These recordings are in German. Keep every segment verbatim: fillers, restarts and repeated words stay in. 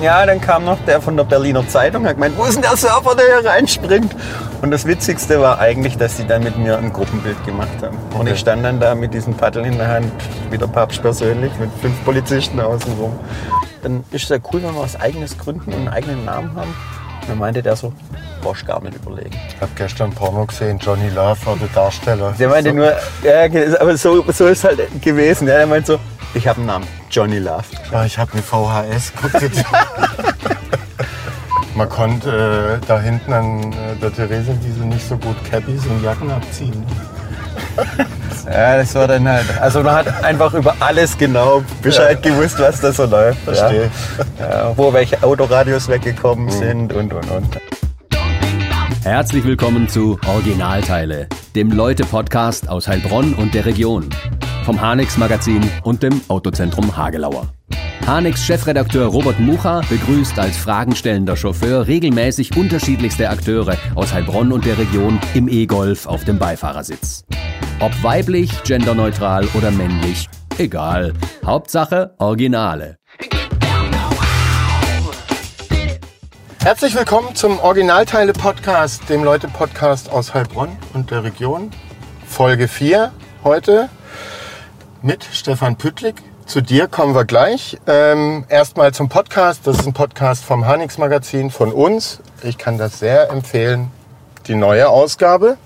ja, dann kam noch der von der Berliner Zeitung, hat gemeint, wo ist denn der Surfer, der hier reinspringt? Und das Witzigste war eigentlich, dass sie dann mit mir ein Gruppenbild gemacht haben. Okay. Und ich stand dann da mit diesem Paddel in der Hand, wie der Papst persönlich, mit fünf Polizisten außenrum. Dann ist es ja cool, wenn wir was Eigenes gründen und einen eigenen Namen haben. Und dann meinte der so, brauchst du gar nicht überlegen. Ich habe gestern Porno gesehen, Johnny Love war der Darsteller. Der meinte so. nur, ja, aber so, so ist es halt gewesen. Ja, der meinte so, ich habe einen Namen, Johnny Love. Ja, ich habe eine V H S, guck dir die. Man konnte äh, da hinten an äh, der Theresienwiese nicht so gut Cappies und Jacken abziehen. Ja, das war dann halt, also man hat einfach über alles genau Bescheid ja. gewusst, was da so läuft. Verstehe. Ja. Ja, wo welche Autoradios weggekommen mhm. sind und, und, und. Herzlich willkommen zu Originalteile, dem Leute-Podcast aus Heilbronn und der Region. Vom Hanex Magazin und dem Autozentrum Hagelauer. Hanex Chefredakteur Robert Mucha begrüßt als fragenstellender Chauffeur regelmäßig unterschiedlichste Akteure aus Heilbronn und der Region im E-Golf auf dem Beifahrersitz. Ob weiblich, genderneutral oder männlich, egal. Hauptsache Originale. Herzlich willkommen zum Originalteile-Podcast, dem Leute-Podcast aus Heilbronn und der Region. Folge vier heute mit Stefan Püttlik. Zu dir kommen wir gleich. Ähm, erstmal zum Podcast. Das ist ein Podcast vom Hanex Magazin von uns. Ich kann das sehr empfehlen. Die neue Ausgabe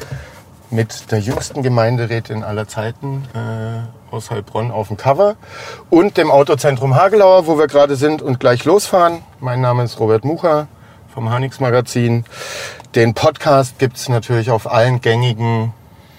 mit der jüngsten Gemeinderätin aller Zeiten äh, aus Heilbronn auf dem Cover und dem Autozentrum Hagelauer, wo wir gerade sind und gleich losfahren. Mein Name ist Robert Mucha vom Hanex Magazin. Den Podcast gibt es natürlich auf allen gängigen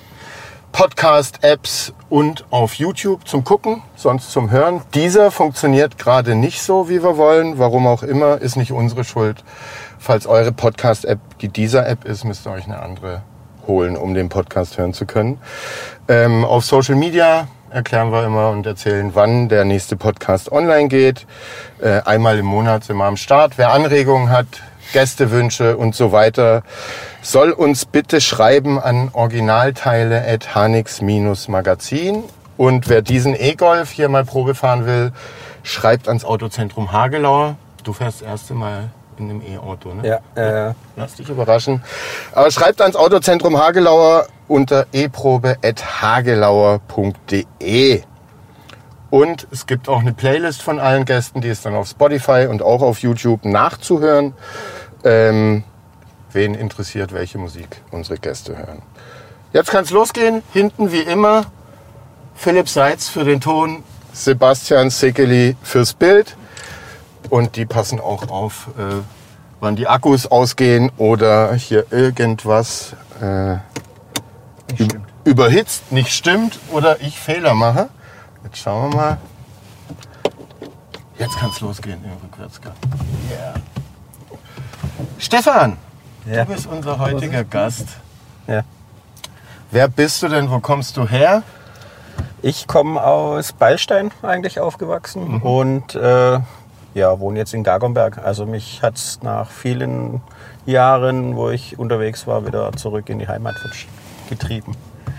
Podcast-Apps und auf YouTube zum Gucken, sonst zum Hören. Dieser funktioniert gerade nicht so, wie wir wollen. Warum auch immer, ist nicht unsere Schuld. Falls eure Podcast-App die Dieser-App ist, müsst ihr euch eine andere holen, um den Podcast hören zu können. Ähm, auf Social Media erklären wir immer und erzählen, wann der nächste Podcast online geht. Äh, einmal im Monat sind wir am Start. Wer Anregungen hat, Gästewünsche und so weiter, soll uns bitte schreiben an originalteile at hanex magazin. Und wer diesen E-Golf hier mal Probe fahren will, schreibt ans Autozentrum Hagelauer. Du fährst das erste Mal in einem E-Auto, ne? Ja. Äh, Lass dich überraschen. Aber schreibt ans Autozentrum Hagelauer unter eprobe at hagelauer punkt de. Und es gibt auch eine Playlist von allen Gästen, die ist dann auf Spotify und auch auf YouTube nachzuhören. Ähm, wen interessiert, welche Musik unsere Gäste hören. Jetzt kann es losgehen. Hinten wie immer Philipp Seitz für den Ton, Sebastian Sekeli fürs Bild. Und die passen auch auf, äh, wann die Akkus ausgehen oder hier irgendwas äh, nicht stimmt. überhitzt, nicht stimmt oder ich Fehler mache. Jetzt schauen wir mal. Jetzt kann es losgehen im Rückwärtsgang. Yeah. Stefan, ja. Du bist unser heutiger Gast. Ja. Wer bist du denn? Wo kommst du her? Ich komme aus Beilstein, eigentlich aufgewachsen, mhm. und äh, ja, wohne jetzt in Gagonberg. Also mich hat es nach vielen Jahren, wo ich unterwegs war, wieder zurück in die Heimat getrieben.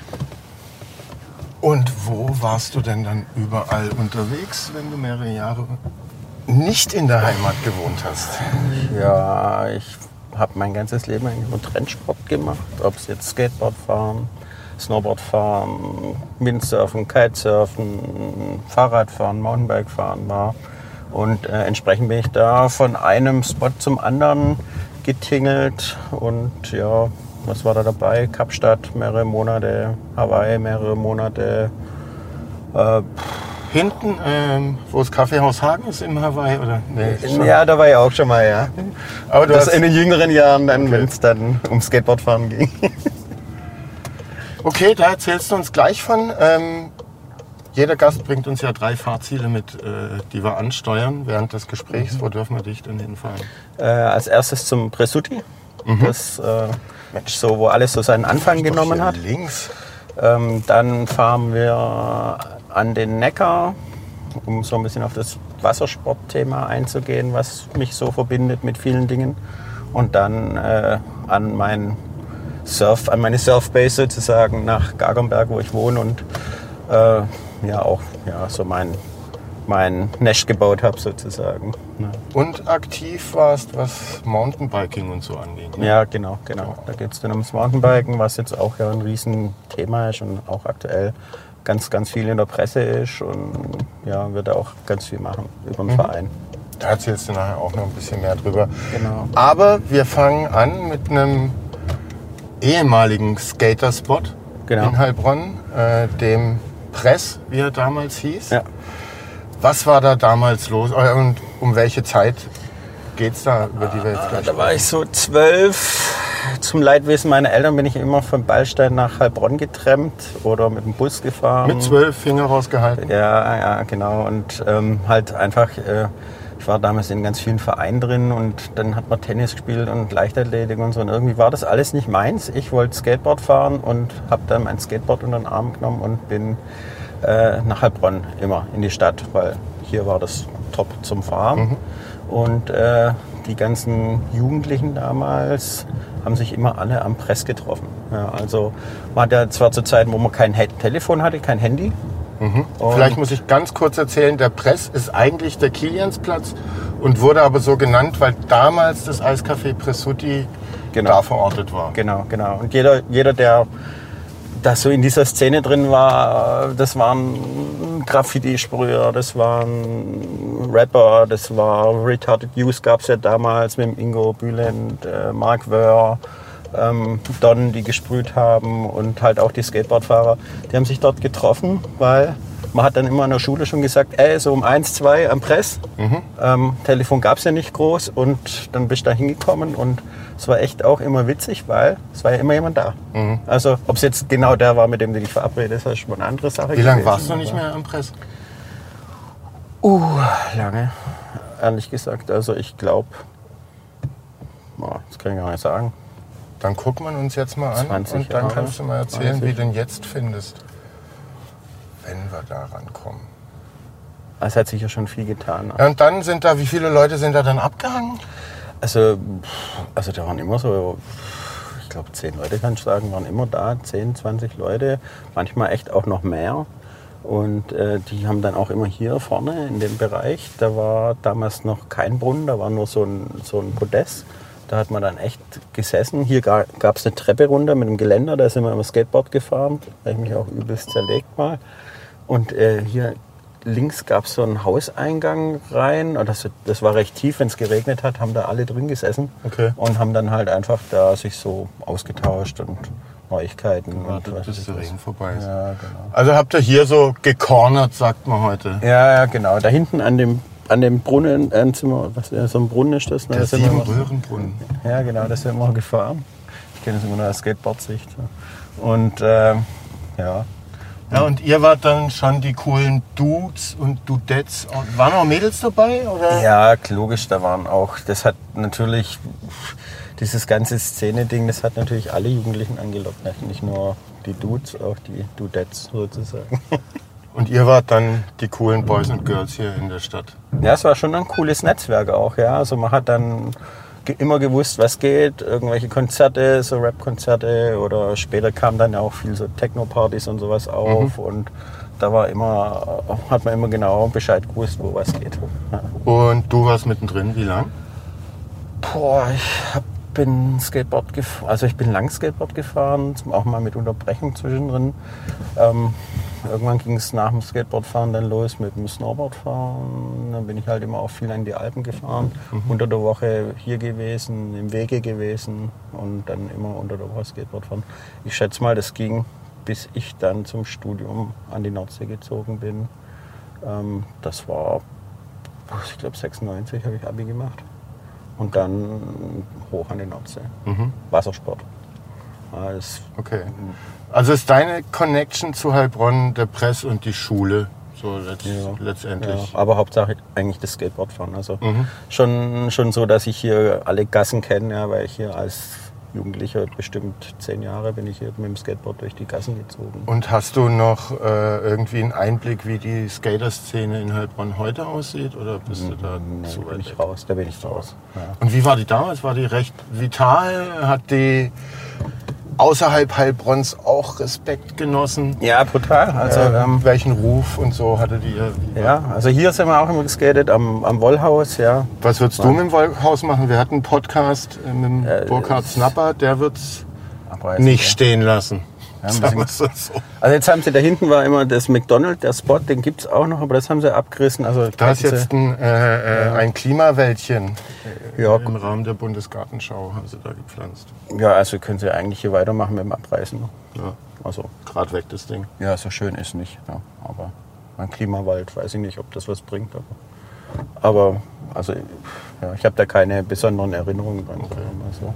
Und wo warst du denn dann überall unterwegs, wenn du mehrere Jahre nicht in der Heimat gewohnt hast? Ja, ich habe mein ganzes Leben eigentlich nur Trendsport gemacht. Ob es jetzt Skateboard fahren, Snowboard fahren, Windsurfen, Kitesurfen, Fahrradfahren, Mountainbike fahren war. Und äh, entsprechend bin ich da von einem Spot zum anderen getingelt und ja, was war da dabei? Kapstadt mehrere Monate, Hawaii mehrere Monate. Äh, Hinten, ähm, wo das Kaffeehaus Hagen ist, im Hawaii, oder? Nee, ja, da war ich auch schon mal, ja. Aber du das hast in den jüngeren Jahren, dann, okay. Wenn es dann um Skateboardfahren ging. Okay, da erzählst du uns gleich von. Ähm, jeder Gast bringt uns ja drei Fahrziele mit, äh, die wir ansteuern während des Gesprächs. Mhm. Wo dürfen wir dich denn hinfahren? Äh, als erstes zum Presutti. Mhm. Das äh, Mensch, so, wo alles so seinen Anfang genommen hat. Links. Ähm, dann fahren wir an den Neckar, um so ein bisschen auf das Wassersportthema einzugehen, was mich so verbindet mit vielen Dingen. Und dann äh, an, mein Surf, an meine Surfbase sozusagen nach Gagonberg, wo ich wohne und äh, ja auch ja, so mein, mein Nest gebaut habe sozusagen. Ja. Und aktiv warst, was Mountainbiking und so angeht. Ne? Ja, genau, genau. Da geht es dann ums Mountainbiken, was jetzt auch ja ein Riesenthema ist und auch aktuell ganz, ganz viel in der Presse ist und ja, wird auch ganz viel machen über den mhm. Verein. Da erzählst du nachher auch noch ein bisschen mehr drüber. Genau. Aber wir fangen an mit einem ehemaligen Skaterspot genau. in Heilbronn, äh, dem Press, wie er damals hieß. Ja. Was war da damals los und um welche Zeit geht es da, über die wir jetzt gleich Da war ich so zwölf. Zum Leidwesen meiner Eltern bin ich immer von Ballstein nach Heilbronn getrennt oder mit dem Bus gefahren. Mit zwölf Finger rausgehalten? Ja, ja, genau. Und ähm, halt einfach, äh, ich war damals in ganz vielen Vereinen drin und dann hat man Tennis gespielt und Leichtathletik und so. Und irgendwie war das alles nicht meins. Ich wollte Skateboard fahren und habe dann mein Skateboard unter den Arm genommen und bin äh, nach Heilbronn immer in die Stadt, weil hier war das top zum Fahren. Mhm. Und äh, die ganzen Jugendlichen damals haben sich immer alle am Press getroffen. Ja, also man hat ja zwar zu Zeiten, wo man kein Telefon hatte, kein Handy. Mhm. Vielleicht muss ich ganz kurz erzählen, der Press ist eigentlich der Kiliansplatz und wurde aber so genannt, weil damals das Eiscafé Pressuti genau. da verortet war. Genau, genau. Und jeder, jeder, der da so in dieser Szene drin war, das waren Graffiti-Sprüher, das waren Rapper, das war Retarded Youth, gab es ja damals mit dem Ingo Bülent, äh, Mark Wöhr, ähm, Don, die gesprüht haben und halt auch die Skateboardfahrer. Die haben sich dort getroffen, weil man hat dann immer in der Schule schon gesagt, ey, so um eins, zwei am Press. Mhm. Ähm, Telefon gab es ja nicht groß und dann bist du da hingekommen und es war echt auch immer witzig, weil es war ja immer jemand da. Mhm. Also ob es jetzt genau der war, mit dem du dich verabredet hast, ist schon eine andere Sache. Wie lange warst du nicht mehr am Press? Uh, lange, ehrlich gesagt. Also ich glaube, oh, das kann ich gar nicht sagen. Dann gucken wir uns jetzt mal an und dann Jahre. Kannst du mal erzählen, zwanzig. Wie du den jetzt findest, wenn wir da rankommen. Es hat sich ja schon viel getan. Ja, und dann sind da, wie viele Leute sind da dann abgehangen? Also, also da waren immer so, ich glaube zehn Leute kann ich sagen, waren immer da, zehn, zwanzig Leute, manchmal echt auch noch mehr. Und äh, die haben dann auch immer hier vorne in dem Bereich, da war damals noch kein Brunnen, da war nur so ein, so ein Podest. Da hat man dann echt gesessen. Hier gab es eine Treppe runter mit einem Geländer, da sind wir am Skateboard gefahren. Da habe ich mich auch übelst zerlegt mal. Und äh, hier links gab es so einen Hauseingang rein. Und das, das war recht tief, wenn es geregnet hat, haben da alle drin gesessen. Okay. Und haben dann halt einfach da sich so ausgetauscht und Neuigkeiten. Wartet, und bis der Regen vorbei ist. Ja, genau. Also habt ihr hier so gecornert, sagt man heute. Ja, ja, genau. Da hinten an dem An dem Brunnen, äh, Zimmer, was, äh, so ein Brunnen ist das. Ne? Der das Sieben-Röhren-Brunnen. Ja, genau, das sind wir mal gefahren. Ich kenne das immer nur als Skateboard-Sicht. Und äh, ja. Ja, und ihr wart dann schon die coolen Dudes und Dudettes. Waren auch Mädels dabei? Oder? Ja, logisch, da waren auch. Das hat natürlich, dieses ganze Szene-Ding, das hat natürlich alle Jugendlichen angelockt. Nicht nur die Dudes, auch die Dudettes sozusagen. Und ihr wart dann die coolen Boys und Girls hier in der Stadt? Ja, es war schon ein cooles Netzwerk auch, ja. Also man hat dann ge- immer gewusst, was geht, irgendwelche Konzerte, so Rap-Konzerte oder später kamen dann ja auch viel so Techno-Partys und sowas auf mhm. und da war immer, hat man immer genau Bescheid gewusst, wo was geht. Ja. Und du warst mittendrin, wie lang? Boah, ich hab, bin Skateboard gefahren, also ich bin lang Skateboard gefahren, auch mal mit Unterbrechung zwischendrin. Ähm, Irgendwann ging es nach dem Skateboardfahren dann los mit dem Snowboardfahren. Dann bin ich halt immer auch viel in die Alpen gefahren. Mhm. Unter der Woche hier gewesen, im Wege gewesen und dann immer unter der Woche Skateboardfahren. Ich schätze mal, das ging, bis ich dann zum Studium an die Nordsee gezogen bin. Ähm, das war, ich glaube sechsundneunzig habe ich Abi gemacht. Und dann hoch an die Nordsee. Mhm. Wassersport. Alles. Okay. Also ist deine Connection zu Heilbronn der Press und die Schule, so letzt, ja, letztendlich? Ja, aber Hauptsache eigentlich das Skateboardfahren. Also mhm. schon, schon so, dass ich hier alle Gassen kenne, ja, weil ich hier als Jugendlicher, bestimmt zehn Jahre, bin ich hier mit dem Skateboard durch die Gassen gezogen. Und hast du noch äh, irgendwie einen Einblick, wie die Skaterszene in Heilbronn heute aussieht? Oder bist du da nee, zu weit bin ich raus? Da bin ich raus. Ja. Und wie war die damals? War die recht vital? Hat die außerhalb Heilbronns auch Respekt genossen? Ja, brutal. Also, äh, ähm, welchen Ruf und so hattet ihr? Ja, also hier sind wir auch immer geskatet, am, am Wollhaus, ja. Was würdest ja. du mit dem Wollhaus machen? Wir hatten einen Podcast mit dem äh, Burkhard Snapper, der wird es nicht ja. stehen lassen. Ja, so. Also jetzt haben sie, da hinten war immer das McDonald's, der Spot, den gibt es auch noch, aber das haben sie abgerissen. Also da ist jetzt ein, äh, ja. ein Klimawäldchen ja. im Rahmen der Bundesgartenschau, haben sie da gepflanzt. Ja, also können sie eigentlich hier weitermachen mit dem Abreißen. Ja. Also gerade weg das Ding. Ja, so schön ist nicht. Ja. Aber ein Klimawald, weiß ich nicht, ob das was bringt. Aber, aber also, ja, ich habe da keine besonderen Erinnerungen dran. Okay. Also.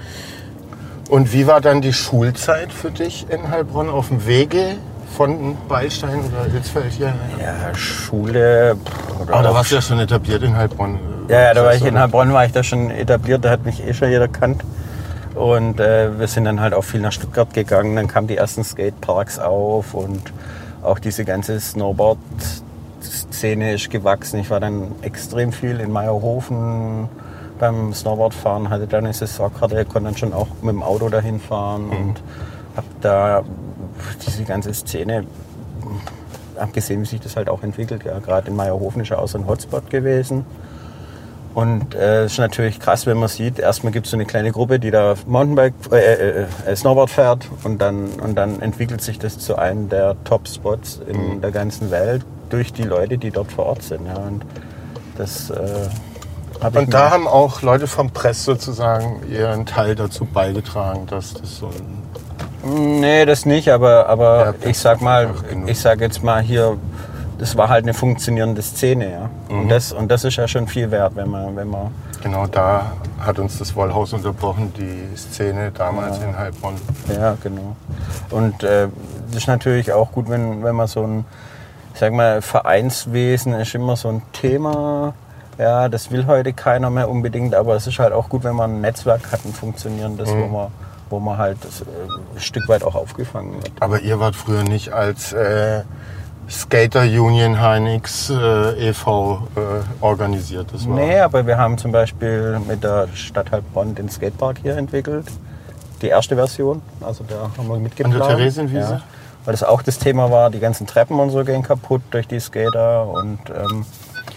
Und wie war dann die Schulzeit für dich in Heilbronn auf dem Wege von Beilstein oder Hitzfeld hier? Ja, Schule. Oder oh, da warst du ja schon etabliert in Heilbronn. Ja, ja, da war ich in Heilbronn, war ich da schon etabliert, da hat mich eh schon jeder gekannt. Und äh, wir sind dann halt auch viel nach Stuttgart gegangen, dann kamen die ersten Skateparks auf und auch diese ganze Snowboard-Szene ist gewachsen. Ich war dann extrem viel in Meierhofen beim Snowboardfahren, hatte dann eine Saisonkarte, konnte dann schon auch mit dem Auto dahin fahren mhm. und habe da diese ganze Szene, habe gesehen, wie sich das halt auch entwickelt. Ja, gerade in Meierhofen ist ja auch so ein Hotspot gewesen. Und es äh, ist natürlich krass, wenn man sieht, erstmal gibt es so eine kleine Gruppe, die da Mountainbike, äh, äh, Snowboard fährt und dann, und dann entwickelt sich das zu einem der Top-Spots in mhm. der ganzen Welt durch die Leute, die dort vor Ort sind. Ja, und das... Äh, Und da haben auch Leute vom Press sozusagen ihren Teil dazu beigetragen, dass das so ein... Nee, das nicht, aber, aber ja, ich sag mal, ich sag jetzt mal hier, das war halt eine funktionierende Szene, ja. Mhm. Und, das, und das ist ja schon viel wert, wenn man... Wenn man genau, da hat uns das Wollhaus unterbrochen, die Szene damals ja. in Heilbronn. Ja, genau. Und äh, das ist natürlich auch gut, wenn, wenn man so ein, ich sag mal, Vereinswesen ist immer so ein Thema... Ja, das will heute keiner mehr unbedingt, aber es ist halt auch gut, wenn man ein Netzwerk hat, ein funktionierendes, mhm. wo man, wo man halt das, äh, ein Stück weit auch aufgefangen wird. Aber ihr wart früher nicht als äh, Skater Union H N X äh, e V äh, organisiert? Das war nee, aber wir haben zum Beispiel mit der Stadt Heilbronn den Skatepark hier entwickelt. Die erste Version, also da haben wir mitgeplant. An der Theresienwiese? Ja, weil das auch das Thema war, die ganzen Treppen und so gehen kaputt durch die Skater und... Ähm,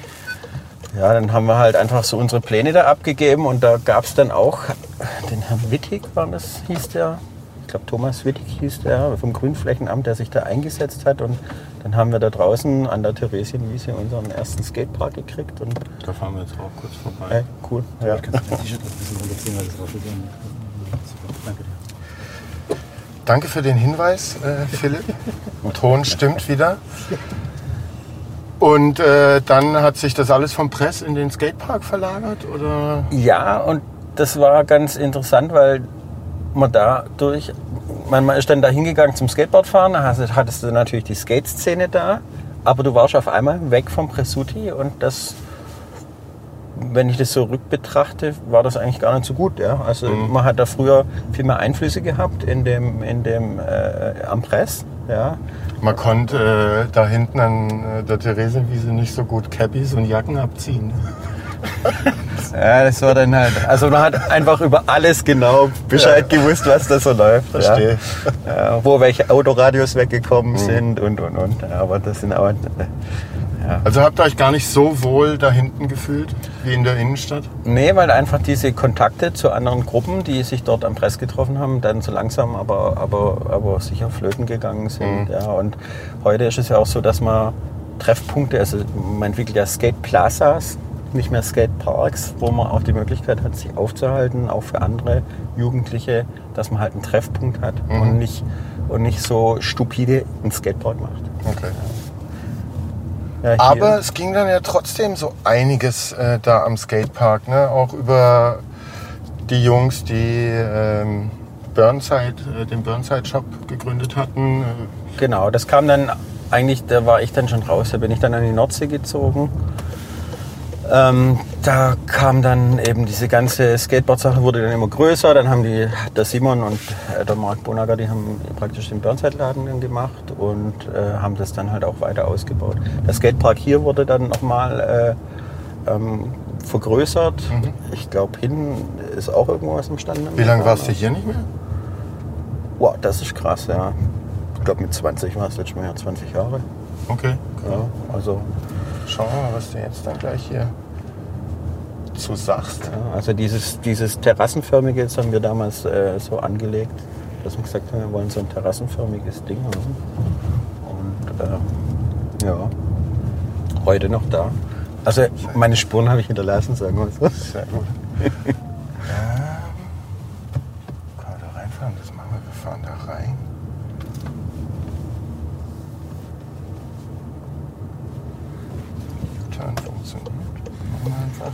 ja, dann haben wir halt einfach so unsere Pläne da abgegeben und da gab es dann auch den Herrn Wittig, war das, hieß der, ich glaube Thomas Wittig hieß der, vom Grünflächenamt, der sich da eingesetzt hat und dann haben wir da draußen an der Theresienwiese unseren ersten Skatepark gekriegt. Und da fahren wir jetzt auch kurz vorbei. Hey, cool. Ja. Ich kann das T-Shirt ein bisschen runterziehen, weil das war schon gerne. Danke dir. Danke für den Hinweis, äh, Philipp. Ton stimmt wieder. Und äh, dann hat sich das alles vom Press in den Skatepark verlagert, oder? Ja, und das war ganz interessant, weil man dadurch, man, man ist dann da hingegangen zum Skateboardfahren, da hattest, hattest du natürlich die Skate-Szene da, aber du warst auf einmal weg vom Pressuti und das, wenn ich das so rückbetrachte, war das eigentlich gar nicht so gut. Ja? Also mhm. man hat da früher viel mehr Einflüsse gehabt in dem, in dem äh, am Press. Ja. Man konnte äh, da hinten an äh, der Theresienwiese nicht so gut Cappies und Jacken abziehen. Ja, das war dann halt, also man hat einfach über alles genau Bescheid ja. gewusst, was da so läuft. Verstehe. Ja. Ja, wo welche Autoradios weggekommen mhm. sind und, und, und. Ja, aber das sind auch... Ja. Also habt ihr euch gar nicht so wohl da hinten gefühlt, wie in der Innenstadt? Nee, weil einfach diese Kontakte zu anderen Gruppen, die sich dort am Press getroffen haben, dann so langsam aber, aber, aber sicher flöten gegangen sind. Mhm. Ja, und heute ist es ja auch so, dass man Treffpunkte, also man entwickelt ja Skate-Plazas, nicht mehr Skateparks, wo man auch die Möglichkeit hat, sich aufzuhalten, auch für andere Jugendliche, dass man halt einen Treffpunkt hat mhm. und, nicht, und nicht so stupide einen Skatepark macht. Okay. Ja. Ja, aber es ging dann ja trotzdem so einiges äh, da am Skatepark, ne? Auch über die Jungs, die ähm, Burnside, äh, den Burnside-Shop gegründet hatten. Genau, das kam dann eigentlich, da war ich dann schon raus, da bin ich dann an die Nordsee gezogen. Ähm, da kam dann eben diese ganze Skateboard-Sache, wurde dann immer größer. Dann haben die, der Simon und äh, der Marc Bonager, die haben praktisch den Burnside-Laden dann gemacht und äh, haben das dann halt auch weiter ausgebaut. Der Skatepark hier wurde dann nochmal äh, ähm, vergrößert. Mhm. Ich glaube, hinten ist auch irgendwo was imstande. Wie lange warst du hier nicht mehr? Wow, das ist krass, ja. Ich glaube, mit zwanzig war es jetzt schon mal, ja, zwanzig Jahre. Okay. Ja, also, Schauen wir mal, was du jetzt dann gleich hier zu sagst. ja, also dieses, dieses terrassenförmige, jetzt haben wir damals äh, so angelegt, dass wir gesagt haben, wir wollen so ein terrassenförmiges Ding haben. Und äh, ja, heute noch da. Also meine Spuren habe ich hinterlassen, sagen wir so. Sehr gut. ähm, kann man da reinfahren? Das machen wir. Wir fahren da rein. U-Turn funktioniert. Machen wir einfach.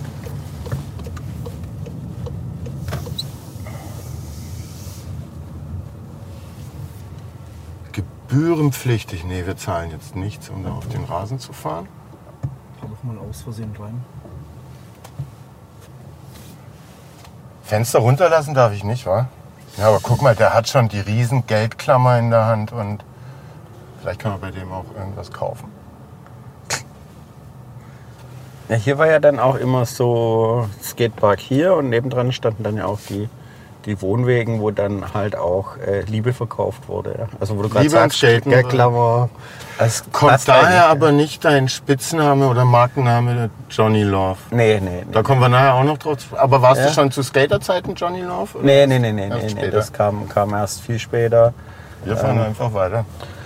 Gebührenpflichtig. Nee, wir zahlen jetzt nichts, um da auf den Rasen zu fahren. Da doch mal aus Versehen rein. Fenster runterlassen darf ich nicht, wa? Ja, aber guck mal, der hat schon die riesen Geldklammer in der Hand und vielleicht kann man bei dem auch irgendwas kaufen. Ja, hier war ja dann auch immer so Skatepark hier und nebendran standen dann ja auch die, die Wohnwegen, wo dann halt auch äh, Liebe verkauft wurde. Ja. Also wo du gerade Liebe und sagst, Skaten. Geldklammer. Das Kommt passt daher eigentlich. aber nicht dein Spitzname oder Markenname Johnny Love? Nee, nee, nee. Da kommen wir nachher auch noch drauf. Aber warst Ja. du schon zu Skaterzeiten Johnny Love? oder Nee, nee, nee, nee, erst nee, nee. später? Das kam, kam erst viel später. Wir fahren ähm, einfach weiter.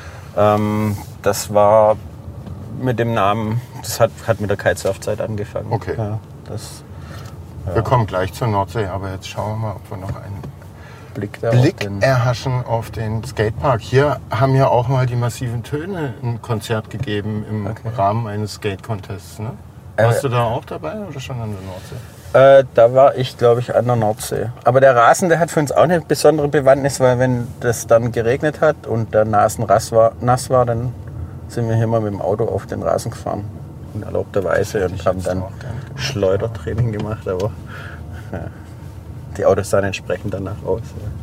Ähm, das war mit dem Namen, das hat, hat mit der Kitesurf-Zeit angefangen. Okay. Ja, das Wir kommen gleich zur Nordsee, aber jetzt schauen wir mal, ob wir noch einen Blick da Blick auf den, erhaschen auf den Skatepark. Hier haben ja auch mal die massiven Töne ein Konzert gegeben im Okay. Rahmen eines Skate-Contests. Ne? Äh, Warst du da auch dabei oder schon an der Nordsee? Äh, da war ich, glaube ich, an der Nordsee. Aber der Rasen, der hat für uns auch eine besondere Bewandtnis, weil wenn das dann geregnet hat und der Nasen nass war, nass war, dann sind wir hier mal mit dem Auto auf den Rasen gefahren. Unerlaubterweise und ich haben jetzt dann auch gern gemacht. Schleudertraining gemacht, aber ja, die Autos sahen entsprechend danach aus.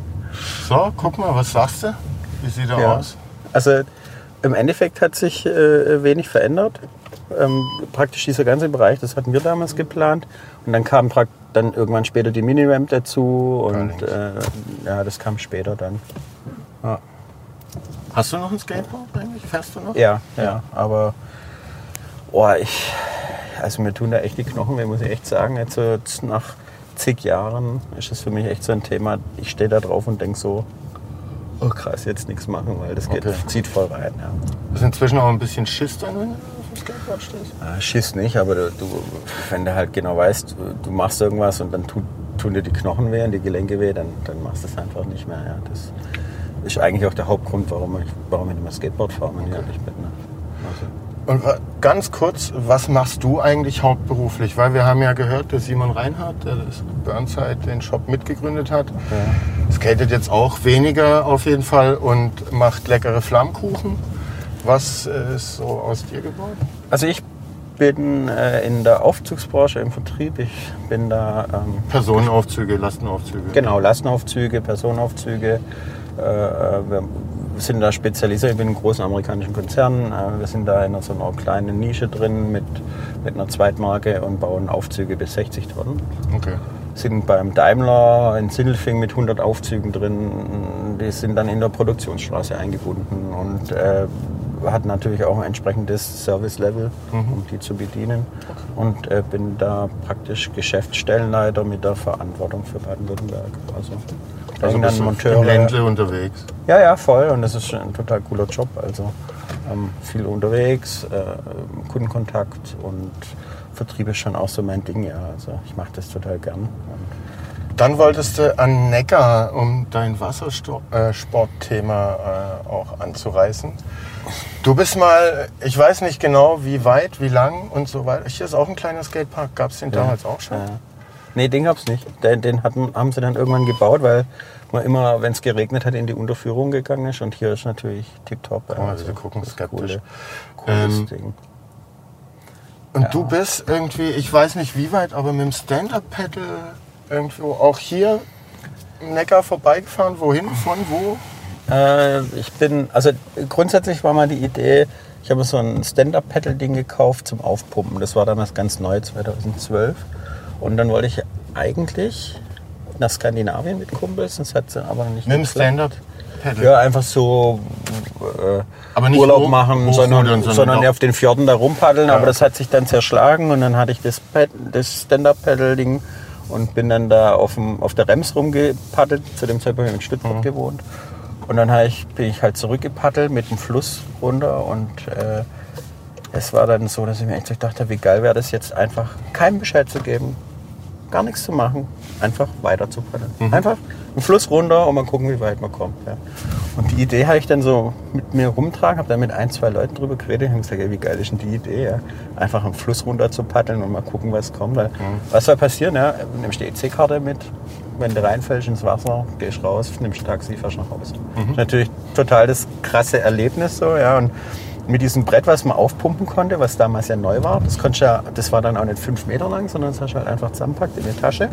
So, guck mal, was sagst du? Wie sieht er Ja. aus? Also im Endeffekt hat sich äh, wenig verändert. Ähm, praktisch dieser ganze Bereich, das hatten wir damals geplant. Und dann kam prakt- dann irgendwann später die Mini-Ramp dazu und Gar äh, ja, das kam später dann. Ja, Hast du noch ein Skateboard eigentlich? Fährst du noch? ja, ja. aber oh, ich, also mir tun da echt die Knochen weh, muss ich echt sagen. Jetzt, so jetzt nach zig Jahren ist es für mich echt so ein Thema. Ich stehe da drauf und denke so, oh krass, jetzt nichts machen, weil das geht, Okay. zieht voll rein. Ja. Ist inzwischen auch ein bisschen Schiss dann, wenn du auf dem Skateboard stehst? Ah, Schiss nicht, aber du, du, wenn du halt genau weißt, du machst irgendwas und dann tut, tun dir die Knochen weh und die Gelenke weh, dann, dann machst du es einfach nicht mehr. Ja. Das ist eigentlich auch der Hauptgrund, warum ich, warum ich nicht mehr Skateboard fahre, wenn ich ehrlich bin. Ne? Also, Und wa- ganz kurz, was machst du eigentlich hauptberuflich? Weil wir haben ja gehört, der Simon Reinhardt, der das Burnside den Shop mitgegründet hat, skatet jetzt auch weniger auf jeden Fall und macht leckere Flammkuchen. Was äh, ist so aus dir geworden? also ich bin äh, in der Aufzugsbranche im Vertrieb. Ich bin da ähm, Personenaufzüge, Lastenaufzüge. genau Lastenaufzüge, Personenaufzüge. Äh, wir sind da spezialisiert. Ich bin in einem großen amerikanischen Konzern. Äh, wir sind da in so einer kleinen Nische drin mit, mit einer Zweitmarke und bauen Aufzüge bis sechzig Tonnen. Okay. Sind beim Daimler in Sindelfingen mit hundert Aufzügen drin. Die sind dann in der Produktionsstraße eingebunden und äh, hat natürlich auch ein entsprechendes Service-Level, um die zu bedienen. Und äh, bin da praktisch Geschäftsstellenleiter mit der Verantwortung für Baden-Württemberg. Also, da Also hängen bist dann du Monteure. im Ländle unterwegs. Ja, ja, voll. Und das ist ein total cooler Job. Also ähm, viel unterwegs, äh, Kundenkontakt und Vertrieb ist schon auch so mein Ding. Ja, also ich mache das total gern. Und Dann wolltest du an Neckar, um dein Wassersportthema äh, auch anzureißen. Du bist mal, ich weiß nicht genau, wie weit, wie lang und so weiter. Hier ist auch ein kleiner Skatepark. Gab es den damals auch schon? Ja. Nee, den gab's nicht. Den, den hatten, haben sie dann irgendwann gebaut, weil man immer, wenn es geregnet hat, in die Unterführung gegangen ist. Und hier ist natürlich tipptopp. Oh, also wir gucken das skeptisch. Coole, cooles Ähm, Ding. Und Ja. du bist irgendwie, ich weiß nicht wie weit, aber mit dem Stand-Up-Paddle irgendwo auch hier im Neckar vorbeigefahren. Wohin, von wo? Äh, ich bin, also grundsätzlich war mal die Idee, ich habe so ein Stand-Up-Paddle-Ding gekauft zum Aufpumpen. Das war damals ganz neu, zweitausendzwölf. Und dann wollte ich eigentlich nach Skandinavien mit Kumpels, das hat sie aber nicht Mit dem geklappt. Standard Paddle? Ja, einfach so äh, Aber nicht Urlaub hoch- machen, hochrudern, sondern, sondern sondern auch- auf den Fjorden da rumpaddeln. Ja. Aber das hat sich dann zerschlagen und dann hatte ich das, Pad, das Stand-Up-Paddle-Ding und bin dann da auf, dem, auf der Rems rumgepaddelt. Zu dem Zeitpunkt habe ich in Stuttgart Mhm. gewohnt. Und dann habe ich, bin ich halt zurückgepaddelt mit dem Fluss runter und äh, es war dann so, dass ich mir echt so dachte, wie geil wäre das jetzt einfach, keinem Bescheid zu geben, gar nichts zu machen, einfach weiter zu paddeln. Mhm. Einfach einen Fluss runter und mal gucken, wie weit man kommt. Ja. Und die Idee habe ich dann so mit mir rumtragen, habe dann mit ein, zwei Leuten drüber geredet und gesagt, ey, wie geil ist denn die Idee, ja? Einfach einen Fluss runter zu paddeln und mal gucken, was kommt. Weil, Mhm. was soll passieren? Ja? Nimmst die E C-Karte mit, wenn du reinfällst ins Wasser, gehst raus, nimmst Taxi, fährst nach Hause. Das ist natürlich total das krasse Erlebnis so, ja. Und mit diesem Brett, was man aufpumpen konnte, was damals ja neu war, das, konntest ja, das war dann auch nicht fünf Meter lang, sondern das hast du halt einfach zusammenpackt in die Tasche.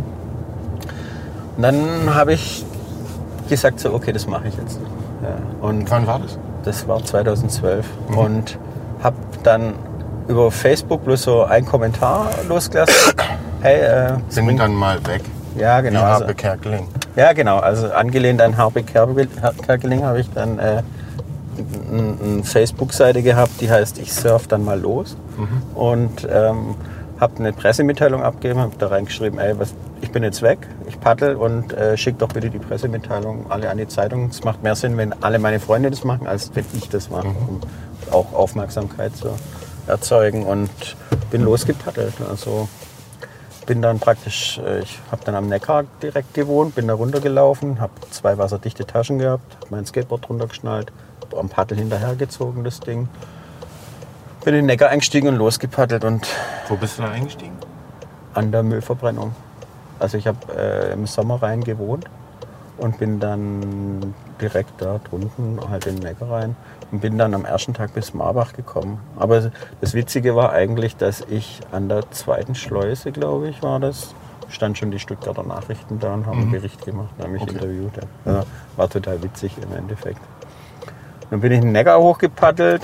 Und dann habe ich gesagt, so, okay, das mache ich jetzt. Ja, und Wann war das? das war zweitausendzwölf. Mhm. Und habe dann über Facebook bloß so einen Kommentar losgelassen. Hey, äh, Sind bringt- dann mal weg. ja, genau. Wie Also, Harpe Kerkeling. ja, genau. Also angelehnt an Harpe Kerkeling habe ich dann äh, eine eine Facebook-Seite gehabt, die heißt Ich surf dann mal los. Mhm. Und ähm, habe eine Pressemitteilung abgegeben, habe da reingeschrieben, ey, was, ich bin jetzt weg, ich paddel und äh, schick doch bitte die Pressemitteilung alle an die Zeitung. Es macht mehr Sinn, wenn alle meine Freunde das machen, als wenn ich das mache, um auch Aufmerksamkeit zu erzeugen. Und bin losgepaddelt. Also bin dann praktisch, äh, ich habe dann am Neckar direkt gewohnt, bin da runtergelaufen, habe zwei wasserdichte Taschen gehabt, habe mein Skateboard runtergeschnallt, hab am Paddel hinterhergezogen, das Ding. Bin in den Neckar eingestiegen und losgepaddelt und Wo bist du da eingestiegen? an der Müllverbrennung. Also ich habe äh, im Sommer rein gewohnt und bin dann direkt da drunten halt in den Neckar rein und bin dann am ersten Tag bis Marbach gekommen. Aber das Witzige war eigentlich, dass ich an der zweiten Schleuse, glaube ich, war das, stand schon die Stuttgarter Nachrichten da und haben einen Bericht gemacht, haben mich Okay. interviewt. Ja. Ja, war total witzig im Endeffekt. Dann bin ich den Neckar hochgepaddelt.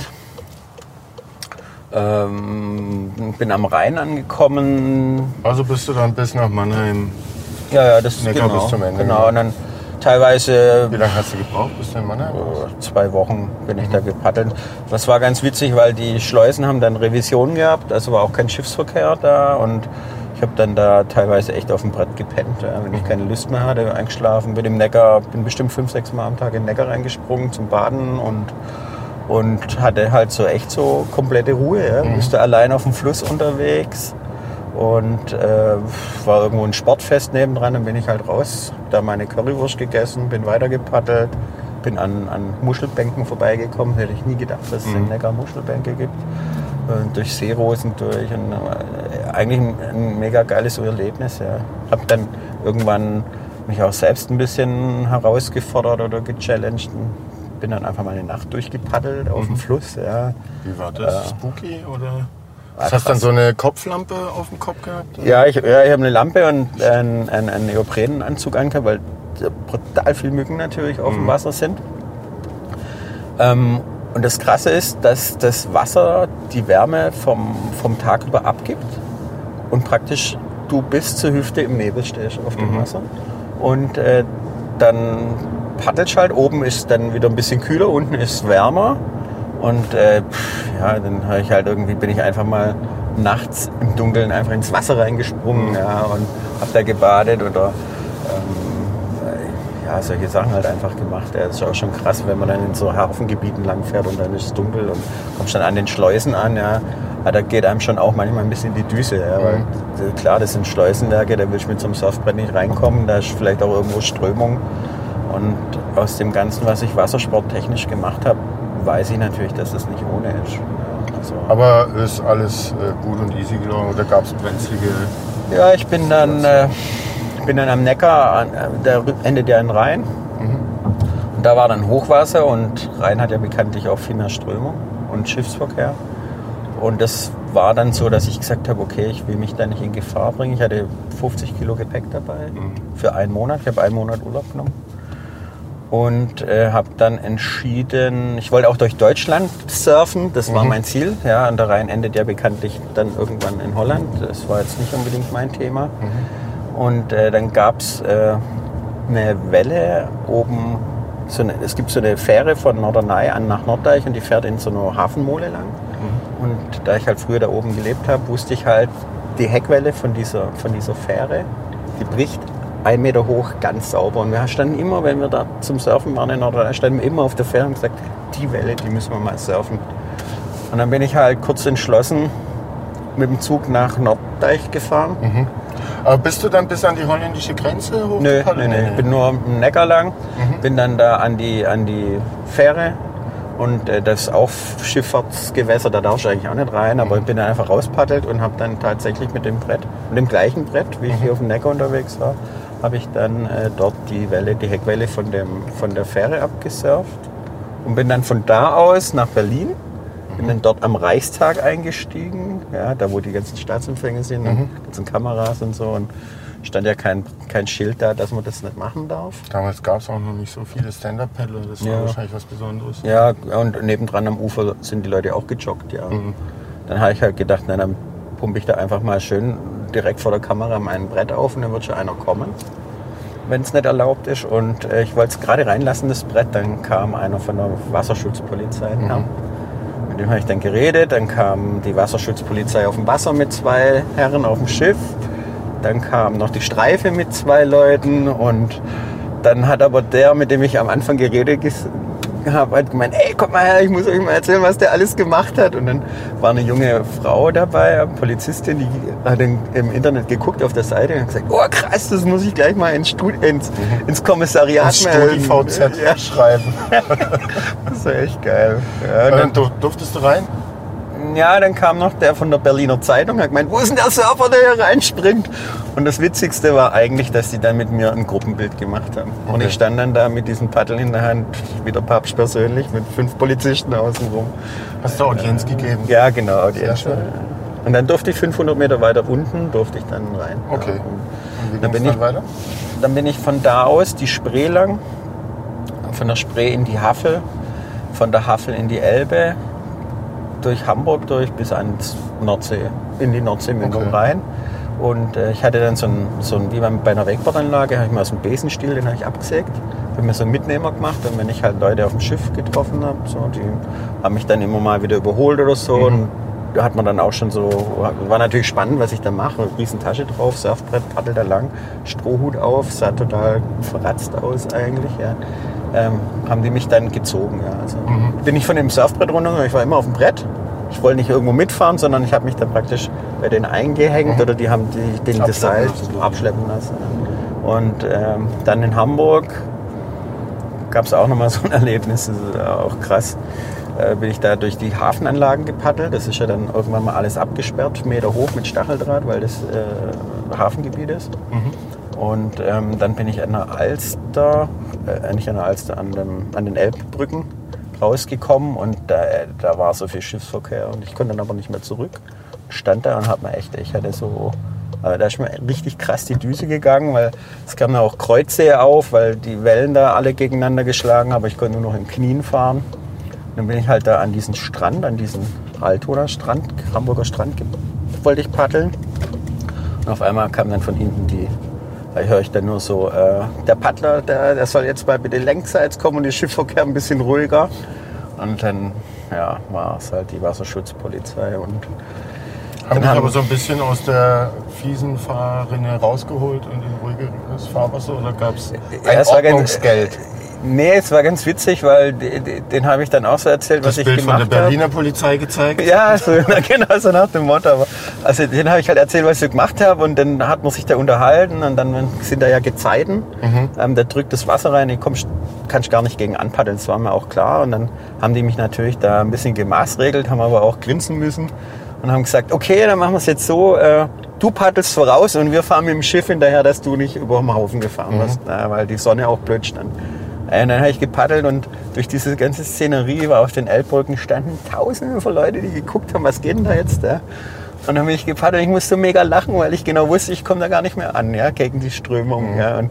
Ähm, bin am Rhein angekommen. Also bist du dann bis nach Mannheim. Ja, ja, das ist Neckar genau. bis zum Ende. Genau, und dann teilweise Wie lange hast du gebraucht, bis du in Mannheim warst? äh, zwei Wochen bin ich da gepaddelt. Das war ganz witzig, weil die Schleusen haben dann Revision gehabt, also war auch kein Schiffsverkehr da und ich habe dann da teilweise echt auf dem Brett gepennt. Ja. Wenn ich keine Lust mehr hatte, eingeschlafen, bin im Neckar, bin bestimmt fünf, sechs Mal am Tag in den Neckar reingesprungen zum Baden und und hatte halt so echt so komplette Ruhe. Ja. Mhm. Musste allein auf dem Fluss unterwegs und äh, war irgendwo ein Sportfest nebendran. Dann bin ich halt raus, hab da meine Currywurst gegessen, bin weitergepaddelt, bin an, an Muschelbänken vorbeigekommen. Hätte ich nie gedacht, dass es Mhm. in Neckar Muschelbänke gibt. Und durch Seerosen durch und äh, eigentlich ein, ein mega geiles Erlebnis. Ja. Hab dann irgendwann mich auch selbst ein bisschen herausgefordert oder gechallenged. Bin dann einfach mal eine Nacht durchgepaddelt auf dem Fluss. Ja. Wie war das? Ja. Spooky oder? Ah, Hast du dann krass. so eine Kopflampe auf dem Kopf gehabt? Ja, ich, ja, ich habe eine Lampe und einen, einen, einen Neoprenanzug angehabt, weil brutal viele Mücken natürlich auf dem Wasser sind. Ähm, und das Krasse ist, dass das Wasser die Wärme vom, vom Tag über abgibt und praktisch du bis zur Hüfte im Nebel stehst auf dem Wasser. Und äh, dann paddelst halt, oben ist dann wieder ein bisschen kühler, unten ist wärmer. Und äh, pff, ja, dann habe ich halt irgendwie, bin ich einfach mal nachts im Dunkeln einfach ins Wasser reingesprungen, ja, und habe da gebadet oder ähm, äh, ja, solche Sachen halt einfach gemacht. Ja, das ist auch schon krass, wenn man dann in so Hafengebieten lang fährt und dann ist es dunkel und kommst dann an den Schleusen an, ja, ja, da geht einem schon auch manchmal ein bisschen die Düse, ja, weil äh, klar, das sind Schleusenwerke, da willst du mit so einem Surfbrett nicht reinkommen, da ist vielleicht auch irgendwo Strömung. Und aus dem Ganzen, was ich wassersporttechnisch gemacht habe, weiß ich natürlich, dass das nicht ohne ist. Ja, also, Aber ist alles äh, gut und easy gelaufen oder gab es brenzlige? ja, ich bin dann, äh, bin dann am Neckar, an, äh, der endet ja in Rhein. Und da war dann Hochwasser und Rhein hat ja bekanntlich auch viel mehr Strömung und Schiffsverkehr. Und das war dann so, dass ich gesagt habe, okay, ich will mich da nicht in Gefahr bringen. Ich hatte fünfzig Kilo Gepäck dabei für einen Monat. Ich habe einen Monat Urlaub genommen. Und äh, habe dann entschieden, ich wollte auch durch Deutschland surfen, das war Mhm. mein Ziel. Ja, und der Rhein endet ja bekanntlich dann irgendwann in Holland. Das war jetzt nicht unbedingt mein Thema. Und äh, dann gab es äh, eine Welle oben, so eine, es gibt so eine Fähre von Norderney an nach Norddeich und die fährt in so einer Hafenmole lang. Mhm. Und da ich halt früher da oben gelebt habe, wusste ich halt, die Heckwelle von dieser, von dieser Fähre, die bricht ein Meter hoch, ganz sauber. Und wir standen immer, wenn wir da zum Surfen waren in Norderney, standen wir immer auf der Fähre und gesagt, die Welle, die müssen wir mal surfen. Und dann bin ich halt kurz entschlossen mit dem Zug nach Norddeich gefahren. Mhm. Aber bist du dann bis an die holländische Grenze hochgefahren? Nö, nö, nö. Ich bin nur am Neckar lang, mhm. bin dann da an die, an die Fähre und äh, das ist auch Schifffahrtsgewässer, da darfst du eigentlich auch nicht rein, aber mhm. ich bin dann einfach rauspaddelt und habe dann tatsächlich mit dem Brett, mit dem gleichen Brett, wie ich mhm. hier auf dem Neckar unterwegs war, habe ich dann äh, dort die Welle, die Heckwelle von, dem, von der Fähre abgesurft und bin dann von da aus nach Berlin. Bin dann dort am Reichstag eingestiegen, ja, da wo die ganzen Staatsempfänge sind, mhm. und ganzen Kameras und so. Und stand ja kein, kein Schild da, dass man das nicht machen darf. Damals gab es auch noch nicht so viele Stand-Up-Paddler, das war ja. wahrscheinlich was Besonderes. Ja, und nebendran am Ufer sind die Leute auch gejoggt, ja. Mhm. Dann habe ich halt gedacht, na, dann pumpe ich da einfach mal schön direkt vor der Kamera mein Brett auf und dann wird schon einer kommen, wenn es nicht erlaubt ist. Und äh, ich wollte es gerade reinlassen, das Brett, dann kam einer von der Wasserschutzpolizei. Mhm. Ja. Mit dem habe ich dann geredet, dann kam die Wasserschutzpolizei auf dem Wasser mit zwei Herren auf dem Schiff, dann kam noch die Streife mit zwei Leuten und dann hat aber der, mit dem ich am Anfang geredet habe, halt gemeint, ey, kommt mal her, ich muss euch mal erzählen, was der alles gemacht hat. Und dann war eine junge Frau dabei, eine Polizistin, die hat im Internet geguckt auf der Seite und hat gesagt, oh krass, das muss ich gleich mal ins, Studi- ins, ins Kommissariat melden. StudiVZ ja. schreiben. Das war echt geil. Ja, dann, dann durftest du rein? Ja, dann kam noch der von der Berliner Zeitung und hat gemeint, wo ist denn der Surfer, der hier reinspringt? Und das Witzigste war eigentlich, dass sie dann mit mir ein Gruppenbild gemacht haben. Okay. Und ich stand dann da mit diesem Paddel in der Hand, wie der Papst persönlich, mit fünf Polizisten außenrum. Hast du Audienz äh, gegeben? Ja, genau, Audienz. Und dann durfte ich fünfhundert Meter weiter unten, durfte ich dann rein. Okay. Ja. Und, und wie dann bin dann ich weiter? Dann bin ich von da aus die Spree lang, von der Spree in die Havel, von der Havel in die Elbe, durch Hamburg durch bis ans Nordsee, in die Nordseemündung okay. rein. Und äh, ich hatte dann so ein, so ein wie bei einer Wakeboardanlage, habe ich mal so einen Besenstiel, den habe ich abgesägt, habe mir so einen Mitnehmer gemacht und wenn ich halt Leute auf dem Schiff getroffen habe, so, die haben mich dann immer mal wieder überholt oder so. Mhm. Und da hat man dann auch schon so, war natürlich spannend, was ich da mache, eine riesen Tasche drauf, Surfbrett, paddel da lang, Strohhut auf, sah total verratzt aus eigentlich, ja. Ähm, haben die mich dann gezogen. Ja. Also mhm. bin ich von dem Surfbrett runter, ich war immer auf dem Brett. Ich wollte nicht irgendwo mitfahren, sondern ich habe mich dann praktisch bei denen eingehängt mhm. oder die haben die, den das Seil abschleppen lassen. Und ähm, dann in Hamburg gab es auch nochmal so ein Erlebnis, das ist auch krass. Äh, bin ich da durch die Hafenanlagen gepaddelt. Das ist ja dann irgendwann mal alles abgesperrt, Meter hoch mit Stacheldraht, weil das äh, Hafengebiet ist. Mhm. Und ähm, dann bin ich an der Alster, äh, nicht an der Alster, an, dem, an den Elbbrücken rausgekommen und da, da war so viel Schiffsverkehr und ich konnte dann aber nicht mehr zurück. Stand da und hab mir echt, ich hatte so, äh, da ist mir richtig krass die Düse gegangen, weil es kamen auch Kreuze auf, weil die Wellen da alle gegeneinander geschlagen haben, aber ich konnte nur noch in Knien fahren. Und dann bin ich halt da an diesen Strand, an diesen Altona Strand, Hamburger Strand, wollte ich paddeln. Und auf einmal kam dann von hinten die, da höre ich dann nur so, äh, der Paddler, der, der soll jetzt mal bitte längsseits kommen und der Schiffverkehr ein bisschen ruhiger. Und dann ja, war es halt die Wasserschutzpolizei. Und haben dich aber so ein bisschen aus der fiesen Fahrrinne rausgeholt und in ruhigeres Fahrwasser oder gab es ein ja, Ordnungsgeld? Ganz, nee, es war ganz witzig, weil den, den habe ich dann auch so erzählt, das was Bild ich gemacht habe. Das Bild von der Berliner hab. Polizei gezeigt? Ja, so, genau so nach dem Motto. Aber, also den habe ich halt erzählt, was ich gemacht habe und dann hat man sich da unterhalten und dann sind da ja Gezeiten. Mhm. Ähm, der drückt das Wasser rein, ich komm, kannst gar nicht gegen anpaddeln, das war mir auch klar. Und dann haben die mich natürlich da ein bisschen gemaßregelt, haben aber auch grinsen müssen und haben gesagt, okay, dann machen wir es jetzt so, äh, du paddelst voraus und wir fahren mit dem Schiff hinterher, dass du nicht über den Haufen gefahren wirst, mhm. äh, weil die Sonne auch blöd stand. Und dann habe ich gepaddelt und durch diese ganze Szenerie war auf den Elbbrücken standen Tausende von Leuten, die geguckt haben, was geht denn da jetzt da? Und dann bin ich gepaddelt und ich musste mega lachen, weil ich genau wusste, ich komme da gar nicht mehr an, ja, gegen die Strömung. Mhm. Ja. Und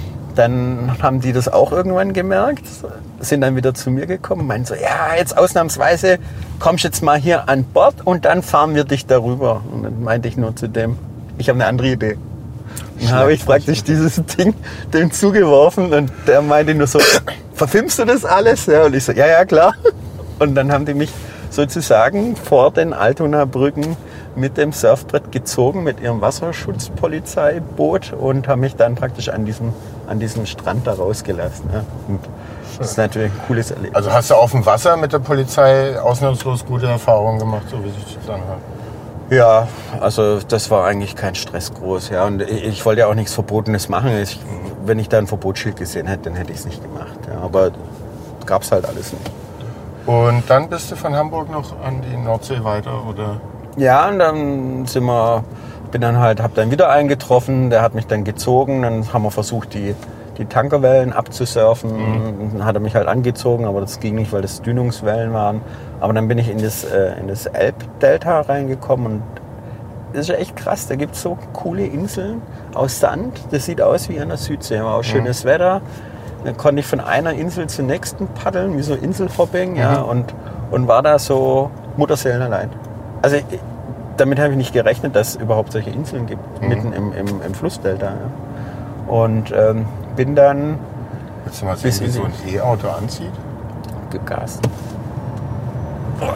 dann haben die das auch irgendwann gemerkt, sind dann wieder zu mir gekommen, meinen so, ja, jetzt ausnahmsweise kommst jetzt mal hier an Bord und dann fahren wir dich darüber. Und dann meinte ich nur zu dem, ich habe eine andere Idee. Dann habe ich praktisch dieses Ding dem zugeworfen und der meinte nur so, verfilmst du das alles? Ja, und ich so, ja, ja, klar. Und dann haben die mich sozusagen vor den Altonaer Brücken mit dem Surfbrett gezogen, mit ihrem Wasserschutzpolizeiboot und haben mich dann praktisch an diesem, an diesem Strand da rausgelassen. Ja. Und das ist natürlich ein cooles Erlebnis. Also hast du auf dem Wasser mit der Polizei ausnahmslos gute Erfahrungen gemacht, so wie sich das anhört? Ja, also das war eigentlich kein Stress groß. Ja. Und ich, ich wollte ja auch nichts Verbotenes machen. Ich, wenn ich da ein Verbotsschild gesehen hätte, dann hätte ich es nicht gemacht. Ja. Aber gab es halt alles nicht. Und dann bist du von Hamburg noch an die Nordsee weiter, oder? Ja, und dann sind wir, bin dann halt, hab dann wieder einen getroffen, der hat mich dann gezogen, dann haben wir versucht, die, die Tankerwellen abzusurfen, mhm. Dann hat er mich halt angezogen, aber das ging nicht, weil das Dünungswellen waren. Aber dann bin ich in das, äh, in das Elbdelta reingekommen und das ist echt krass, da gibt es so coole Inseln aus Sand, das sieht aus wie an der Südsee, war auch schönes mhm. Wetter. Dann konnte ich von einer Insel zur nächsten paddeln, wie so Inselhopping, mhm. ja, und, und war da so Mutterseelen allein. Also ich, damit habe ich nicht gerechnet, dass es überhaupt solche Inseln gibt, mhm. mitten im, im, im Flussdelta. Ja. Und ähm, bin dann... Willst du mal sehen, wie so ein E-Auto anzieht? Gegast. Oh.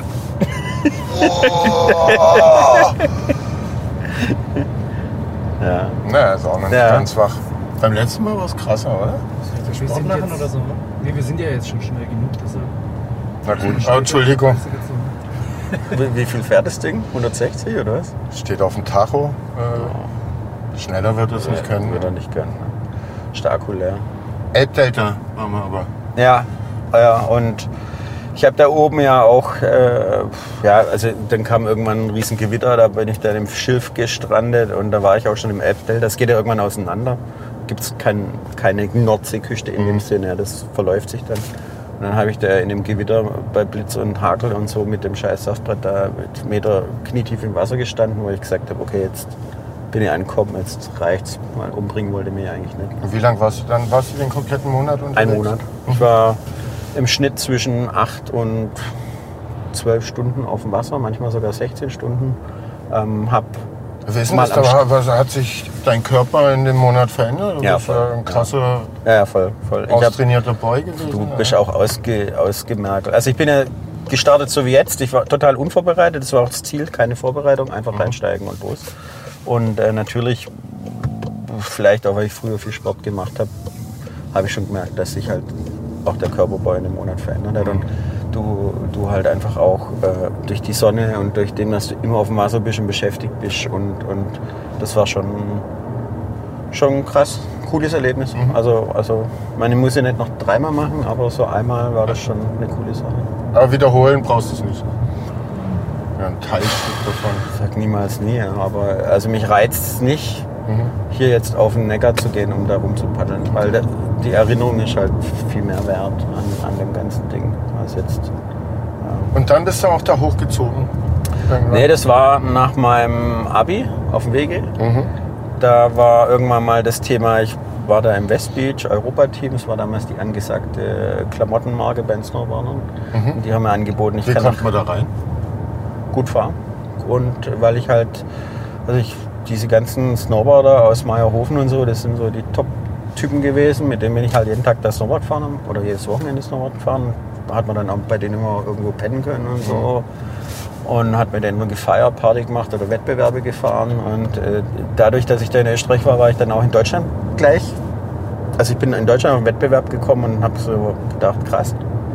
Ja. Na, ist auch noch nicht ja. ganz wach. Beim letzten Mal war es krasser, oder? Wir sind jetzt, oder so. Nee, wir sind ja jetzt schon schnell genug. Deshalb Na gut, oh, Entschuldigung. Wie, wie viel fährt das Ding? hundertsechzig oder was? Steht auf dem Tacho. Äh, oh. Schneller wird es ja, nicht können. Wird er nicht können. Ne? Starkulär. Elbdelta waren wir aber. Ja, ja, und ich habe da oben ja auch, äh, ja, also dann kam irgendwann ein riesen Gewitter, da bin ich dann im Schilf gestrandet und da war ich auch schon im Elbdelta. Das geht ja irgendwann auseinander. Gibt es kein, keine Nordseeküste in mhm. dem Sinne, ja, das verläuft sich dann. Und dann habe ich da in dem Gewitter bei Blitz und Hagel und so mit dem scheiß Surfbrett da mit Meter knietief im Wasser gestanden, wo ich gesagt habe, okay, jetzt bin ich angekommen, jetzt reicht's. Mal umbringen wollte mich eigentlich nicht. Und wie lange warst du dann? Warst du den kompletten Monat unterwegs? Ein Monat. Ich war im Schnitt zwischen acht und zwölf Stunden auf dem Wasser, manchmal sogar sechzehn Stunden. Ähm, hab Wie ist denn das? Da, was, hat sich dein Körper in dem Monat verändert? Ja, voll. Ein krasser, ja, ja, voll, voll. austrainierter Boy gewesen? Du bist auch ausge, ausgemerkt. Also ich bin ja gestartet so wie jetzt. Ich war total unvorbereitet. Das war auch das Ziel, keine Vorbereitung, einfach mhm. reinsteigen und los. Und äh, natürlich, vielleicht auch weil ich früher viel Sport gemacht habe, habe ich schon gemerkt, dass sich halt auch der Körperbau in dem Monat verändert hat. Und du, du halt einfach auch äh, durch die Sonne und durch den, dass du immer auf dem Wasser bist und beschäftigt bist. Und, und das war schon, schon krass, cooles Erlebnis. Mhm. Also, also meine muss ich nicht noch dreimal machen, aber so einmal war das schon eine coole Sache. Aber wiederholen brauchst du es nicht. Ja, ein Teil davon. Ich sag niemals nie, aber also mich reizt es nicht, mhm. hier jetzt auf den Neckar zu gehen, um da rumzupaddeln. Weil der, die Erinnerung ist halt viel mehr wert an, an dem ganzen Ding als jetzt. Ja. Und dann bist du auch da hochgezogen? Nee, das war nach meinem Abi auf dem Wege. Mhm. Da war irgendwann mal das Thema, ich war da im Westbeach Europa-Team, das war damals die angesagte Klamottenmarke bei den Snowboardern. Mhm. Und die haben mir angeboten, ich Wie kann kommt man da rein? Gut fahren. Und weil ich halt, also ich, diese ganzen Snowboarder aus Meierhofen und so, das sind so die Top-Typen gewesen, mit denen bin ich halt jeden Tag das Snowboard fahren oder jedes Wochenende Snowboard fahren. Da hat man dann auch bei denen immer irgendwo pennen können und so. Und hat mit denen immer gefeiert, Party gemacht oder Wettbewerbe gefahren. Und äh, dadurch, dass ich da in Österreich war, war ich dann auch in Deutschland gleich. Also ich bin in Deutschland auf einen Wettbewerb gekommen und habe so gedacht, krass,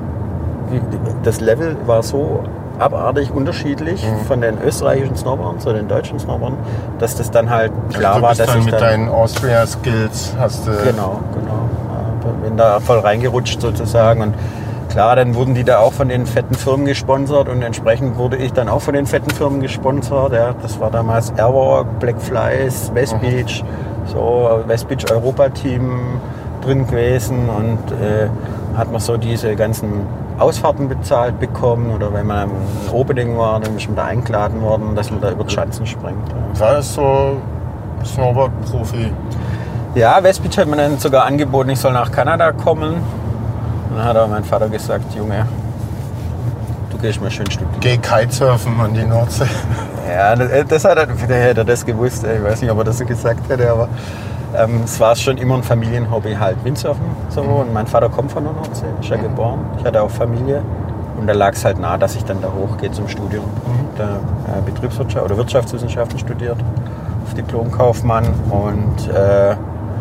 das Level war so abartig unterschiedlich mhm. von den österreichischen Snowboardern zu den deutschen Snowboardern, dass das dann halt klar also war, dass dass dann ich mit dann deinen Austria-Skills hast du... Genau, genau. Bin da voll reingerutscht sozusagen und klar, dann wurden die da auch von den fetten Firmen gesponsert und entsprechend wurde ich dann auch von den fetten Firmen gesponsert. Ja, das war damals Airwalk, Black Flies, Westbeach, mhm. so Westbeach Europa-Team drin gewesen und äh, hat man so diese ganzen Ausfahrten bezahlt bekommen oder wenn man ein Opening war, dann ist man da eingeladen worden, dass man da über die Schanzen springt. Ja. War das so Snowboard-Profi? Ja, Westbeach hat mir dann sogar angeboten, ich soll nach Kanada kommen. Dann hat aber mein Vater gesagt, Junge, du gehst mal schön studieren. Geh Kitesurfen an die Nordsee. Ja, das, das hat er, der hätte das gewusst. Ich weiß nicht, ob er das so gesagt hätte, aber ähm, es war schon immer ein Familienhobby, halt Windsurfen. So. Und mein Vater kommt von der Nordsee, ist ja geboren. Ich hatte auch Familie. Und da lag es halt nahe, dass ich dann da hochgehe zum Studium. Mhm. Da äh, Betriebswirtschaft oder Wirtschaftswissenschaften studiert, auf Diplomkaufmann und äh,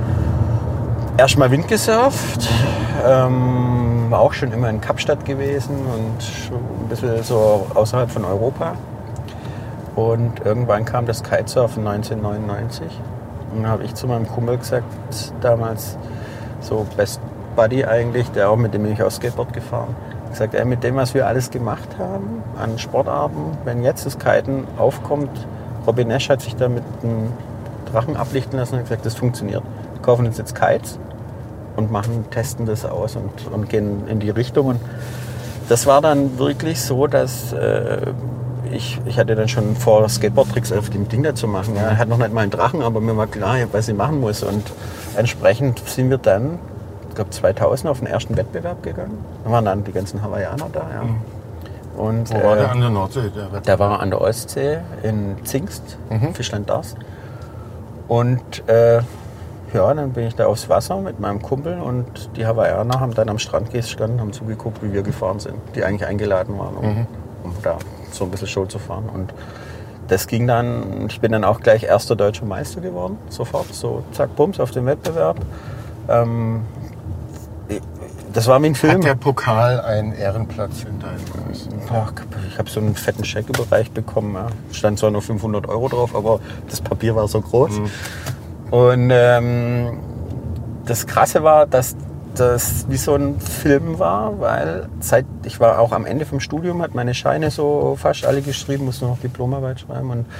erstmal Wind gesurft. Ähm, war auch schon immer in Kapstadt gewesen und schon ein bisschen so außerhalb von Europa. Und irgendwann kam das Kitesurfen neunzehnhundertneunundneunzig. Und dann habe ich zu meinem Kumpel gesagt, damals so Best Buddy eigentlich, der auch mit dem bin ich auch Skateboard gefahren. Gesagt, ey, mit dem, was wir alles gemacht haben an Sportarten, wenn jetzt das Kiten aufkommt, Robin Nash hat sich da mit einem Drachen ablichten lassen und gesagt, das funktioniert. Wir kaufen uns jetzt Kites und machen, testen das aus und, und gehen in die Richtung. Und das war dann wirklich so, dass äh, ich, ich hatte dann schon vor, Skateboard-Tricks auf dem Ding da zu machen. Ja. Er hat noch nicht mal einen Drachen, aber mir war klar, was ich machen muss. Und entsprechend sind wir dann, ich glaube zweitausend, auf den ersten Wettbewerb gegangen. Da waren dann die ganzen Hawaiianer da. Ja. Mhm. Und, Wo war äh, der an der Nordsee? Der, Wettbewerb? der war an der Ostsee in Zingst, mhm. Fischland-Dars. Und äh, ja, dann bin ich da aufs Wasser mit meinem Kumpel und die Hawaiianer haben dann am Strand gestanden, haben zugeguckt, wie wir gefahren sind, die eigentlich eingeladen waren, um, mhm. um da so ein bisschen Show zu fahren. Und das ging dann, ich bin dann auch gleich erster deutscher Meister geworden, sofort, so zack, bums, auf dem Wettbewerb. Ähm, das war wie ein Film. Hat der Pokal einen Ehrenplatz in deinem Haus? Ich habe so einen fetten Scheck überreicht bekommen. Ja. Stand zwar nur fünfhundert Euro drauf, aber das Papier war so groß. Mhm. Und ähm, das Krasse war, dass das wie so ein Film war, weil seit ich war auch am Ende vom Studium, hat meine Scheine so fast alle geschrieben, musste noch Diplomarbeit schreiben. Und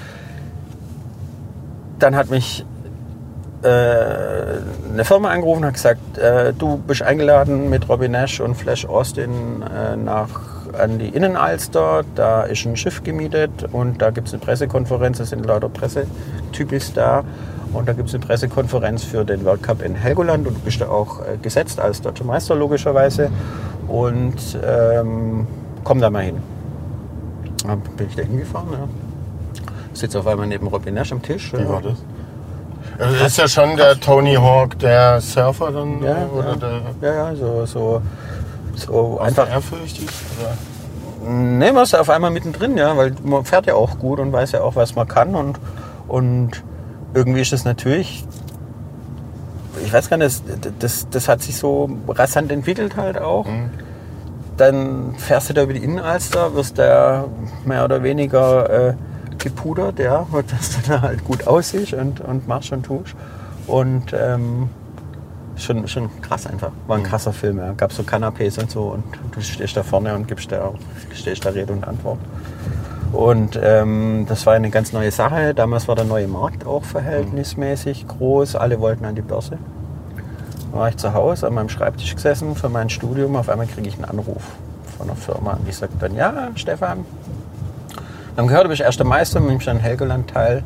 dann hat mich äh, eine Firma angerufen und hat gesagt, äh, du bist eingeladen mit Robin Nash und Flash Austin äh, nach an die Innenalster. Da ist ein Schiff gemietet und da gibt es eine Pressekonferenz, es sind lauter Pressetypis da. Und da gibt es eine Pressekonferenz für den World Cup in Helgoland und du bist da auch äh, gesetzt als deutscher Meister logischerweise. Und ähm, komm da mal hin. Dann bin ich da hingefahren. Ja. Sitze auf einmal neben Robin Nash am Tisch. Wie war das? Das ist ja schon der Tony Hawk, der Surfer dann? Ja, oder ja. Der ja, ja, so, so, so einfach. Ehrfürchtig? Oder? Nee, man ist auf einmal mittendrin, ja, weil man fährt ja auch gut und weiß ja auch, was man kann. Und, und irgendwie ist das natürlich, ich weiß gar nicht, das, das, das hat sich so rasant entwickelt halt auch. Mhm. Dann fährst du da über die Innenalster, wirst da mehr oder weniger äh, gepudert, ja, dass du da halt gut aussiehst und, und machst und tust. Und ähm, schon, schon krass einfach. War ein krasser Film, ja. Gab so Canapés und so und du stehst da vorne und gibst da, stehst da Rede und Antwort. Und ähm, das war eine ganz neue Sache. Damals war der neue Markt auch verhältnismäßig groß. Alle wollten an die Börse. Da war ich zu Hause an meinem Schreibtisch gesessen für mein Studium. Auf einmal kriege ich einen Anruf von einer Firma. Und die sagt dann, ja, Stefan, wir haben gehört, du bist erster Meister, nimmst an Helgoland teil.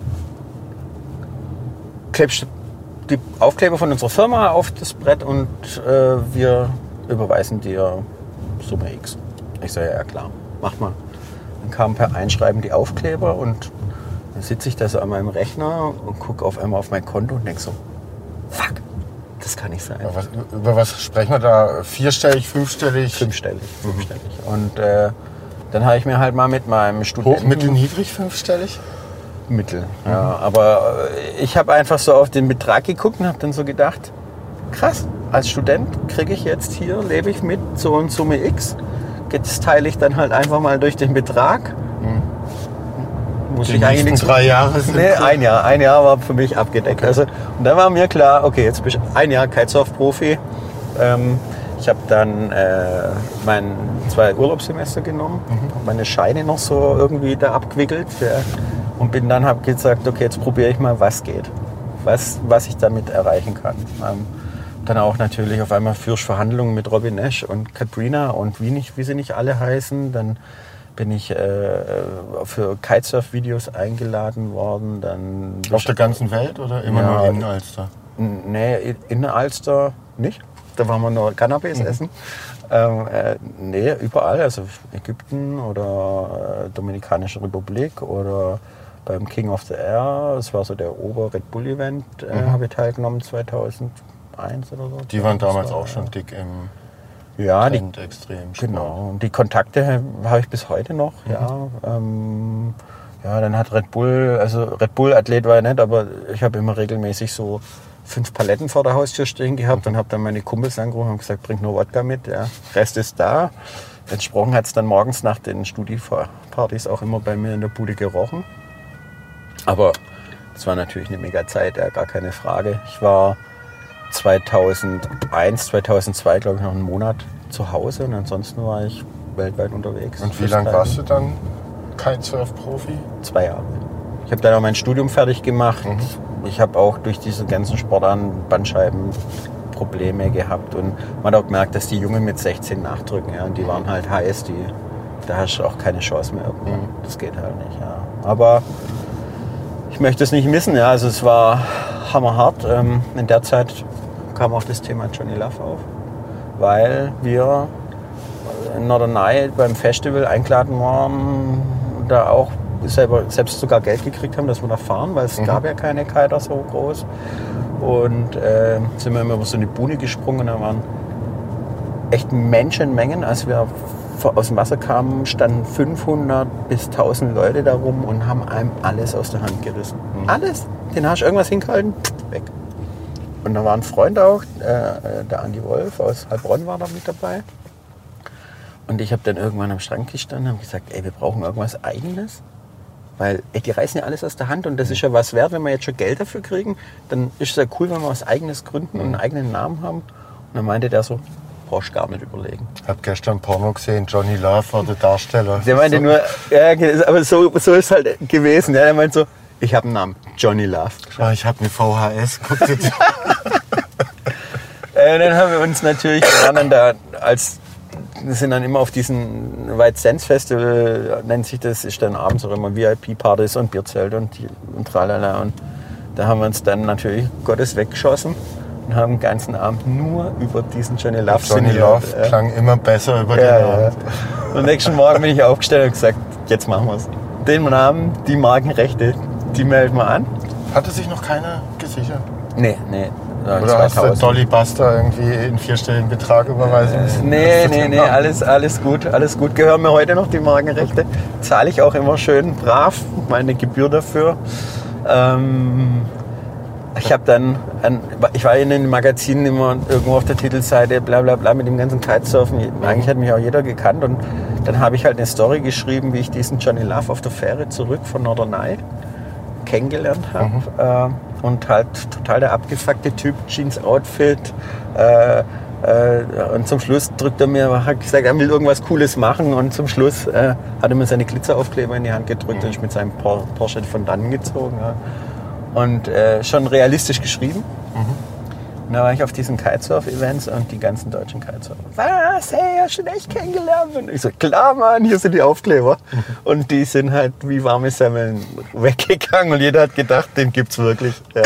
Klebst die Aufkleber von unserer Firma auf das Brett und äh, wir überweisen dir Summe X. Ich sage, ja klar, mach mal. Dann kamen per Einschreiben die Aufkleber und dann sitze ich da so an meinem Rechner und gucke auf einmal auf mein Konto und denke so, fuck, das kann nicht sein. Über was, über was sprechen wir da? Vierstellig, fünfstellig? Fünfstellig, fünfstellig. Mhm. Und äh, dann habe ich mir halt mal mit meinem Studenten... Hoch, mittel, niedrig, fünfstellig? Mittel, mhm. ja. Aber ich habe einfach so auf den Betrag geguckt und habe dann so gedacht, krass, als Student kriege ich jetzt hier, lebe ich mit so und Summe X. Das teile ich dann halt einfach mal durch den Betrag. Mhm. Muss die ich eigentlich nichts drei Jahre sind Nee, ein Jahr. Ein Jahr war für mich abgedeckt. Okay. Also, und dann war mir klar, okay, jetzt bin ich ein Jahr Kitesurf-Profi. Ähm, ich habe dann äh, mein zwei Urlaubssemester genommen, mhm. habe meine Scheine noch so irgendwie da abgewickelt ja, und bin dann habe gesagt, okay, jetzt probiere ich mal, was geht, was, was ich damit erreichen kann. Ähm, Dann auch natürlich auf einmal führst Verhandlungen mit Robin Nash und Katrina und wie, nicht, wie sie nicht alle heißen. Dann bin ich äh, für Kitesurf-Videos eingeladen worden. Dann auf der ganzen Welt oder immer ja, nur in Alster? Nee, in Alster nicht. Da waren wir nur Cannabis Mhm. essen. Ähm, äh, nee, überall. Also Ägypten oder äh, Dominikanische Republik oder beim King of the Air. Das war so der Ober-Red Bull-Event. Äh, Mhm. habe ich teilgenommen zweitausendeins oder so. Die waren damals war, auch schon dick im ja, die, Trend extrem. genau. Und die Kontakte habe ich bis heute noch. Mhm. Ja, ähm, ja, dann hat Red Bull, also Red Bull-Athlet war ich nicht, aber ich habe immer regelmäßig so fünf Paletten vor der Haustür stehen gehabt und habe dann meine Kumpels angerufen und gesagt, bring nur Wodka mit, ja. Rest ist da. Entsprochen hat es dann morgens nach den Studi-Partys auch immer bei mir in der Bude gerochen. Aber es war natürlich eine mega Zeit, ja, gar keine Frage. Ich war zweitausendeins, zweitausendzwei, glaube ich, noch einen Monat zu Hause und ansonsten war ich weltweit unterwegs. Und wie lange warst du dann Kitesurf-Profi? Zwei Jahre. Ich habe dann auch mein Studium fertig gemacht. Mhm. Ich habe auch durch diese ganzen Sportarten Bandscheibenprobleme gehabt und man hat auch gemerkt, dass die Jungen mit sechzehn nachdrücken. Ja, und die waren halt heiß, die, da hast du auch keine Chance mehr. Mhm. Das geht halt nicht. Ja. Aber ich möchte es nicht missen. Ja. Also es war hammerhart. Ähm, in der Zeit kam auch das Thema Johnny Love auf, weil wir in Norderney beim Festival eingeladen waren, da auch selber, selbst sogar Geld gekriegt haben, dass wir da fahren, weil es Mhm. gab ja keine Kiter so groß. Und äh, sind wir immer über so eine Bühne gesprungen und da waren echt Menschenmengen. Als wir aus dem Wasser kamen, standen fünfhundert bis tausend Leute da rum und haben einem alles aus der Hand gerissen. Mhm. Alles. Den hast du irgendwas hingehalten, weg. Und da war ein Freund auch, äh, der Andi Wolf aus Heilbronn war da mit dabei. Und ich habe dann irgendwann am Strand gestanden und habe gesagt, ey, wir brauchen irgendwas Eigenes. Weil ey, die reißen ja alles aus der Hand und das ist ja was wert, wenn wir jetzt schon Geld dafür kriegen. Dann ist es ja cool, wenn wir was Eigenes gründen und einen eigenen Namen haben. Und dann meinte der so, brauchst gar nicht überlegen. Ich habe gestern Porno gesehen, Johnny Love war der Darsteller. Der meinte so. nur, ja, aber so, so ist es halt gewesen. Ja, der meinte so, ich habe einen Namen, Johnny Love. Ah, ich habe eine V H S. Guck dir die- Äh, dann haben wir uns natürlich, wir waren dann da als, wir sind dann immer auf diesen White Sands Festival, nennt sich das, ist dann abends auch immer V I P-Partys und Bierzelt und, die- und tralala. Und da haben wir uns dann natürlich Gottes weggeschossen und haben den ganzen Abend nur über diesen Johnny Love Johnny sinniert. Love Ja. klang immer besser über Ja, den ja. Abend. Und am nächsten Morgen bin ich aufgestellt und gesagt, jetzt machen wir es. Den Namen, die Markenrechte, die melden wir an. Hatte sich noch keiner gesichert? Nee, nee. Oder hast du Dolly Buster irgendwie einen vierstelligen Betrag überweisen müssen? Nee, nee, nee, alles, alles gut, alles gut. Gehören mir heute noch die Markenrechte. Zahle ich auch immer schön brav meine Gebühr dafür. Ähm, ich habe dann, an, ich war in den Magazinen immer irgendwo auf der Titelseite, bla bla bla, mit dem ganzen Kitesurfen. Eigentlich hat mich auch jeder gekannt. Und dann habe ich halt eine Story geschrieben, wie ich diesen Johnny Love auf der Fähre zurück von Norderney kennengelernt habe. Mhm. Äh, und halt total der abgefuckte Typ, Jeans-Outfit. Äh, äh, und zum Schluss drückt er mir, hat gesagt, er will irgendwas Cooles machen. Und zum Schluss äh, hat er mir seine Glitzeraufkleber in die Hand gedrückt Mhm. und ist mit seinem Por- Porsche von dannen gezogen. Ja. Und äh, schon realistisch geschrieben. Und da war ich auf diesen Kitesurf-Events und die ganzen deutschen Kitesurfer. Was? Hey, hast du ihn echt kennengelernt? Und ich so, klar, Mann, hier sind die Aufkleber. Und die sind halt wie warme Semmeln weggegangen und jeder hat gedacht, den gibt's wirklich. Ja.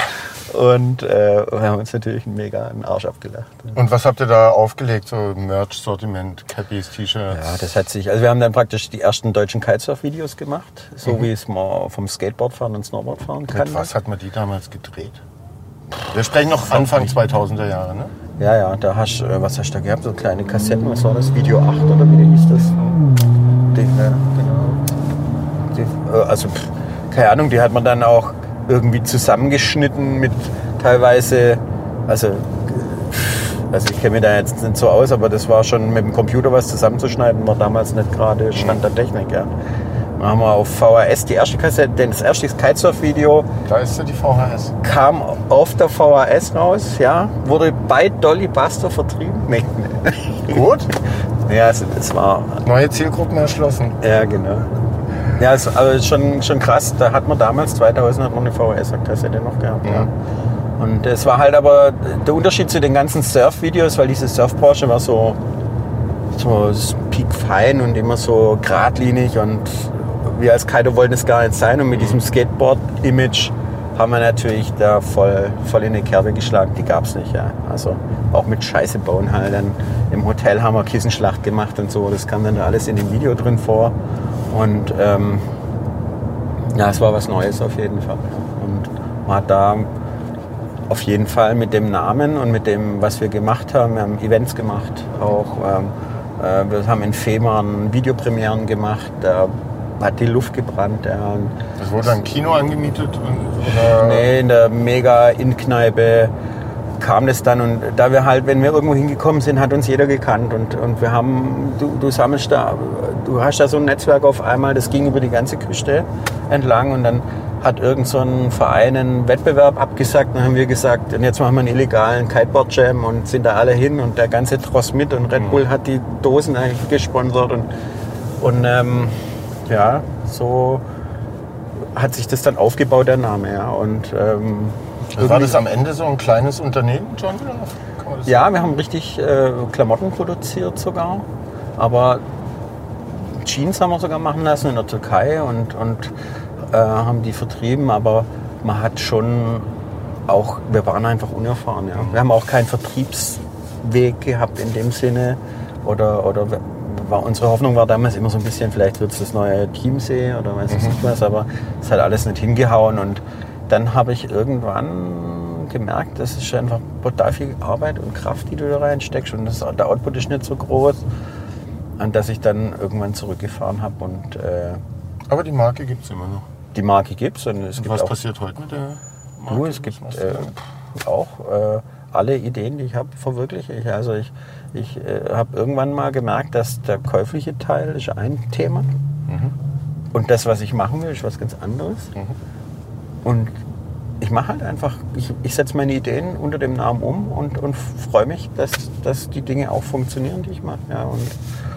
Und äh, wir haben uns natürlich mega einen Arsch abgelacht. Und was habt ihr da aufgelegt? So Merch-Sortiment, Cappies, T-Shirts? Ja, das hat sich, also wir haben dann praktisch die ersten deutschen Kitesurf-Videos gemacht, so Mhm. wie es man vom Skateboardfahren und Snowboardfahren kann. Mit was hat man die damals gedreht? Wir sprechen noch Anfang zweitausender Jahre, ne? Ja, ja, da hast du, was hast du da gehabt? So kleine Kassetten, was war das? Video acht oder wie hieß das? Die, ja, genau. Die, äh, also, pff, keine Ahnung, die hat man dann auch irgendwie zusammengeschnitten mit teilweise, also, also ich kenne mich da jetzt nicht so aus, aber das war schon mit dem Computer was zusammenzuschneiden, war damals nicht gerade Stand der Technik, ja. Dann haben wir auf V H S die erste Kassette, denn das erste Kitesurf-Video Da ist ja die V H S. kam auf der V H S raus, ja, wurde bei Dolly Buster vertrieben. Nee, nee. Gut. Ja, es, es war, Neue Zielgruppen erschlossen. ja genau. Ja, es, also schon, schon krass, da hat man damals, zweitausend hat man eine V H S-Kassette noch gehabt, ja. Ja. Und es war halt aber der Unterschied zu den ganzen Surf-Videos, weil diese Surf-Porsche war so, so piekfein und immer so geradlinig und wir als Kiter wollten es gar nicht sein und mit diesem Skateboard-Image haben wir natürlich da voll, voll in die Kerbe geschlagen. Die gab es nicht. Ja. Also auch mit Scheiße bauen halt. Dann im Hotel haben wir Kissenschlacht gemacht und so. Das kam dann alles in dem Video drin vor. Und ähm, ja, es war was Neues auf jeden Fall. Und man hat da auf jeden Fall mit dem Namen und mit dem, was wir gemacht haben, wir haben Events gemacht auch. Ähm, äh, wir haben in Fehmarn Videopremieren gemacht. Da hat die Luft gebrannt. Ja. Das wurde ein Kino angemietet? Oder? Nee, in der Mega-In-Kneipe kam das dann. Und da wir halt, wenn wir irgendwo hingekommen sind, hat uns jeder gekannt. Und, und wir haben, du, du sammelst da, du hast da so ein Netzwerk auf einmal, das ging über die ganze Küste entlang. Und dann hat irgend so ein Verein einen Wettbewerb abgesagt. Dann haben wir gesagt, und jetzt machen wir einen illegalen Kiteboard-Jam und sind da alle hin. Und der ganze Tross mit. Und Red Bull hat die Dosen eigentlich gesponsert. Und, und ähm, ja, so hat sich das dann aufgebaut, der Name. Ja. Und, ähm, also war das am Ende so ein kleines Unternehmen, John? Ja, wir haben richtig äh, Klamotten produziert sogar. Aber Jeans haben wir sogar machen lassen in der Türkei und, und äh, haben die vertrieben. Aber man hat schon auch, wir waren einfach unerfahren. Ja. Wir haben auch keinen Vertriebsweg gehabt in dem Sinne. Oder, oder war, unsere Hoffnung war damals immer so ein bisschen, vielleicht wird es das neue Chiemsee oder weiß ich mhm. nicht was. Aber es hat alles nicht hingehauen. Und dann habe ich irgendwann gemerkt, das ist einfach total viel Arbeit und Kraft, die du da reinsteckst. Und das, der Output ist nicht so groß. Und dass ich dann irgendwann zurückgefahren habe. Und, äh, aber die Marke gibt es immer noch. Die Marke gibt es. Und es gibt was auch, passiert heute mit der Marke? Du, es gibt äh, auch äh, alle Ideen, die ich habe, verwirkliche ich. Also ich, ich äh, habe irgendwann mal gemerkt, dass der käufliche Teil ist ein Thema. Mhm. Und das, was ich machen will, ist was ganz anderes. Mhm. Und ich mache halt einfach, ich, ich setze meine Ideen unter dem Namen um und, und freue mich, dass, dass die Dinge auch funktionieren, die ich mache. Ja, und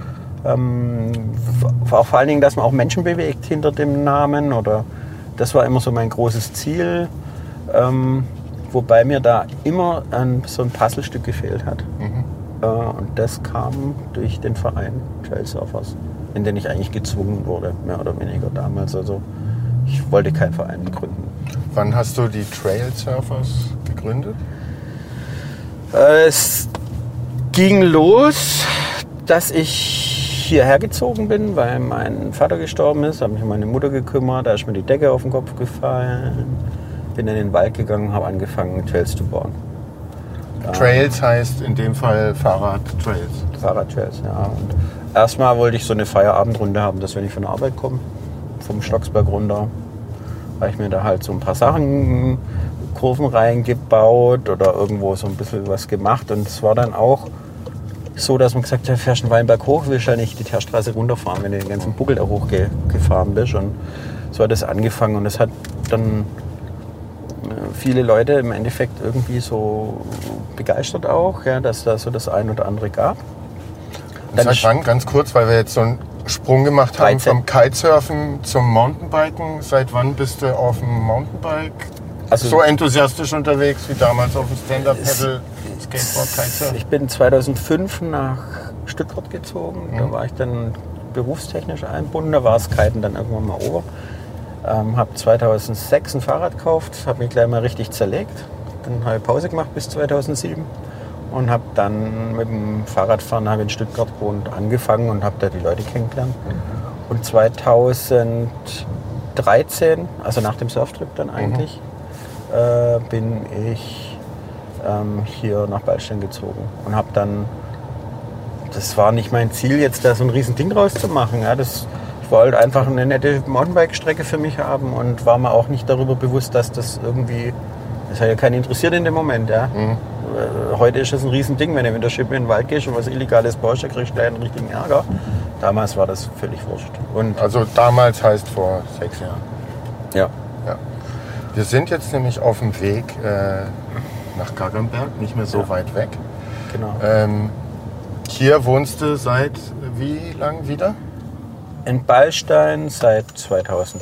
ähm, auch vor allen Dingen, dass man auch Menschen bewegt hinter dem Namen. Oder das war immer so mein großes Ziel. Ähm, wobei mir da immer ein, so ein Puzzlestück gefehlt hat. Mhm. Äh, und das kam durch den Verein Trail Surfers, in den ich eigentlich gezwungen wurde, mehr oder weniger damals. Also ich wollte keinen Verein gründen. Wann hast du die Trail Surfers gegründet? Äh, es ging los, dass ich hierher gezogen bin, weil mein Vater gestorben ist. Habe mich um meine Mutter gekümmert, da ist mir die Decke auf den Kopf gefallen. Bin in den Wald gegangen, habe angefangen, Trails zu bauen. Trails heißt in dem Fall Fahrradtrails. Fahrradtrails, ja. Und erstmal wollte ich so eine Feierabendrunde haben, dass wenn ich von der Arbeit komme, vom Stocksberg runter, habe ich mir da halt so ein paar Sachen, Kurven reingebaut oder irgendwo so ein bisschen was gemacht. Und es war dann auch so, dass man gesagt hat, fährst einen Weinberg hoch, willst ja nicht die Teerstraße runterfahren, wenn du den ganzen Buckel da hochgefahren bist. Und so hat es angefangen und es hat dann viele Leute im Endeffekt irgendwie so begeistert auch, ja, dass da so das ein oder andere gab. Und seit wann, ganz kurz, weil wir jetzt so einen Sprung gemacht haben vom Kitesurfen zum Mountainbiken. Seit wann bist du auf dem Mountainbike also so enthusiastisch unterwegs wie damals auf dem Stand-Up-Paddle, Skateboard, Kitesurfen? Ich bin zweitausendfünf nach Stuttgart gezogen. Mhm. Da war ich dann berufstechnisch eingebunden. Da war das Kiten dann irgendwann mal over. Ähm, habe zweitausendsechs ein Fahrrad gekauft, habe mich gleich mal richtig zerlegt. Dann habe ich Pause gemacht bis zweitausendsieben und habe dann mit dem Fahrradfahren habe in Stuttgart gewohnt, angefangen und habe da die Leute kennengelernt. Und zweitausenddreizehn, also nach dem Surftrip dann eigentlich, mhm. äh, bin ich ähm, hier nach Beilstein gezogen und habe dann, das war nicht mein Ziel, jetzt da so ein riesen Ding draus zu machen. Ja, das, ich wollte einfach eine nette Mountainbike-Strecke für mich haben und war mir auch nicht darüber bewusst, dass das irgendwie, das hat ja keinen interessiert in dem Moment. Ja. Mhm. Heute ist das ein Riesending, wenn du mit der Schippe in den Wald gehst und was Illegales baust, dann kriegst du einen richtigen Ärger. Damals war das völlig wurscht. Und also damals heißt vor sechs Jahren? Ja. ja. Wir sind jetzt nämlich auf dem Weg äh, nach Gagamberg, nicht mehr so ja. weit weg. Genau. Ähm, hier wohnst du seit wie lang wieder? In Beilstein seit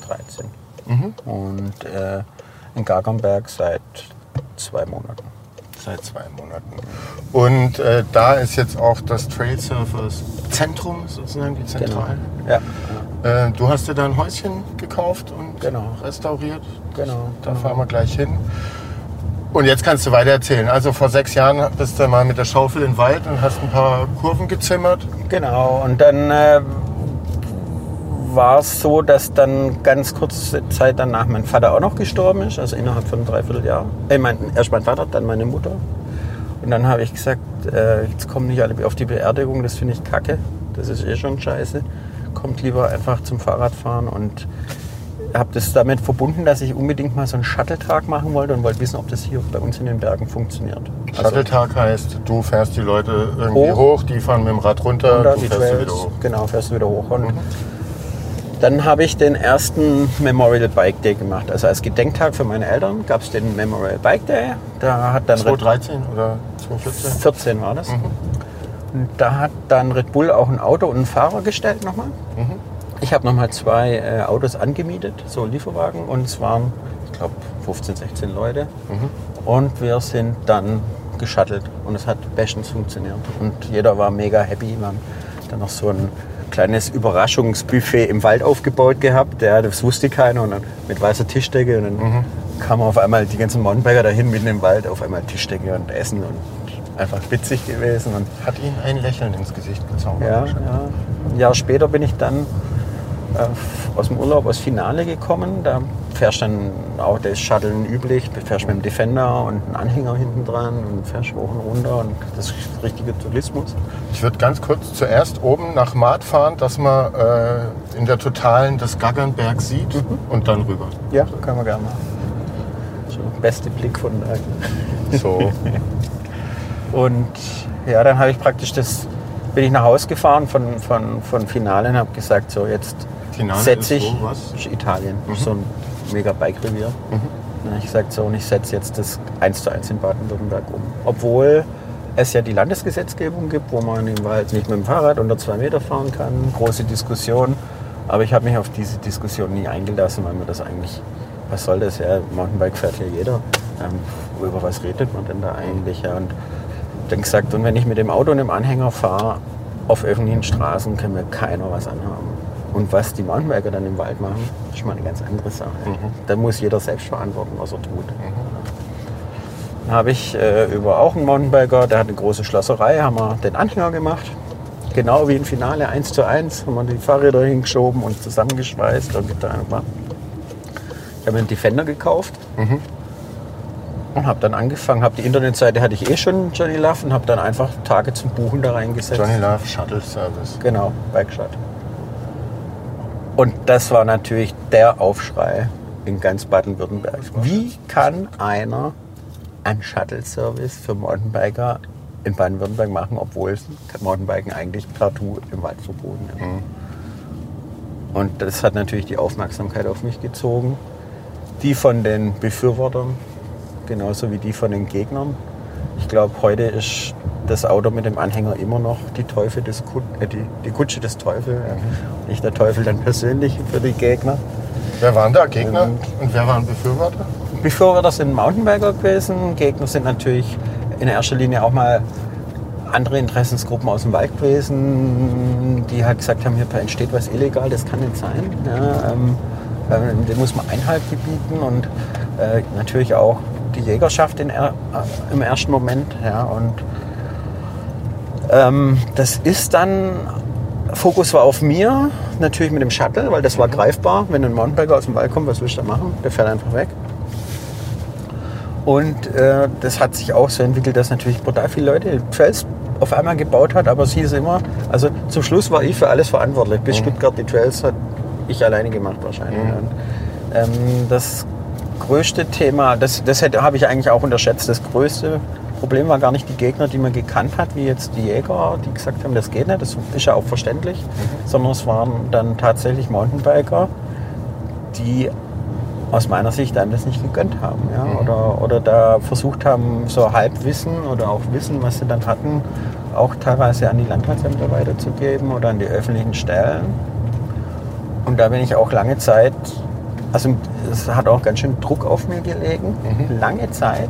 zweitausenddreizehn. Mhm. Und äh, in Gagamberg seit zwei Monaten. Seit zwei Monaten. Und äh, da ist jetzt auch das Trail Surfers Zentrum sozusagen, die Zentrale. Genau. Ja. Äh, du hast dir da ein Häuschen gekauft und Genau. restauriert. Genau. Da fahren wir gleich hin. Und jetzt kannst du weiter erzählen. Also vor sechs Jahren bist du mal mit der Schaufel in den Wald und hast ein paar Kurven gezimmert. Genau. Und dann äh, war es so, dass dann ganz kurze Zeit danach mein Vater auch noch gestorben ist, also innerhalb von einem Dreivierteljahr. Äh, mein, erst mein Vater, dann meine Mutter. Und dann habe ich gesagt, äh, jetzt kommen nicht alle auf die Beerdigung, das finde ich kacke, das ist eh schon scheiße. Kommt lieber einfach zum Fahrradfahren und habe das damit verbunden, dass ich unbedingt mal so einen Shuttle-Tag machen wollte und wollte wissen, ob das hier bei uns in den Bergen funktioniert. Shuttle-Tag heißt, du fährst die Leute irgendwie hoch, hoch die fahren mit dem Rad runter, runter du die fährst Trails, du wieder hoch. Genau, fährst du wieder hoch. Und Mhm. dann habe ich den ersten Memorial Bike Day gemacht. Also als Gedenktag für meine Eltern gab es den Memorial Bike Day. Da hat dann zwanzig dreizehn oder zwanzig vierzehn? vierzehn war das. Mhm. Und da hat dann Red Bull auch ein Auto und einen Fahrer gestellt nochmal. Mhm. Ich habe nochmal zwei äh, Autos angemietet, so Lieferwagen. Und es waren, ich glaube, fünfzehn, sechzehn Leute. Mhm. Und wir sind dann geschuttelt. Und es hat bestens funktioniert. Und jeder war mega happy. Wir haben dann noch so ein kleines Überraschungsbuffet im Wald aufgebaut gehabt. Ja, das wusste keiner. Und dann mit weißer Tischdecke. Und dann Mhm. kamen auf einmal die ganzen Mountainbiker dahin mitten im Wald. Auf einmal Tischdecke und Essen. Und einfach witzig gewesen. Und Hat ihn ein Lächeln ins Gesicht gezaubert. ja, ja. Ein Jahr später bin ich dann äh, aus dem Urlaub aus Finale gekommen. Da fährst dann auch das Shutteln üblich. Du fährst mit dem Defender und einem Anhänger hinten dran und fährst hoch und runter. Und das ist richtiger Tourismus. Ich würde ganz kurz zuerst oben nach Maat fahren, dass man äh, in der Totalen das Gaggernberg sieht Mhm. und dann rüber. Ja, können wir gerne machen. So, beste Blick von da. So. Und ja, dann habe ich praktisch das, bin ich nach Hause gefahren von, von, von Finale und habe gesagt, so jetzt Finale setze ist ich, wo, was? ist Italien, Mhm. so ein mega Bike-Revier. Mhm. Dann habe ich gesagt, so und ich setze jetzt das eins zu eins in Baden-Württemberg um. Obwohl es ja die Landesgesetzgebung gibt, wo man im Wald nicht mit dem Fahrrad unter zwei Meter fahren kann. Große Diskussion. Aber ich habe mich auf diese Diskussion nie eingelassen, weil mir das eigentlich, was soll das? Ja, Mountainbike fährt hier jeder. Ähm, über was redet man denn da eigentlich? Ja, und dann gesagt, und wenn ich mit dem Auto und dem Anhänger fahre, auf öffentlichen Straßen, kann mir keiner was anhaben. Und was die Mountainbiker dann im Wald machen, ist mal eine ganz andere Sache. Mhm. Da muss jeder selbst verantworten, was er tut. Dann habe ich äh, über auch einen Mountainbiker, der hat eine große Schlosserei, haben wir den Anhänger gemacht. Genau wie im Finale, eins zu eins, haben wir die Fahrräder hingeschoben und zusammengeschweißt und getan. Ich habe einen Defender gekauft. Mhm. Und habe dann angefangen, habe die Internetseite hatte ich eh schon, Johnny Love, und habe dann einfach Tage zum Buchen da reingesetzt. Johnny Love Shuttle Service. Genau, Bike Shut. Und das war natürlich der Aufschrei in ganz Baden-Württemberg. Wie kann einer einen Shuttle-Service für Mountainbiker in Baden-Württemberg machen, obwohl es Mountainbiken eigentlich partout im Wald verboten ist? Mhm. Und das hat natürlich die Aufmerksamkeit auf mich gezogen. Die von den Befürwortern, genauso wie die von den Gegnern. Ich glaube, heute ist das Auto mit dem Anhänger immer noch die, Teufel des Kut- äh, die, die Kutsche des Teufels. Ja. Nicht der Teufel dann persönlich für die Gegner. Wer waren da? Gegner? Ähm, Und wer waren Befürworter? Befürworter sind Mountainbiker gewesen. Gegner sind natürlich in erster Linie auch mal andere Interessensgruppen aus dem Wald gewesen, die halt gesagt haben, hier entsteht was illegal, das kann nicht sein. Ja, ähm, ähm, dem muss man Einhalt gebieten und äh, natürlich auch die Jägerschaft in, äh, im ersten Moment. Ja, und ähm, das ist dann, Fokus war auf mir, natürlich mit dem Shuttle, weil das war greifbar. Wenn ein Mountainbiker aus dem Wald kommt, was willst du da machen? Der fährt einfach weg. Und äh, das hat sich auch so entwickelt, dass natürlich brutal viele Leute Trails auf einmal gebaut hat, aber es hieß immer, also zum Schluss war ich für alles verantwortlich. Bis Mhm. Stuttgart die Trails hat ich alleine gemacht wahrscheinlich. Mhm. Und, ähm, das größte Thema, das, das hätte- habe ich eigentlich auch unterschätzt, das größte Problem war gar nicht die Gegner, die man gekannt hat, wie jetzt die Jäger, die gesagt haben, das geht nicht, das ist ja auch verständlich, Mhm. sondern es waren dann tatsächlich Mountainbiker, die aus meiner Sicht einem das nicht gegönnt haben. Ja? Mhm. Oder, oder da versucht haben, so Halbwissen oder auch Wissen, was sie dann hatten, auch teilweise an die Landratsämter weiterzugeben oder an die öffentlichen Stellen. Und da bin ich auch lange Zeit, also es hat auch ganz schön Druck auf mir gelegen, Mhm. lange Zeit,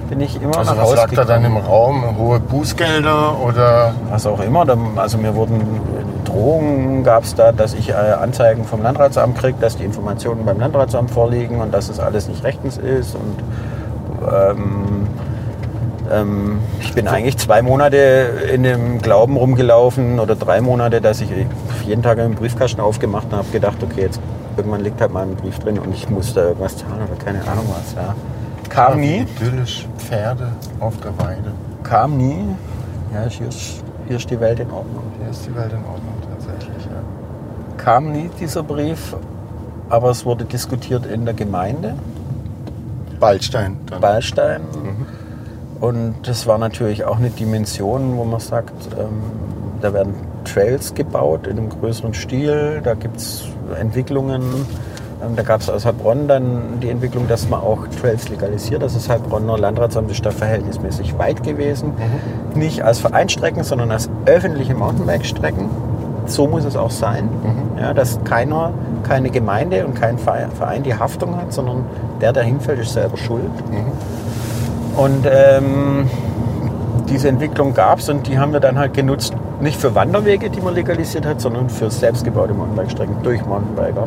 bin ich immer Also nach was Hause lag da gekommen. dann im Raum? Hohe Bußgelder oder? Was auch immer. Also mir wurden Drohungen, gab es da, dass ich Anzeigen vom Landratsamt kriege, dass die Informationen beim Landratsamt vorliegen und dass es alles nicht rechtens ist. Und ähm, ähm, ich bin eigentlich zwei Monate in dem Glauben rumgelaufen oder drei Monate, dass ich jeden Tag einen Briefkasten aufgemacht und habe gedacht, okay, jetzt irgendwann liegt halt mal ein Brief drin und ich muss da irgendwas zahlen oder keine Ahnung was. Ja. Kam nie. Idyllisch, Pferde auf der Weide. Kam nie. Ja, hier ist, hier ist die Welt in Ordnung. Hier ist die Welt in Ordnung tatsächlich, ja. Kam nie dieser Brief, aber es wurde diskutiert in der Gemeinde. Ballstein dann. Ballstein. Mhm. Und das war natürlich auch eine Dimension, wo man sagt, ähm, da werden Trails gebaut in einem größeren Stil, da gibt es Entwicklungen. Ähm, da gab es aus Heilbronn dann die Entwicklung, dass man auch Trails legalisiert. Also das Heilbronner Landratsamt ist da verhältnismäßig weit gewesen. Mhm. Nicht als Vereinsstrecken, sondern als öffentliche Mountainbike-Strecken. So muss es auch sein, mhm. ja, dass keiner, keine Gemeinde und kein Verein die Haftung hat, sondern der, der hinfällt, ist selber schuld. Mhm. Und ähm, diese Entwicklung gab es und die haben wir dann halt genutzt, nicht für Wanderwege, die man legalisiert hat, sondern für selbstgebaute Mountainbike-Strecken durch Mountainbiker.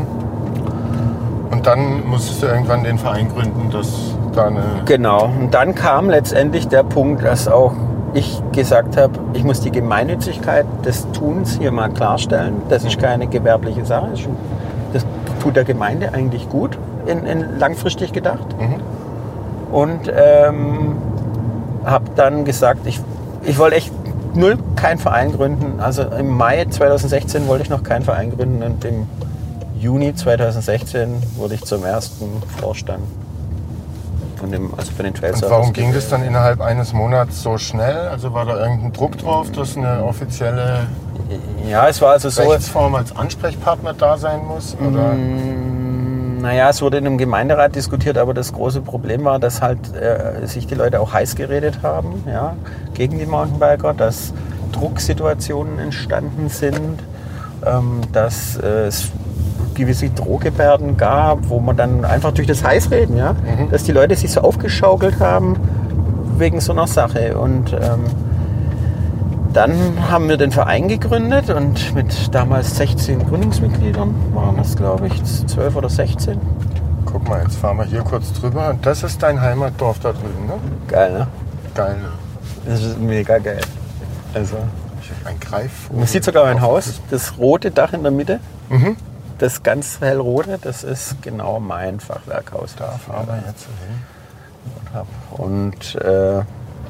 Mhm. Und dann musstest du irgendwann den Verein gründen, dass da eine... Genau. Und dann kam letztendlich der Punkt, dass auch ich gesagt habe, ich muss die Gemeinnützigkeit des Tuns hier mal klarstellen. Das ist keine gewerbliche Sache. Das tut der Gemeinde eigentlich gut, in, in langfristig gedacht. Mhm. Und ähm, habe dann gesagt, ich, ich wollte echt null keinen Verein gründen. Also im Mai zweitausendsechzehn wollte ich noch keinen Verein gründen und im Juni zweitausendsechzehn wurde ich zum ersten Vorstand. Von dem, also für den Trails. Und warum ging das dann innerhalb eines Monats so schnell? Also war da irgendein Druck drauf, dass eine offizielle ja, es war also so, Rechtsform als Ansprechpartner da sein muss? Oder? Naja, es wurde in einem Gemeinderat diskutiert, aber das große Problem war, dass halt äh, sich die Leute auch heiß geredet haben, ja, gegen die Mountainbiker, dass Drucksituationen entstanden sind, ähm, dass äh, es gewisse Drohgebärden gab, wo man dann einfach durch das Heißreden, ja, mhm. dass die Leute sich so aufgeschaukelt haben wegen so einer Sache. Und ähm, dann haben wir den Verein gegründet und mit damals sechzehn Gründungsmitgliedern waren das, glaube ich, zwölf oder sechzehn. Guck mal, jetzt fahren wir hier kurz drüber. Und das ist dein Heimatdorf da drüben, ne? Geil, ne? Geil. Das ist mega geil. Also, ein Greif. Man sieht sogar mein Haus, das rote Dach in der Mitte. Mhm. Das ganz hellrote, das ist genau mein Fachwerkhaus. Da fahren wir jetzt hin. Und äh,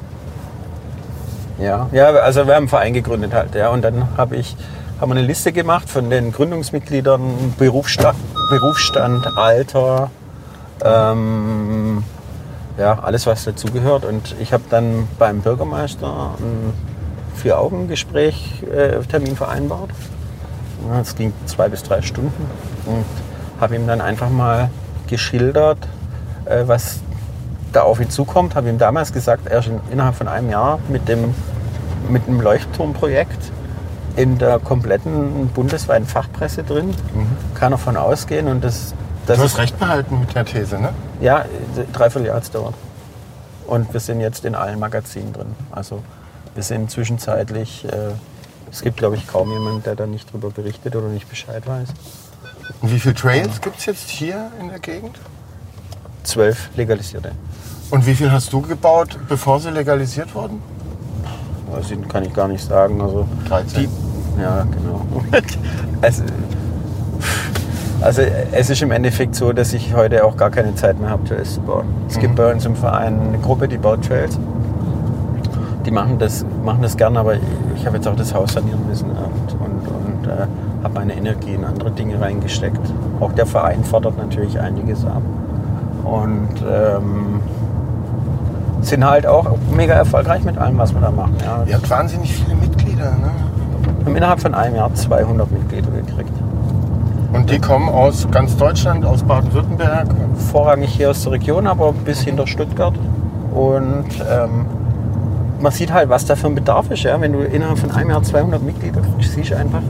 ja, ja, also wir haben einen Verein gegründet halt, ja. Und dann habe ich, haben wir eine Liste gemacht von den Gründungsmitgliedern, Berufsstand, Berufsstand Alter, ähm, ja, alles was dazugehört. Und ich habe dann beim Bürgermeister ein Vier-Augen-Gespräch äh, Termin vereinbart. Es ging zwei bis drei Stunden und habe ihm dann einfach mal geschildert, was da auf ihn zukommt. Habe ihm damals gesagt, er ist innerhalb von einem Jahr mit dem, mit dem Leuchtturmprojekt in der kompletten bundesweiten Fachpresse drin. Mhm. Kann davon ausgehen. Und das, das du hast recht behalten mit der These, ne? Ja, dreiviertel Jahr hat es dauert. Und wir sind jetzt in allen Magazinen drin. Also wir sind zwischenzeitlich... Äh, Es gibt, glaube ich, kaum jemanden, der da nicht drüber berichtet oder nicht Bescheid weiß. Und wie viele Trails gibt es jetzt hier in der Gegend? Zwölf legalisierte. Und wie viel hast du gebaut, bevor sie legalisiert wurden? Das kann ich gar nicht sagen. Also dreizehn. Die, ja, genau. also, also es ist im Endeffekt so, dass ich heute auch gar keine Zeit mehr habe, Trails zu bauen. Es mhm. gibt bei uns im Verein eine Gruppe, die baut Trails. Die machen das, machen das gern, aber ich habe jetzt auch das Haus sanieren müssen und, und, und äh, habe meine Energie in andere Dinge reingesteckt. Auch der Verein fordert natürlich einiges ab. Und ähm, sind halt auch mega erfolgreich mit allem, was wir da machen. Ja. Ihr habt wahnsinnig viele Mitglieder, ne? Wir haben innerhalb von einem Jahr zweihundert Mitglieder gekriegt. Und die kommen aus ganz Deutschland, aus Baden-Württemberg? Vorrangig hier aus der Region, aber bis hinter Stuttgart. Und ähm, man sieht halt, was da für ein Bedarf ist. Ja? Wenn du innerhalb von einem Jahr zweihundert Mitglieder kriegst, siehst du einfach,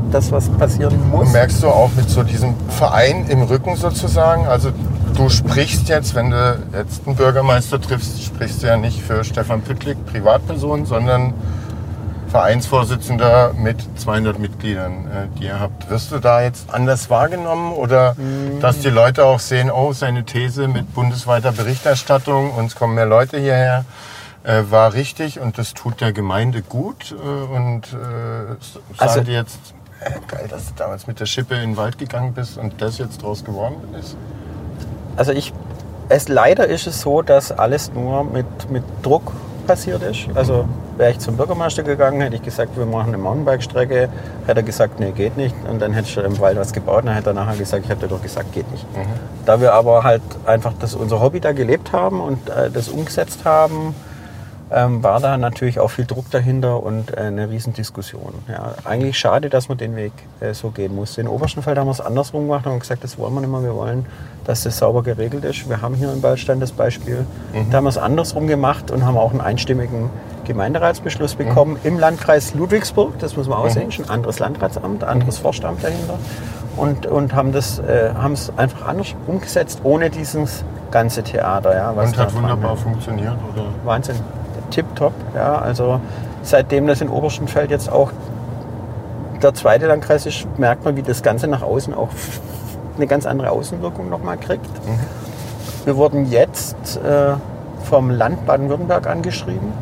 das, was passieren muss. Und merkst du auch mit so diesem Verein im Rücken sozusagen, also du sprichst jetzt, wenn du jetzt einen Bürgermeister triffst, sprichst du ja nicht für Stefan Püttlik, Privatperson, sondern Vereinsvorsitzender mit zweihundert Mitgliedern, äh, die ihr habt. Wirst du da jetzt anders wahrgenommen oder mhm. dass die Leute auch sehen, oh, seine These mit bundesweiter Berichterstattung, uns kommen mehr Leute hierher, äh, war richtig und das tut der Gemeinde gut äh, und äh, sagen also, die jetzt, äh, geil, dass du damals mit der Schippe in den Wald gegangen bist und das jetzt draus geworden ist? Also ich, es leider ist es so, dass alles nur mit, mit Druck passiert ist. Also wäre ich zum Bürgermeister gegangen, hätte ich gesagt, wir machen eine Mountainbike-Strecke, hätte er gesagt, nee, geht nicht. Und dann hätte ich im Wald was gebaut, dann hätte er nachher gesagt, ich habe dir doch gesagt, geht nicht. Mhm. Da wir aber halt einfach das, unser Hobby da gelebt haben und äh, das umgesetzt haben, ähm, war da natürlich auch viel Druck dahinter und äh, eine Riesendiskussion. Ja, eigentlich schade, dass man den Weg äh, so gehen musste. In Oberschenfeld haben wir es andersrum gemacht und haben gesagt, das wollen wir nicht mehr, wir wollen, dass das sauber geregelt ist. Wir haben hier in Waldstein das Beispiel. Mhm. Da haben wir es andersrum gemacht und haben auch einen einstimmigen Gemeinderatsbeschluss bekommen mhm. im Landkreis Ludwigsburg. Das muss man auch sehen, mhm. ein anderes Landratsamt, ein anderes mhm. Forstamt dahinter. Und, und haben das, äh, haben es einfach anders umgesetzt, ohne dieses ganze Theater. Ja, was und hat wunderbar funktioniert, oder? Wahnsinn. Tipptopp, ja, also seitdem das in Oberschenfeld jetzt auch der zweite Landkreis ist, merkt man, wie das Ganze nach außen auch eine ganz andere Außenwirkung nochmal kriegt. Mhm. Wir wurden jetzt äh, vom Land Baden-Württemberg angeschrieben.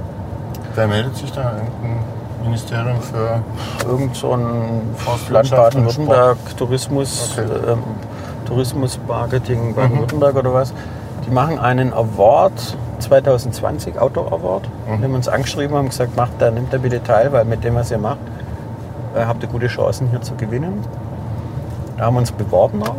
Wer meldet sich da? Irgendein Ministerium für irgend so ein Land Baden-Württemberg, Tourismus, okay. ähm, Tourismusmarketing Baden-Württemberg mhm. oder was. Die machen einen Award zwanzig zwanzig, Outdoor Award. Mhm. Wir haben uns angeschrieben, haben gesagt, macht da, nimmt da bitte teil, weil mit dem, was ihr macht, äh, habt ihr gute Chancen hier zu gewinnen. Da haben wir uns beworben drauf.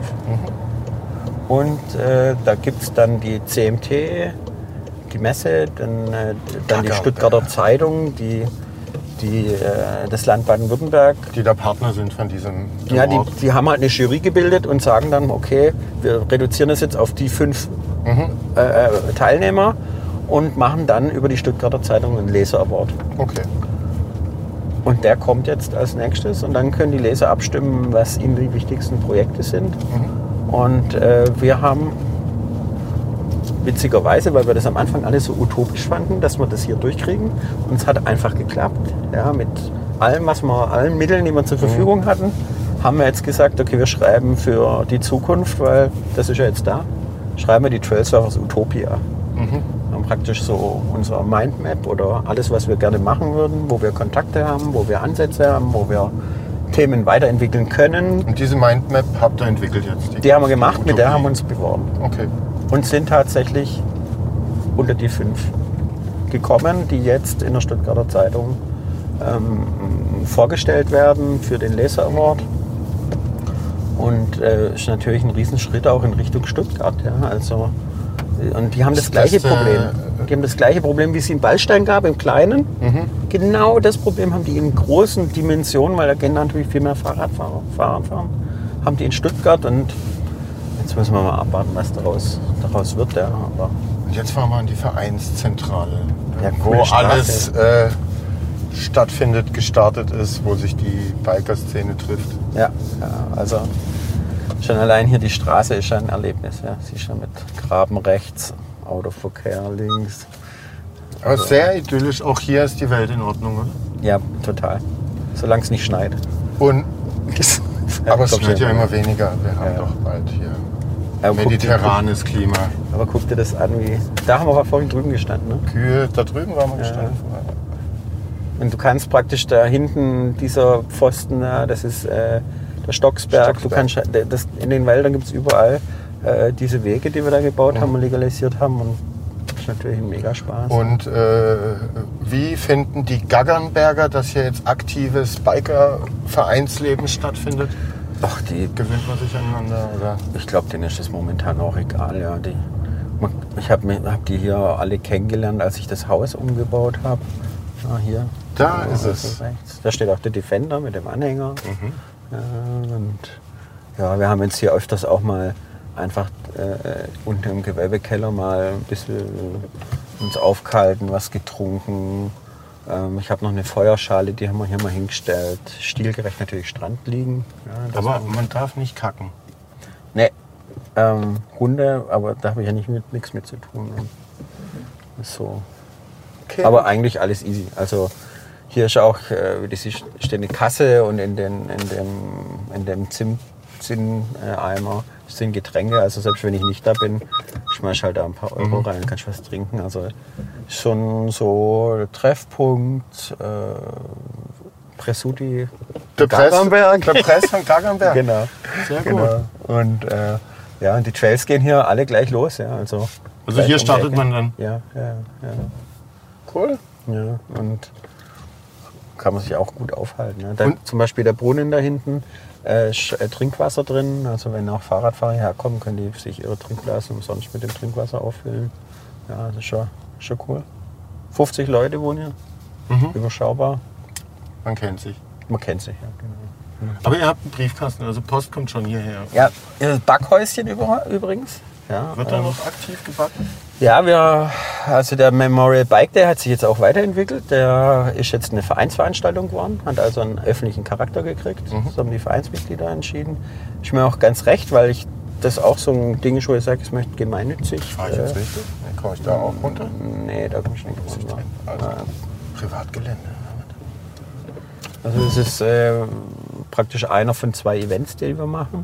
Mhm. Und äh, da gibt es dann die C M T, die Messe, dann, äh, dann die Stuttgarter Zeitung, die, die, äh, das Land Baden-Württemberg. Die da Partner sind von diesem Ja, die, die haben halt eine Jury gebildet und sagen dann, okay, wir reduzieren das jetzt auf die fünf mhm. äh, Teilnehmer und machen dann über die Stuttgarter Zeitung einen Leser-Award. Okay. Und der kommt jetzt als nächstes und dann können die Leser abstimmen, was ihnen die wichtigsten Projekte sind. Mhm. Und äh, wir haben witzigerweise, weil wir das am Anfang alle so utopisch fanden, dass wir das hier durchkriegen. Und es hat einfach geklappt. Ja, mit allem, was wir, allen Mitteln, die wir zur Verfügung hatten, haben wir jetzt gesagt, okay, wir schreiben für die Zukunft, weil das ist ja jetzt da, schreiben wir die Trailsurfers Utopia. Mhm. Haben praktisch so unser Mindmap oder alles, was wir gerne machen würden, wo wir Kontakte haben, wo wir Ansätze haben, wo wir Themen weiterentwickeln können. Und diese Mindmap habt ihr entwickelt jetzt? Die, die haben wir gemacht, Utopie. Mit der haben wir uns beworben. Okay. Und sind tatsächlich unter die fünf gekommen, die jetzt in der Stuttgarter Zeitung ähm, vorgestellt werden für den Leser Award. Und äh, ist natürlich ein Riesenschritt auch in Richtung Stuttgart. Ja? Also, und die haben das, das gleiche das, Problem. Die haben das gleiche Problem, wie es in Waldstein gab, im Kleinen. Mhm. Genau das Problem haben die in großen Dimensionen, weil da gehen natürlich viel mehr Fahrradfahrer Fahrrad fahren, haben die in Stuttgart. Und jetzt müssen wir mal abwarten, was daraus, daraus wird. Ja. Aber und jetzt fahren wir an die Vereinszentrale, ja, wo alles äh, stattfindet, gestartet ist, wo sich die Bikerszene trifft. Ja, ja, also schon allein hier die Straße ist ein Erlebnis. Ja. Sie ist schon mit Graben rechts, Autoverkehr links. Aber also, sehr idyllisch. Auch hier ist die Welt in Ordnung, oder? Ja, total. Solange es nicht schneit. Und, aber es schneit ja immer weniger. Wir haben ja. doch bald hier ja, mediterranes dir, Klima. Aber guck dir das an, wie. Da haben wir aber vorhin drüben gestanden. Ne? Kühe, da drüben waren wir gestanden. Ja. Und du kannst praktisch da hinten, dieser Pfosten, das ist äh, der Stocksberg. Stocksberg. Du kannst, das, in den Wäldern gibt es überall äh, diese Wege, die wir da gebaut mhm. haben und legalisiert haben. Und das ist natürlich ein mega Spaß. Und äh, wie finden die Gaggernberger, dass hier jetzt aktives Biker-Vereinsleben stattfindet? Ach, die gewöhnt man sich aneinander, oder? Ich glaube, denen ist das momentan auch egal. Ja. Die, ich habe hab die hier alle kennengelernt, als ich das Haus umgebaut habe. Ah, hier. Da ja, ist es. Rechts. Da steht auch der Defender mit dem Anhänger. Mhm. Ja, und ja, wir haben jetzt hier öfters auch mal einfach äh, unten im Gewerbekeller mal ein bisschen uns aufgehalten, was getrunken. Ähm, ich habe noch eine Feuerschale, die haben wir hier mal hingestellt. Stilgerecht natürlich Strand liegen. Ja, Aber man darf nicht kacken. Ne, ähm, Hunde, aber da habe ich ja nicht mit, nichts mit zu tun. Ist so. Okay. Aber eigentlich alles easy. Also hier ist auch, äh, wie du siehst, steht eine Kasse und in, den, in dem, in dem Zimt, Zinn-Eimer sind Getränke. Also selbst wenn ich nicht da bin, schmeiß halt da ein paar Euro rein, kannst was trinken. Also schon so Treffpunkt, äh, Pressuti, Der Press, Gagernberg. der Press von Gagernberg. Genau. Sehr gut. Genau. Und äh, ja, und die Trails gehen hier alle gleich los. Ja, also Also hier startet man dann. Ja, ja, ja. Cool. Ja, und kann man sich auch gut aufhalten. Ne? Da, zum Beispiel der Brunnen da hinten, äh, ist äh, Trinkwasser drin. Also wenn auch Fahrradfahrer herkommen, können die sich ihre Trinkblasen umsonst mit dem Trinkwasser auffüllen. Ja, das ist schon, schon cool. fünfzig Leute wohnen hier, Mhm. überschaubar. Man kennt sich. Man kennt sich, ja, genau. Aber ihr habt einen Briefkasten, also Post kommt schon hierher. Ja, äh, Backhäuschen über, übrigens. Ja, Wird da äh, noch aktiv gebacken? Ja, wir, also der Memorial Bike Day hat sich jetzt auch weiterentwickelt. Der ist jetzt eine Vereinsveranstaltung geworden, hat also einen öffentlichen Charakter gekriegt. Mhm. Das haben die Vereinsmitglieder entschieden. Ist mir auch ganz recht, weil ich das auch so ein Ding ist, wo ich sage, ich möchte gemeinnützig. Fahr ich jetzt äh, richtig? Nee, komme ich da auch runter? Nee, da kommst du nicht runter. Also Privatgelände. Also es ist äh, praktisch einer von zwei Events, die wir machen.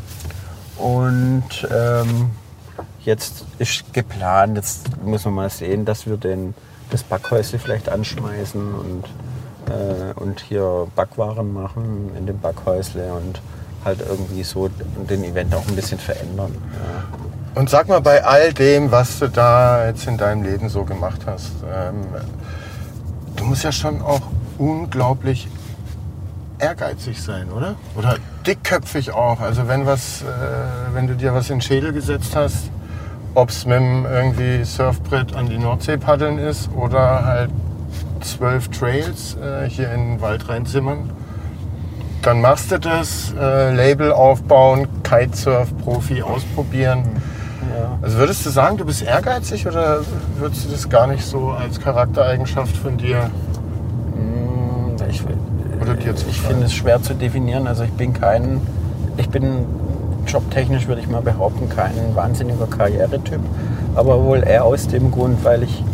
Und ähm, jetzt ist geplant, jetzt muss man mal sehen, dass wir den, das Backhäusle vielleicht anschmeißen und, äh, und hier Backwaren machen in dem Backhäusle und halt irgendwie so den Event auch ein bisschen verändern. Ja. Und sag mal, bei all dem, was du da jetzt in deinem Leben so gemacht hast, ähm, du musst ja schon auch unglaublich ehrgeizig sein, oder? Oder dickköpfig auch. Also wenn was, äh, wenn du dir was in den Schädel gesetzt hast, ob es mit dem irgendwie Surfbrett an die Nordsee paddeln ist oder halt zwölf Trails äh, hier in den Wald reinzimmern, dann machst du das, äh, Label aufbauen, Kitesurf-Profi ausprobieren. Ja. Also würdest du sagen, du bist ehrgeizig oder würdest du das gar nicht so als Charaktereigenschaft von dir Ich, oder dir ich finde es schwer zu definieren. Also ich bin kein, ich bin jobtechnisch, würde ich mal behaupten, kein wahnsinniger Karrieretyp. Aber wohl eher aus dem Grund, weil ich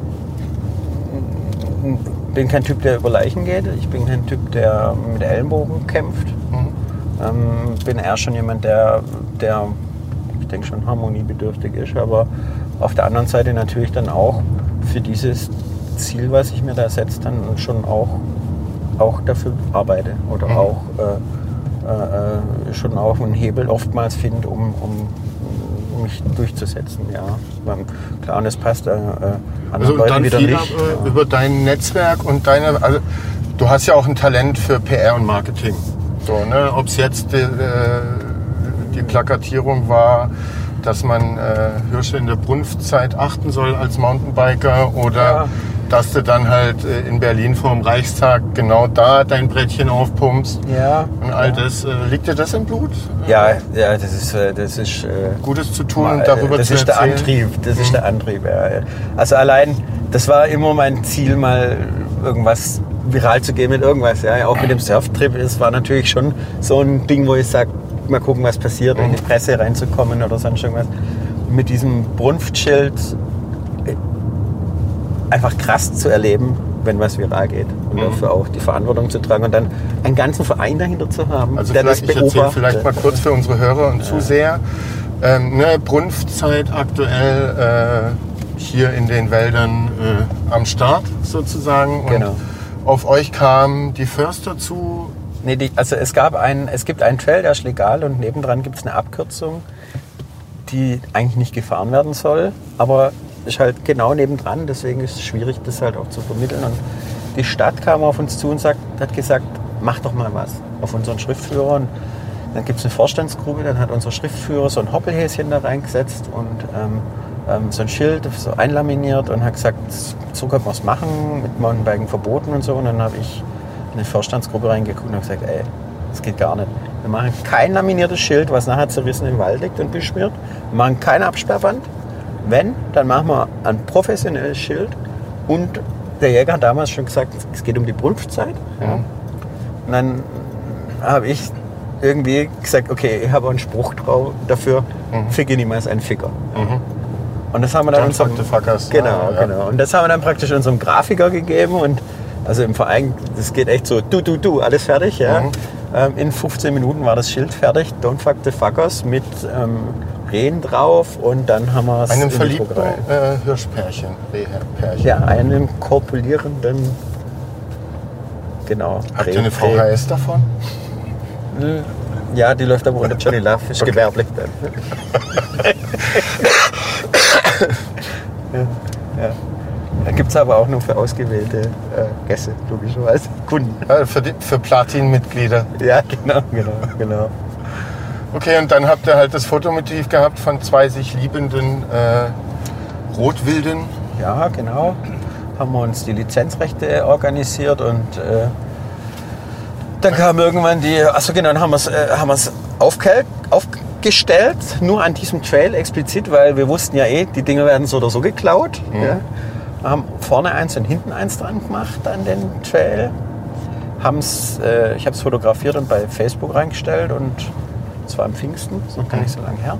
bin kein Typ, der über Leichen geht. Ich bin kein Typ, der mit Ellenbogen kämpft. Mhm. Ähm, bin eher schon jemand, der, der, ich denke schon harmoniebedürftig ist. Aber auf der anderen Seite natürlich dann auch für dieses Ziel, was ich mir da setze, dann schon auch, auch dafür arbeite. Oder mhm. auch äh, äh, schon auch einen Hebel oftmals finde, um, um, um mich durchzusetzen. Ja. Klar, und das passt äh, äh, also Leuten dann wieder viel nicht. ab, äh, Ja. über dein Netzwerk und deine, also du hast ja auch ein Talent für P R und Marketing. So, ne? Ob es jetzt die, äh, die Plakatierung war, dass man äh, Hirsche in der Brunftzeit achten soll als Mountainbiker oder Ja. dass du dann halt äh, in Berlin vorm Reichstag genau da dein Brettchen aufpumpst Ja, und all ja. das. Äh, liegt dir das im Blut? Ja, ja, das ist, äh, das ist äh, Gutes zu tun mal, und darüber das zu ist der erzählen? Antrieb. Das Mhm. ist der Antrieb. Ja. Also allein, das war immer mein Ziel, mal irgendwas viral zu gehen mit irgendwas. Ja. Auch mit dem Surftrip. Es war natürlich schon so ein Ding, wo ich sage, mal gucken, was passiert, in die Presse reinzukommen oder sonst irgendwas. Mit diesem Brunftschild einfach krass zu erleben, wenn was viral geht. Und Mhm. dafür auch die Verantwortung zu tragen und dann einen ganzen Verein dahinter zu haben, Also der das vielleicht, ich erzähle beobachtet. vielleicht mal kurz für unsere Hörer und Zuseher. Ähm, ne, Brunftzeit aktuell äh, hier in den Wäldern äh, am Start sozusagen. Und Genau. auf euch kamen die Förster zu. Nee, die, also es, gab einen, es gibt einen Trail, der ist legal und nebendran gibt es eine Abkürzung, die eigentlich nicht gefahren werden soll, aber ist halt genau nebendran, deswegen ist es schwierig, das halt auch zu vermitteln. Und die Stadt kam auf uns zu und sagt, hat gesagt, mach doch mal was auf unseren Schriftführer. Und dann gibt es eine Vorstandsgruppe, dann hat unser Schriftführer so ein Hoppelhäschen da reingesetzt und ähm, ähm, so ein Schild so einlaminiert und hat gesagt, so können wir es machen, mit Mountainbiken verboten und so. Und dann habe ich in eine Vorstandsgruppe reingeguckt und habe gesagt, ey, das geht gar nicht. Wir machen kein laminiertes Schild, was nachher zerrissen im Wald liegt und beschmiert. Wir machen kein Absperrband. Wenn, dann machen wir ein professionelles Schild und der Jäger hat damals schon gesagt, es geht um die Brunftzeit. Ja. Und dann habe ich irgendwie gesagt, okay, ich habe einen Spruch drauf dafür, mhm. ficke niemals einen Ficker. Mhm. Und das haben wir dann Don't unserem, fuck the fuckers. genau, ah, ja. genau. Und das haben wir dann praktisch unserem Grafiker gegeben und also im Verein, das geht echt so, du, du, du, alles fertig, ja. Mhm. Ähm, in fünfzehn Minuten war das Schild fertig, Don't fuck the fuckers, mit ähm, Rehen drauf und dann haben wir es einem verliebten äh, Hirschpärchen, Rehpärchen. Ja, einem korpulierenden, genau. Habt ihr eine V H S davon? Ja, die läuft aber unter Johnny Love, ist okay. Gewerblich dann. ja, ja. Da gibt es aber auch nur für ausgewählte äh, Gäste, logischerweise, Kunden. Ja, für, die, für Platin-Mitglieder. Ja, genau, genau, genau. Okay, und dann habt ihr halt das Fotomotiv gehabt von zwei sich liebenden äh, Rotwilden. Ja, genau. Haben wir uns die Lizenzrechte organisiert und äh, dann kam irgendwann die, achso genau, dann haben wir es äh, haben wir's aufge, aufgestellt, nur an diesem Trail explizit, weil wir wussten ja eh, die Dinger werden so oder so geklaut. Mhm. Ja. Wir haben vorne eins und hinten eins dran gemacht an den Trail. Haben's, äh, ich habe es fotografiert und bei Facebook reingestellt und es war am Pfingsten, ist noch gar nicht so lange her.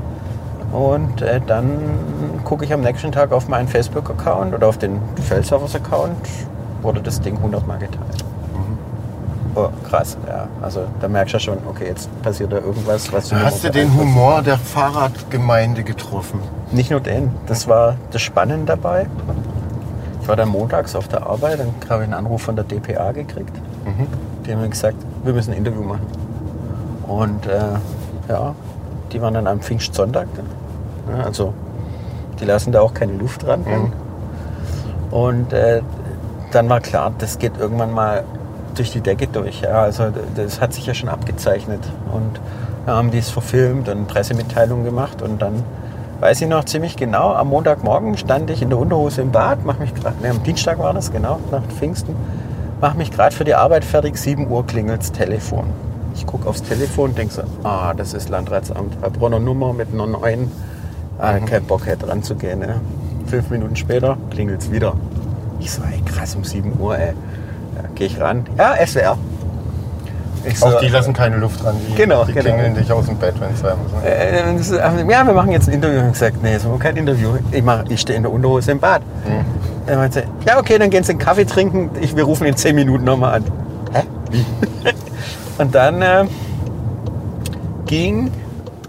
Und äh, dann gucke ich am nächsten Tag auf meinen Facebook-Account oder auf den Trailsurfers-Account, wurde das Ding hundertmal geteilt. Oh, krass, ja. Also da merkst du ja schon, okay, jetzt passiert da irgendwas, was du... Hast du den Humor der Fahrradgemeinde getroffen? Nicht nur den, das war das Spannende dabei. Ich war dann montags auf der Arbeit, dann habe ich einen Anruf von der D P A gekriegt. Mhm. Die haben mir gesagt, wir müssen ein Interview machen. Und äh, ja, die waren dann am Pfingstsonntag. Ja, also die lassen da auch keine Luft dran. Mhm. Und äh, dann war klar, das geht irgendwann mal durch die Decke durch. Ja, also das hat sich ja schon abgezeichnet. Und da haben die es verfilmt und Pressemitteilungen gemacht. Und dann weiß ich noch ziemlich genau, am Montagmorgen stand ich in der Unterhose im Bad, mach mich grad, ne, am Dienstag war das, genau, nach Pfingsten, mache mich gerade für die Arbeit fertig, sieben Uhr klingelt das Telefon. Ich gucke aufs Telefon und denke so, ah, das ist Landratsamt, Heilbronner Nummer mit einer neuen, ah, mhm. kein Bock hätte ranzugehen. Ja. Fünf Minuten später klingelt es wieder. Ich so, ey, krass, um sieben Uhr, ey. Ja, gehe ich ran. Ja, S W R. Ich so, auch die lassen keine Luft ran, die, genau, die genau. klingeln dich aus dem Bett, wenn es sein muss. Äh, ja, wir machen jetzt ein Interview. Ich habe gesagt, nee, so kein Interview. Ich, ich stehe in der Unterhose im Bad. Mhm. Er meinte, ja, okay, dann gehen Sie einen Kaffee trinken. Ich, wir rufen in zehn Minuten nochmal an. Hä? Wie? Und dann äh, ging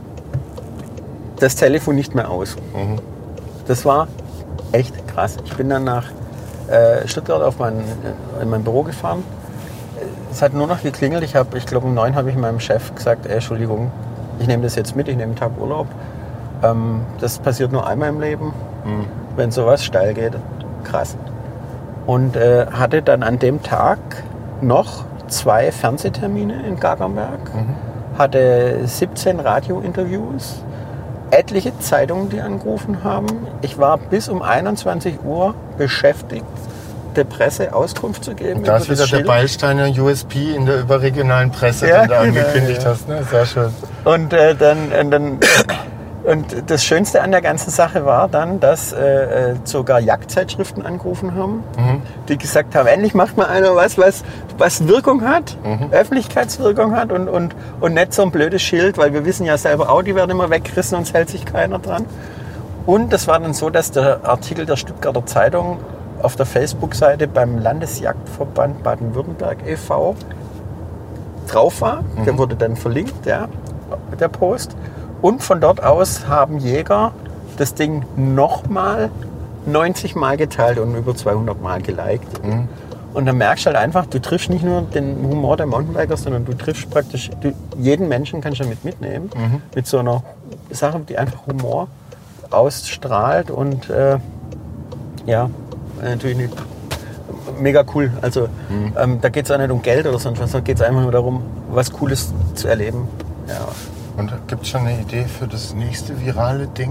das Telefon nicht mehr aus. Mhm. Das war echt krass. Ich bin dann nach äh, Stuttgart auf mein, in mein Büro gefahren. Es hat nur noch geklingelt. Ich, hab, ich glaube, um neun habe ich meinem Chef gesagt, ey, Entschuldigung, ich nehme das jetzt mit, ich nehme einen Tag Urlaub. Ähm, das passiert nur einmal im Leben. Mhm. Wenn sowas steil geht, krass. Und äh, hatte dann an dem Tag noch zwei Fernsehtermine in Gargamberg, mhm. hatte siebzehn Radiointerviews, etliche Zeitungen, die angerufen haben. Ich war bis um einundzwanzig Uhr beschäftigt, der Presse Auskunft zu geben. Und da ist wieder der Beilsteiner U S P in der überregionalen Presse, ja, den du genau, angekündigt ja. hast. Ne? Sehr schön. Und äh, dann... Und dann Und das Schönste an der ganzen Sache war dann, dass äh, sogar Jagdzeitschriften angerufen haben, mhm. die gesagt haben, endlich macht mal einer was, was, was Wirkung hat, mhm. Öffentlichkeitswirkung hat und, und, und nicht so ein blödes Schild, weil wir wissen ja selber auch, die werden immer weggerissen und es hält sich keiner dran. Und das war dann so, dass der Artikel der Stuttgarter Zeitung auf der Facebook-Seite beim Landesjagdverband Baden-Württemberg e V drauf war. Mhm. Der wurde dann verlinkt, ja, der Post. Und von dort aus haben Jäger das Ding nochmal neunzig Mal geteilt und über zweihundert Mal geliked. Mhm. Und dann merkst du halt einfach, du triffst nicht nur den Humor der Mountainbiker, sondern du triffst praktisch, du, jeden Menschen kannst du damit mitnehmen. Mhm. Mit so einer Sache, die einfach Humor ausstrahlt und äh, ja, natürlich nicht, mega cool. Also mhm. ähm, da geht es auch nicht um Geld oder sonst was, sondern geht es einfach nur darum, was Cooles zu erleben. Ja. Und gibt es schon eine Idee für das nächste virale Ding?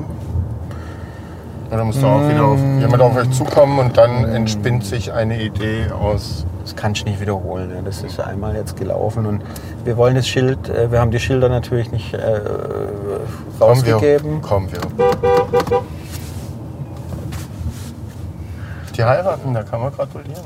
Oder muss da auch wieder auf, jemand auf euch zukommen und dann entspinnt sich eine Idee aus? Das kannst du nicht wiederholen. Ja. Das ist einmal jetzt gelaufen und wir wollen das Schild, wir haben die Schilder natürlich nicht äh, rausgegeben. Kommen wir. Kommen wir. Die heiraten, da kann man gratulieren,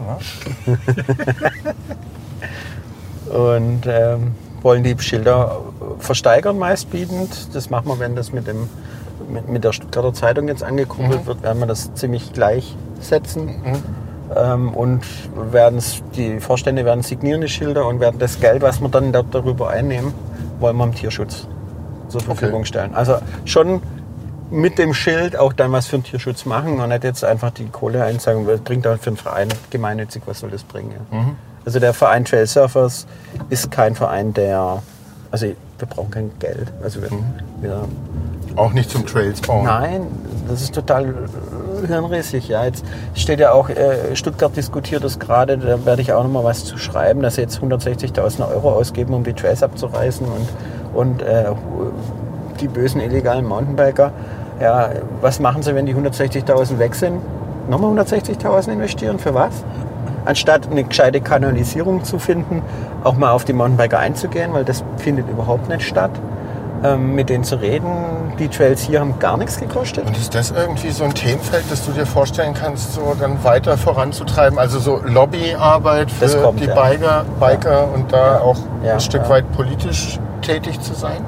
ne? Und ähm, wollen die Schilder versteigern meistbietend. Das machen wir, wenn das mit, dem, mit, mit der Stuttgarter Zeitung jetzt angekurbelt mhm. wird, werden wir das ziemlich gleich setzen. Mhm. Ähm, und werden's, die Vorstände werden signieren die Schilder und werden das Geld, was wir dann darüber einnehmen, wollen wir im Tierschutz zur Verfügung okay. stellen. Also schon mit dem Schild auch dann was für den Tierschutz machen und nicht jetzt einfach die Kohle einsagen, was bringt dann für einen Verein gemeinnützig, was soll das bringen? Ja. Mhm. Also der Verein Trail Surfers ist kein Verein, der, also wir brauchen kein Geld. Also wir, mhm. wir auch nicht zum Trails bauen? Nein, das ist total hirnrissig. Ja. Jetzt steht ja auch, äh, Stuttgart diskutiert das gerade, da werde ich auch noch mal was zu schreiben, dass sie jetzt hundertsechzigtausend Euro ausgeben, um die Trails abzureißen und, und äh, die bösen illegalen Mountainbiker. Ja, was machen sie, wenn die hundertsechzigtausend weg sind? Nochmal hundertsechzigtausend investieren? Für was? Anstatt eine gescheite Kanalisierung zu finden, auch mal auf die Mountainbiker einzugehen, weil das findet überhaupt nicht statt. Ähm, mit denen zu reden, die Trails hier haben gar nichts gekostet. Und ist das irgendwie so ein Themenfeld, das du dir vorstellen kannst, so dann weiter voranzutreiben? Also so Lobbyarbeit für kommt, die ja. Biker, Biker ja. und da ja. auch ja. ein Stück ja. weit politisch tätig zu sein?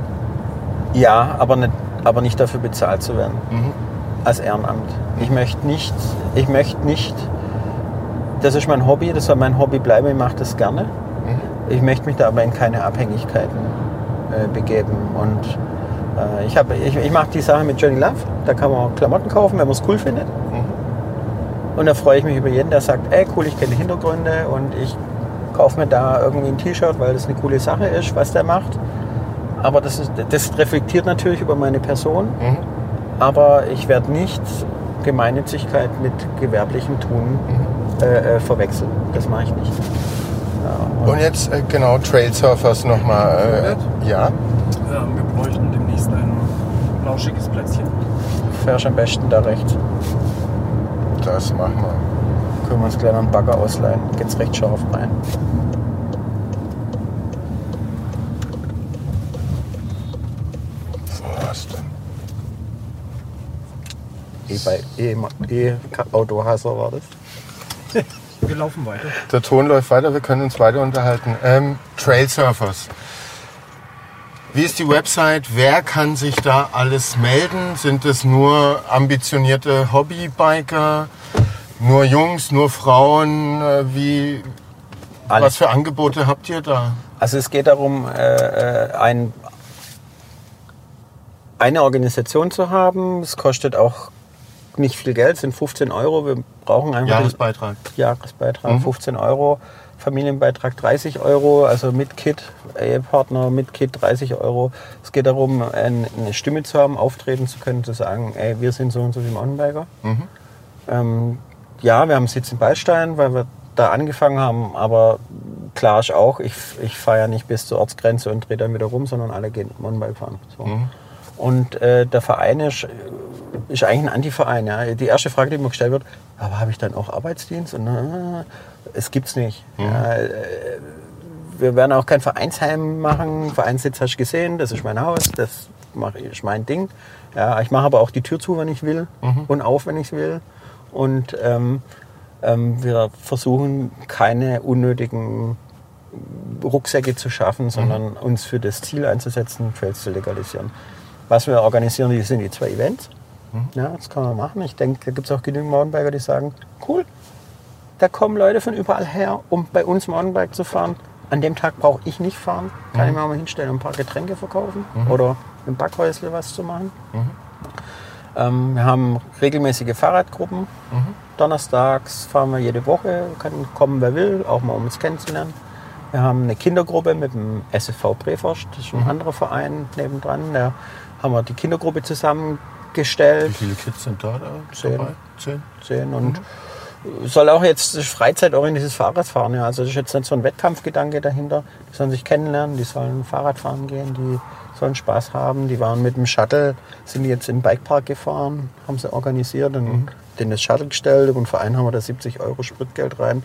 Ja, aber nicht, aber nicht dafür bezahlt zu werden. Mhm. Als Ehrenamt. Ich möchte nicht, ich möchte nicht, das ist mein Hobby, das soll mein Hobby bleiben, ich mache das gerne. Mhm. Ich möchte mich da aber in keine Abhängigkeiten äh, begeben. Und äh, ich, ich, ich mache die Sache mit Johnny Love, da kann man Klamotten kaufen, wenn man es cool findet. Mhm. Und da freue ich mich über jeden, der sagt, ey cool, ich kenne die Hintergründe und ich kaufe mir da irgendwie ein T-Shirt, weil das eine coole Sache ist, was der macht. Aber das, ist, das reflektiert natürlich über meine Person. Mhm. Aber ich werde nicht Gemeinnützigkeit mit gewerblichem Tun mhm. äh, verwechseln. Das mache ich nicht. Ja, und, und jetzt äh, genau Trail Surfers nochmal. Äh, ja? Ähm, wir bräuchten demnächst ein lauschiges Plätzchen. Fährst am besten da rechts. Das machen wir. Können wir uns gleich noch einen Bagger ausleihen. Geht's recht scharf rein. E-Auto-Hasser war das. Wir laufen weiter. Der Ton läuft weiter, wir können uns weiter unterhalten. Ähm, Trail Surfers. Wie ist die Website? Wer kann sich da alles melden? Sind es nur ambitionierte Hobbybiker? Nur Jungs, nur Frauen? Wie, was für Angebote habt ihr da? Also es geht darum, äh, ein, eine Organisation zu haben. Es kostet auch nicht viel Geld, sind fünfzehn Euro. Wir brauchen einfach Jahresbeitrag. Den Jahresbeitrag, mhm. fünfzehn Euro. Familienbeitrag dreißig Euro, also mit Kit, Ehepartner mit Kit dreißig Euro. Es geht darum, eine Stimme zu haben, auftreten zu können, zu sagen, ey, wir sind so und so die Mountainbiker. Mhm. Ähm, ja, wir haben Sitz in Beilstein, weil wir da angefangen haben, aber klar ist auch, ich, ich fahre ja nicht bis zur Ortsgrenze und drehe dann wieder rum, sondern alle gehen Mountainbike fahren. So. Mhm. Und äh, der Verein ist, ist eigentlich ein Antiverein. Ja. Die erste Frage, die mir gestellt wird, aber habe ich dann auch Arbeitsdienst? Und, äh, es gibt's nicht. Mhm. Ja, äh, wir werden auch kein Vereinsheim machen. Vereinssitz hast du gesehen, das ist mein Haus, das ist mein Ding. Ja, ich mache aber auch die Tür zu, wenn ich will mhm. und auf, wenn ich will. Und ähm, ähm, wir versuchen, keine unnötigen Rucksäcke zu schaffen, sondern mhm. uns für das Ziel einzusetzen, Trails zu legalisieren. Was wir organisieren, die sind die zwei Events. Mhm. Ja, das kann man machen. Ich denke, da gibt es auch genügend Mountainbiker, die sagen, cool, da kommen Leute von überall her, um bei uns Mountainbike zu fahren. An dem Tag brauche ich nicht fahren. Kann mhm. ich mir auch mal hinstellen und ein paar Getränke verkaufen mhm. oder im Backhäusle was zu machen. Mhm. Ähm, wir haben regelmäßige Fahrradgruppen. Mhm. Donnerstags fahren wir jede Woche, kann kommen, wer will, auch mal um uns kennenzulernen. Wir haben eine Kindergruppe mit dem S F V Breforst, das ist ein mhm. anderer Verein nebendran. Da haben wir die Kindergruppe zusammengestellt. Wie viele Kids sind da, da Zehn. dabei? Zehn. Zehn. Und mhm. soll auch jetzt freizeitorientiertes Fahrradfahren. Ja. Also das ist jetzt nicht so ein Wettkampfgedanke dahinter. Die sollen sich kennenlernen, die sollen Fahrradfahren gehen, die sollen Spaß haben. Die waren mit dem Shuttle, sind jetzt in den Bikepark gefahren, haben sie organisiert und mhm. denen das Shuttle gestellt. Über den Verein haben wir da siebzig Euro Spritgeld rein.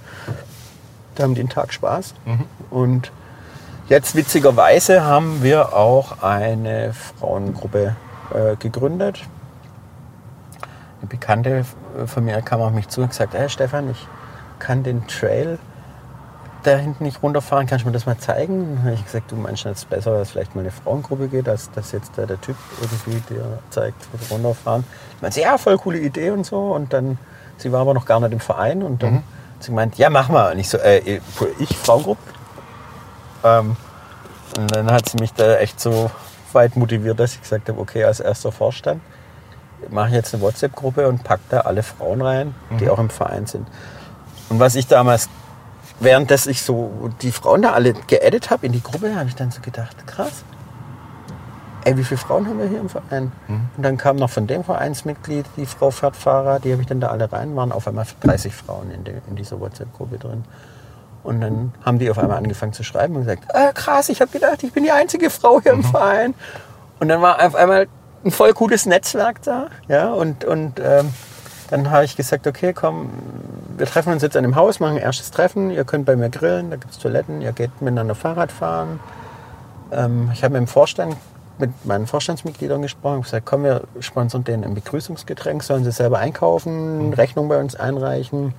Da haben die einen Tag Spaß. Mhm. Und jetzt witzigerweise haben wir auch eine Frauengruppe äh, gegründet. eine Bekannte von mir kam auf mich zu und gesagt, hey Stefan, ich kann den Trail da hinten nicht runterfahren, kannst du mir das mal zeigen? Dann habe ich gesagt, du meinst, es ist besser, dass es vielleicht mal eine Frauengruppe geht, als dass jetzt der, der Typ irgendwie dir zeigt, wo wir runterfahren. Ich meinte, ja, voll coole Idee und so. Und dann, sie war aber noch gar nicht im Verein und dann mhm. hat sie gemeint, ja, mach mal. Und ich so, äh, ich, Frauengruppe? Ähm, und dann hat sie mich da echt so weit motiviert, dass ich gesagt habe, okay, als erster Vorstand mache ich jetzt eine WhatsApp-Gruppe und packe da alle Frauen rein, die mhm. auch im Verein sind. Und was ich damals, während dass ich so die Frauen da alle geaddet habe in die Gruppe, habe ich dann so gedacht, krass, ey, wie viele Frauen haben wir hier im Verein? Mhm. Und dann kam noch von dem Vereinsmitglied die Frau Pferdfahrer, die habe ich dann da alle rein, waren auf einmal dreißig Frauen in, de, in dieser WhatsApp-Gruppe drin. Und dann haben die auf einmal angefangen zu schreiben und gesagt, ah, krass, ich habe gedacht, ich bin die einzige Frau hier mhm. im Verein. Und dann war auf einmal ein voll cooles Netzwerk da. Ja, und und ähm, dann habe ich gesagt, okay, komm, wir treffen uns jetzt an dem Haus, machen ein erstes Treffen. Ihr könnt bei mir grillen, da gibt es Toiletten, ihr geht miteinander Fahrrad fahren. Ähm, ich habe mit dem Vorstand, mit meinen Vorstandsmitgliedern gesprochen und gesagt, komm, wir sponsern denen ein Begrüßungsgetränk, sollen sie selber einkaufen, Rechnung bei uns einreichen.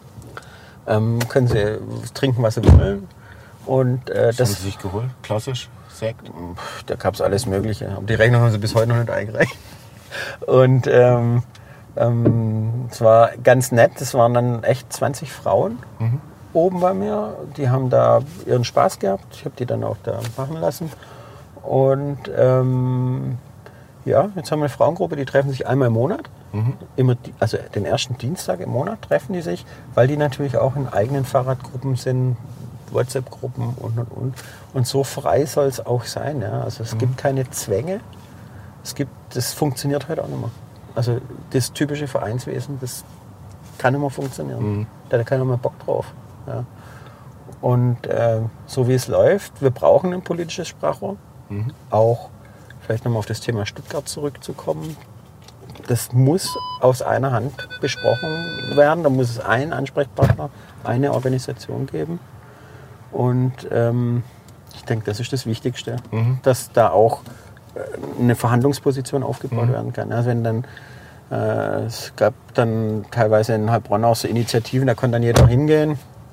Ähm, können sie trinken, was sie wollen. Und, äh, was das haben sie sich geholt? Klassisch? Sekt? Da gab es alles Mögliche. Aber die Rechnung haben sie bis heute noch nicht eingereicht. Und ähm, ähm, es war ganz nett. Es waren dann echt zwanzig Frauen mhm. oben bei mir. Die haben da ihren Spaß gehabt. Ich habe die dann auch da machen lassen. Und ähm, ja, jetzt haben wir eine Frauengruppe, die treffen sich einmal im Monat. Mhm. Immer, also den ersten Dienstag im Monat treffen die sich, weil die natürlich auch in eigenen Fahrradgruppen sind, WhatsApp-Gruppen und und und. Und so frei soll es auch sein. Ja? Also es mhm. gibt keine Zwänge. Es gibt, das funktioniert heute auch nicht mehr. Also das typische Vereinswesen, das kann nicht mehr funktionieren. Mhm. Da hat keiner mehr Bock drauf. Ja? Und äh, so wie es läuft, wir brauchen ein politisches Sprachrohr. Mhm. Auch vielleicht nochmal auf das Thema Stuttgart zurückzukommen. Das muss aus einer Hand besprochen werden. Da muss es einen Ansprechpartner, eine Organisation geben. Und ähm, ich denke, das ist das Wichtigste, mhm. dass da auch eine Verhandlungsposition aufgebaut mhm. werden kann. Also wenn dann, äh, es gab dann teilweise in Heilbronn auch so Initiativen, da konnte dann jeder hingehen.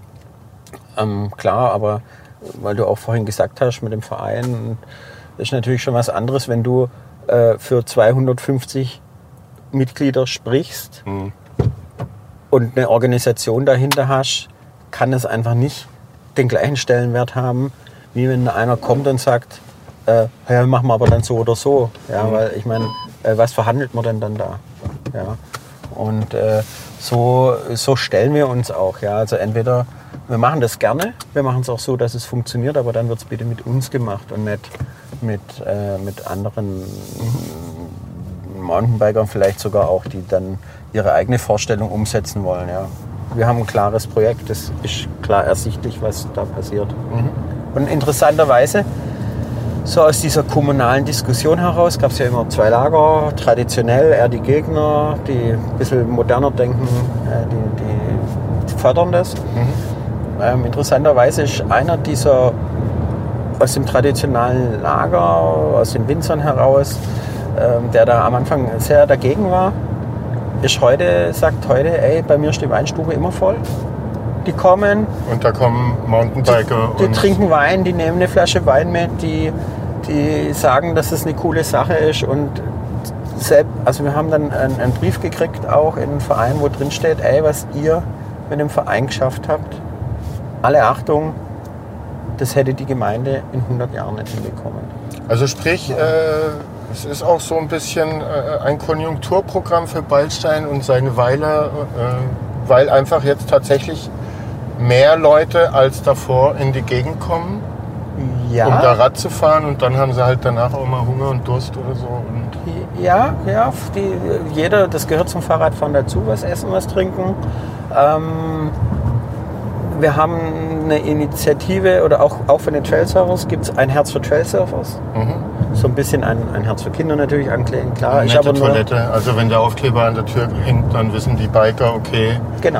Ähm, klar, aber weil du auch vorhin gesagt hast mit dem Verein, das ist natürlich schon was anderes, wenn du äh, für zweihundertfünfzig Mitglieder sprichst mhm. und eine Organisation dahinter hast, kann es einfach nicht den gleichen Stellenwert haben, wie wenn einer kommt und sagt, äh, ja, machen wir aber dann so oder so. Ja, mhm. weil ich meine, äh, was verhandelt man denn dann da? Ja. Und äh, so, so stellen wir uns auch. Ja. Also entweder wir machen das gerne, wir machen es auch so, dass es funktioniert, aber dann wird es bitte mit uns gemacht und nicht mit, äh, mit anderen Mountainbikern vielleicht sogar auch, die dann ihre eigene Vorstellung umsetzen wollen. Ja. Wir haben ein klares Projekt, das ist klar ersichtlich, was da passiert. Mhm. Und interessanterweise, so aus dieser kommunalen Diskussion heraus, gab es ja immer zwei Lager, traditionell eher die Gegner, die ein bisschen moderner denken, äh, die, die fördern das. Mhm. Ähm, interessanterweise ist einer dieser aus dem traditionellen Lager, aus den Winzern heraus, ähm, der da am Anfang sehr dagegen war, ist heute, sagt heute, ey, bei mir ist die Weinstube immer voll. Die kommen. Und da kommen Mountainbiker. Die, die und trinken Wein, die nehmen eine Flasche Wein mit, die, die sagen, dass es eine coole Sache ist. Und selbst, also wir haben dann einen, einen Brief gekriegt, auch in den Verein, wo drin steht, ey, was ihr mit dem Verein geschafft habt, alle Achtung, das hätte die Gemeinde in hundert Jahren nicht hinbekommen. Also sprich, äh, es ist auch so ein bisschen äh, ein Konjunkturprogramm für Beilstein und seine Weiler, äh, weil einfach jetzt tatsächlich mehr Leute als davor in die Gegend kommen, ja. um da Rad zu fahren, und dann haben sie halt danach auch mal Hunger und Durst oder so. Und ja, ja, die, jeder, das gehört zum Fahrradfahren dazu, was essen, was trinken. Ähm, wir haben eine Initiative, oder auch, auch für den Trailsurfers gibt es ein Herz für Trailsurfers. Mhm. So ein bisschen ein, ein Herz für Kinder natürlich ankleben, klar. Eine ich nette aber nur, Toilette, also wenn der Aufkleber an der Tür hängt, dann wissen die Biker, okay. Genau.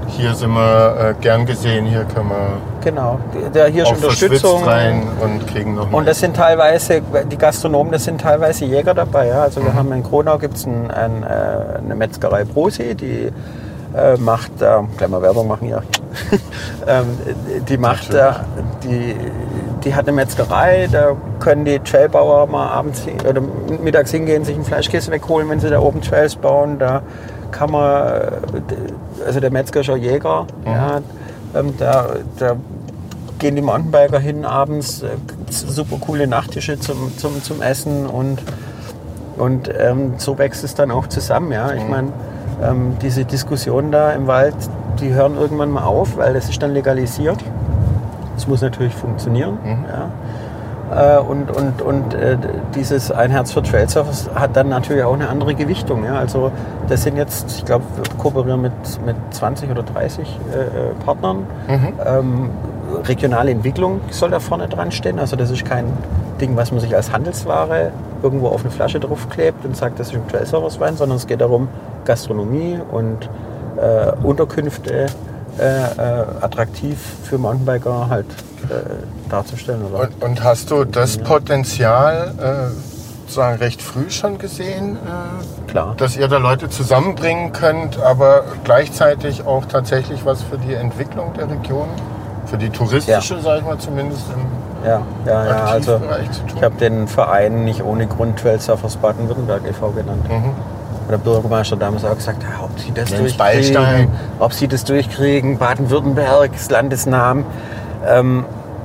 hier sind wir äh, gern gesehen, hier können wir Genau, der hier schon Unterstützung rein und kriegen noch und das sind teilweise, die Gastronomen, das sind teilweise Jäger dabei. Ja? Also mhm. wir haben in Kronau gibt's ein, ein, eine Metzgerei Brosi, die äh, macht, äh, gleich mal Werbung machen hier, ähm, die macht, äh, die, die hat eine Metzgerei, da können die Trailbauer mal abends oder mittags hingehen, sich einen Fleischkäse wegholen, wenn sie da oben Trails bauen. Da kann man, also der Metzger ist auch Jäger, mhm. ja, ähm, da, da gehen die Mountainbiker hin abends, äh, super coole Nachttische zum, zum, zum Essen und, und ähm, so wächst es dann auch zusammen. Ja. Ich meine, ähm, diese Diskussionen da im Wald, die hören irgendwann mal auf, weil das ist dann legalisiert. Das muss natürlich funktionieren. Mhm. Ja. Äh, und und, und äh, dieses Ein Herz für Trailsurfers hat dann natürlich auch eine andere Gewichtung. Ja. Also das sind jetzt, ich glaube, wir kooperieren mit, mit zwanzig oder dreißig äh, Partnern. Mhm. Ähm, regionale Entwicklung soll da vorne dran stehen. Also das ist kein Ding, was man sich als Handelsware irgendwo auf eine Flasche draufklebt und sagt, das ist ein Trailsurferswein, sondern es geht darum, Gastronomie und äh, Unterkünfte äh, äh, attraktiv für Mountainbiker halt äh, darzustellen. Oder? Und, und hast du das Potenzial äh, sozusagen recht früh schon gesehen, äh, Klar. dass ihr da Leute zusammenbringen könnt, aber gleichzeitig auch tatsächlich was für die Entwicklung der Region? Für die touristische, ja. sag ich mal, zumindest im ja, ja, ja. Also Bereich zu tun. Ich habe den Verein nicht ohne Grund Trailsurfers Baden-Württemberg e V genannt. Mhm. Der Bürgermeister damals auch gesagt, ja, ob sie das Jens durchkriegen, Beilstein. ob sie das durchkriegen, Baden-Württemberg, das Landesnamen. Ähm,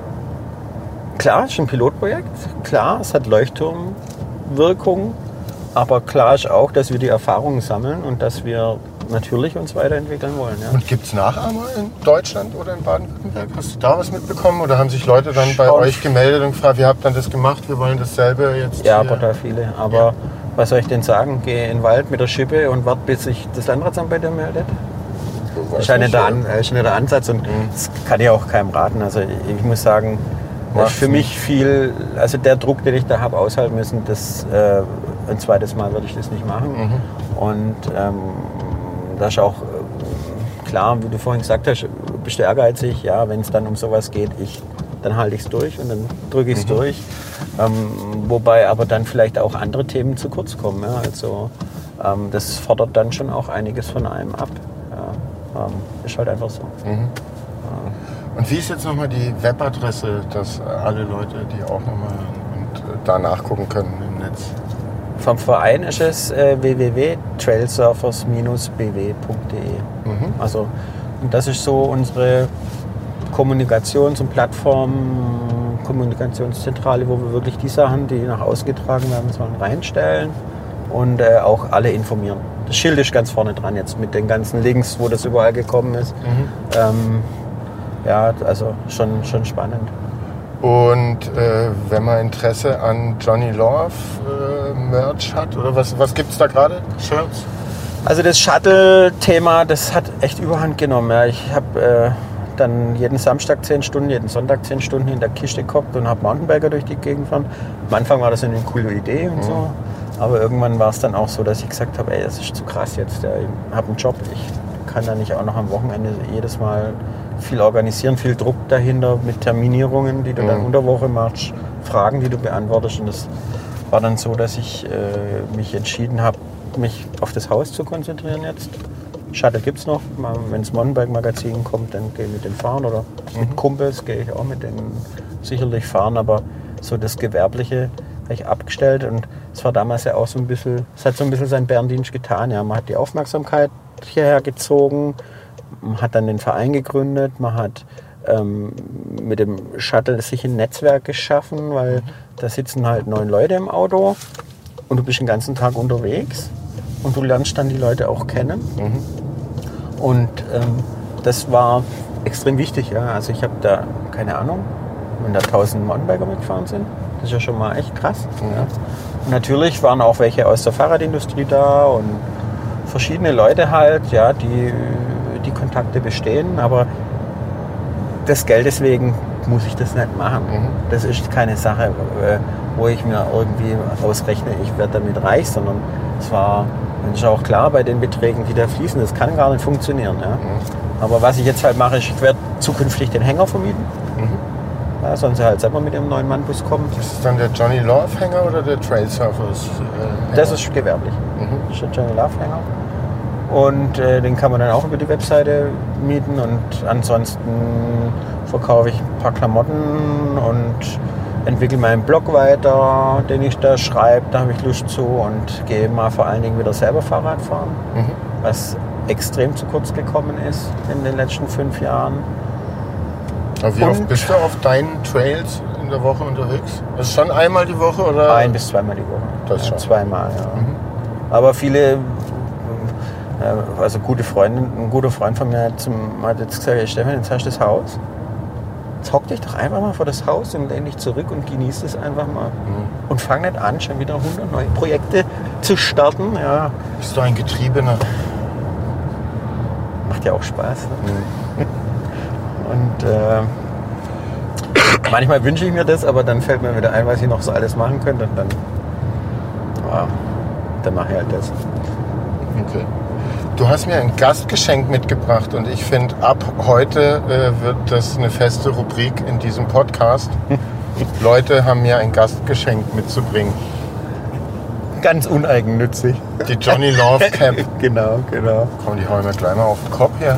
klar, es ist ein Pilotprojekt, klar, es hat Leuchtturmwirkung, aber klar ist auch, dass wir die Erfahrungen sammeln und dass wir natürlich uns weiterentwickeln wollen. Ja. Und gibt es Nachahmer in Deutschland oder in Baden-Württemberg? Hast du da was mitbekommen? Oder haben sich Leute dann bei Schon. euch gemeldet und gefragt, wie habt ihr das gemacht? Wir wollen dasselbe jetzt Ja, hier. total viele. Aber Ja. was soll ich denn sagen? Geh in den Wald mit der Schippe und warte, bis sich das Landratsamt bei dir meldet? Das ist ja nicht der, An, ist nicht der Ansatz und das kann ich auch keinem raten. Also ich muss sagen, das ist für mich viel, also der Druck, den ich da habe aushalten müssen, das, äh, ein zweites Mal würde ich das nicht machen. Mhm. Und ähm, das ist auch äh, klar, wie du vorhin gesagt hast, bist du ehrgeizig, ja, wenn es dann um sowas geht, ich, dann halte ich es durch und dann drücke ich es mhm. durch. Ähm, wobei aber dann vielleicht auch andere Themen zu kurz kommen. Ja. Also ähm, das fordert dann schon auch einiges von einem ab. Ja. Ähm, ist halt einfach so. Mhm. Ja. Und wie ist jetzt nochmal die Webadresse, dass alle Leute, die auch nochmal und äh, da nachgucken können im Netz? Vom Verein ist es äh, w w w punkt trailsurfers Bindestrich b w punkt d e. Mhm. Also, und das ist so unsere Kommunikations- und Plattform, Kommunikationszentrale, wo wir wirklich die Sachen, die nach außen getragen werden sollen, reinstellen und äh, auch alle informieren. Das Schild ist ganz vorne dran jetzt mit den ganzen Links, wo das überall gekommen ist. Mhm. Ähm, ja, also schon, schon spannend. Und äh, wenn man Interesse an Johnny Love äh, Merch hat, oder was, was gibt es da gerade? Shirts? Also das Shuttle-Thema, das hat echt Überhand genommen. Ja. Ich habe äh, dann jeden Samstag zehn Stunden, jeden Sonntag zehn Stunden in der Kiste gekocht und habe Mountainbiker durch die Gegend gefahren. Am Anfang war das eine coole Idee und mhm. so. Aber irgendwann war es dann auch so, dass ich gesagt habe, ey, das ist zu krass jetzt. Ja. Ich habe einen Job, ich kann da nicht auch noch am Wochenende jedes Mal viel organisieren, viel Druck dahinter mit Terminierungen, die du mhm. dann unter Woche machst, Fragen, die du beantwortest. Und das war dann so, dass ich äh, mich entschieden habe, mich auf das Haus zu konzentrieren jetzt. Shuttle gibt es noch. Wenn das Mountainbike-Magazin kommt, dann gehe ich mit denen fahren. Oder mhm. mit Kumpels gehe ich auch mit denen sicherlich fahren. Aber so das Gewerbliche habe ich abgestellt. Und es war damals ja auch so ein bisschen, es hat so ein bisschen seinen Bärendienst getan. Ja. Man hat die Aufmerksamkeit hierher gezogen. Man hat dann den Verein gegründet, man hat ähm, mit dem Shuttle sich ein Netzwerk geschaffen, weil mhm. da sitzen halt neun Leute im Auto und du bist den ganzen Tag unterwegs und du lernst dann die Leute auch kennen. Mhm. Und ähm, das war extrem wichtig. Ja. Also ich habe da, keine Ahnung, wenn da tausend Mountainbiker mitgefahren sind, das ist ja schon mal echt krass. Mhm. Ja. Und natürlich waren auch welche aus der Fahrradindustrie da und verschiedene Leute halt, ja, die die Kontakte bestehen, aber des Geldes wegen muss ich das nicht machen. Mhm. Das ist keine Sache, wo ich mir irgendwie ausrechne, ich werde damit reich, sondern es war Das ist auch klar, bei den Beträgen, die da fließen, das kann gar nicht funktionieren. Ja? Mhm. Aber was ich jetzt halt mache, ich werde zukünftig den Hänger vermieten. Mhm. Ja, sollen sie halt selber mit dem neuen Mannbus kommen. Das ist dann der Johnny Love Hänger oder der Trail Surfers äh, Das ist gewerblich. Mhm. Das ist der Johnny Love Hänger. Und äh, den kann man dann auch über die Webseite mieten. Und ansonsten verkaufe ich ein paar Klamotten und entwickle meinen Blog weiter, den ich da schreibe. Da habe ich Lust zu und gehe mal vor allen Dingen wieder selber Fahrrad fahren, Mhm. was extrem zu kurz gekommen ist in den letzten fünf Jahren. Aber wie Und- oft bist du auf deinen Trails in der Woche unterwegs? Das ist schon einmal die Woche oder? Ein bis zweimal die Woche. Das ja, schon. zweimal, ja. Mhm. Aber viele, äh, also gute Freunde, ein guter Freund von mir hat, zum, hat jetzt gesagt, hey Stefan, jetzt hast du das Haus. Jetzt hock dich doch einfach mal vor das Haus und lehn dich zurück und genieß es einfach mal. Mhm. Und fang nicht an, schon wieder hundert neue Projekte zu starten. Ja, Bist du ein Getriebener? macht ja auch Spaß. Mhm. Und äh, manchmal wünsche ich mir das, aber dann fällt mir wieder ein, was ich noch so alles machen könnte. Und dann, ja, dann mache ich halt das. Okay. Du hast mir ein Gastgeschenk mitgebracht und ich finde, ab heute äh, wird das eine feste Rubrik in diesem Podcast. Leute haben mir ein Gastgeschenk mitzubringen. Ganz uneigennützig. Die Johnny Love Cap. Genau, genau. Komm, die hauen wir gleich mal auf den Kopf her.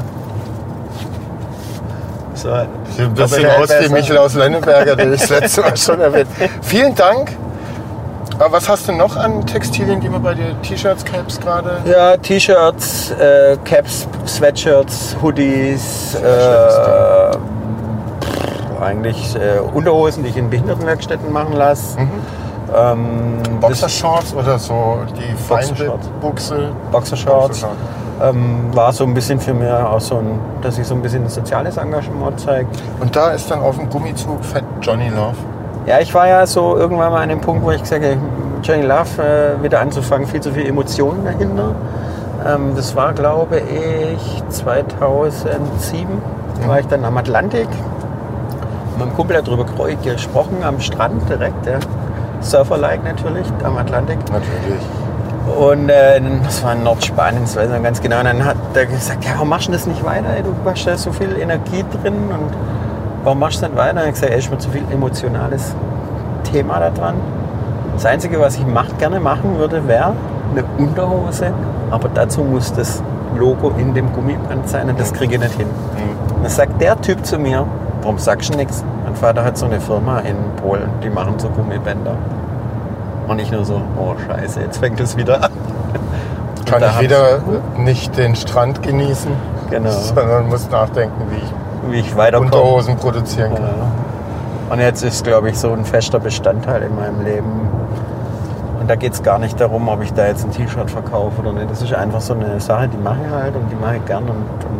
So, Sieht ein bisschen aber aus wie besser. Michel aus Lenneberger, den ich das letzte Mal schon erwähnt. Vielen Dank. Aber was hast du noch an Textilien, die man bei dir, T-Shirts, Caps gerade? Ja, T-Shirts, äh, Caps, Sweatshirts, Hoodies, äh, pff, eigentlich äh, Unterhosen, die ich in Behindertenwerkstätten machen lasse. Mhm. Ähm, Boxershorts oder so die feine Boxershorts. Buchse? Boxershorts. Boxershorts. Ähm, war so ein bisschen für mich auch so ein, dass ich so ein bisschen ein soziales Engagement zeige. Und da ist dann auf dem Gummizug fett Johnny Love. Ja, ich war ja so irgendwann mal an dem Punkt, wo ich gesagt habe, Johnny Love äh, wieder anzufangen, viel zu viel Emotionen dahinter. Ähm, das war, glaube ich, zweitausendsieben. Mhm. War ich dann am Atlantik. Mit meinem Kumpel hat darüber gesprochen, am Strand direkt. Ja. Surfer-like natürlich, am Atlantik. Natürlich. Und äh, das war in Nordspanien, das weiß ich noch ganz genau. Und dann hat er gesagt, ja, warum machst du das nicht weiter? Ey? Du hast da so viel Energie drin und warum machst du das nicht weiter? Und ich habe gesagt, ey, ist mir zu viel emotionales Thema da dran. Das Einzige, was ich mach, gerne machen würde, wäre eine Unterhose, aber dazu muss das Logo in dem Gummiband sein und das kriege ich nicht hin. Mhm. Dann sagt der Typ zu mir, warum sagst du nichts? Mein Vater hat so eine Firma in Polen, die machen so Gummibänder. Und ich nur so, oh Scheiße, jetzt fängt es wieder an. Kann da ich hab wieder nicht den Strand genießen, Genau. sondern muss nachdenken, wie ich Wie ich weiterkomme. Unterhosen produzieren kann. Ja. Und jetzt ist, glaube ich, so ein fester Bestandteil in meinem Leben. Und da geht es gar nicht darum, ob ich da jetzt ein T-Shirt verkaufe oder nicht. Das ist einfach so eine Sache, die mache ich halt und die mache ich gern. Und,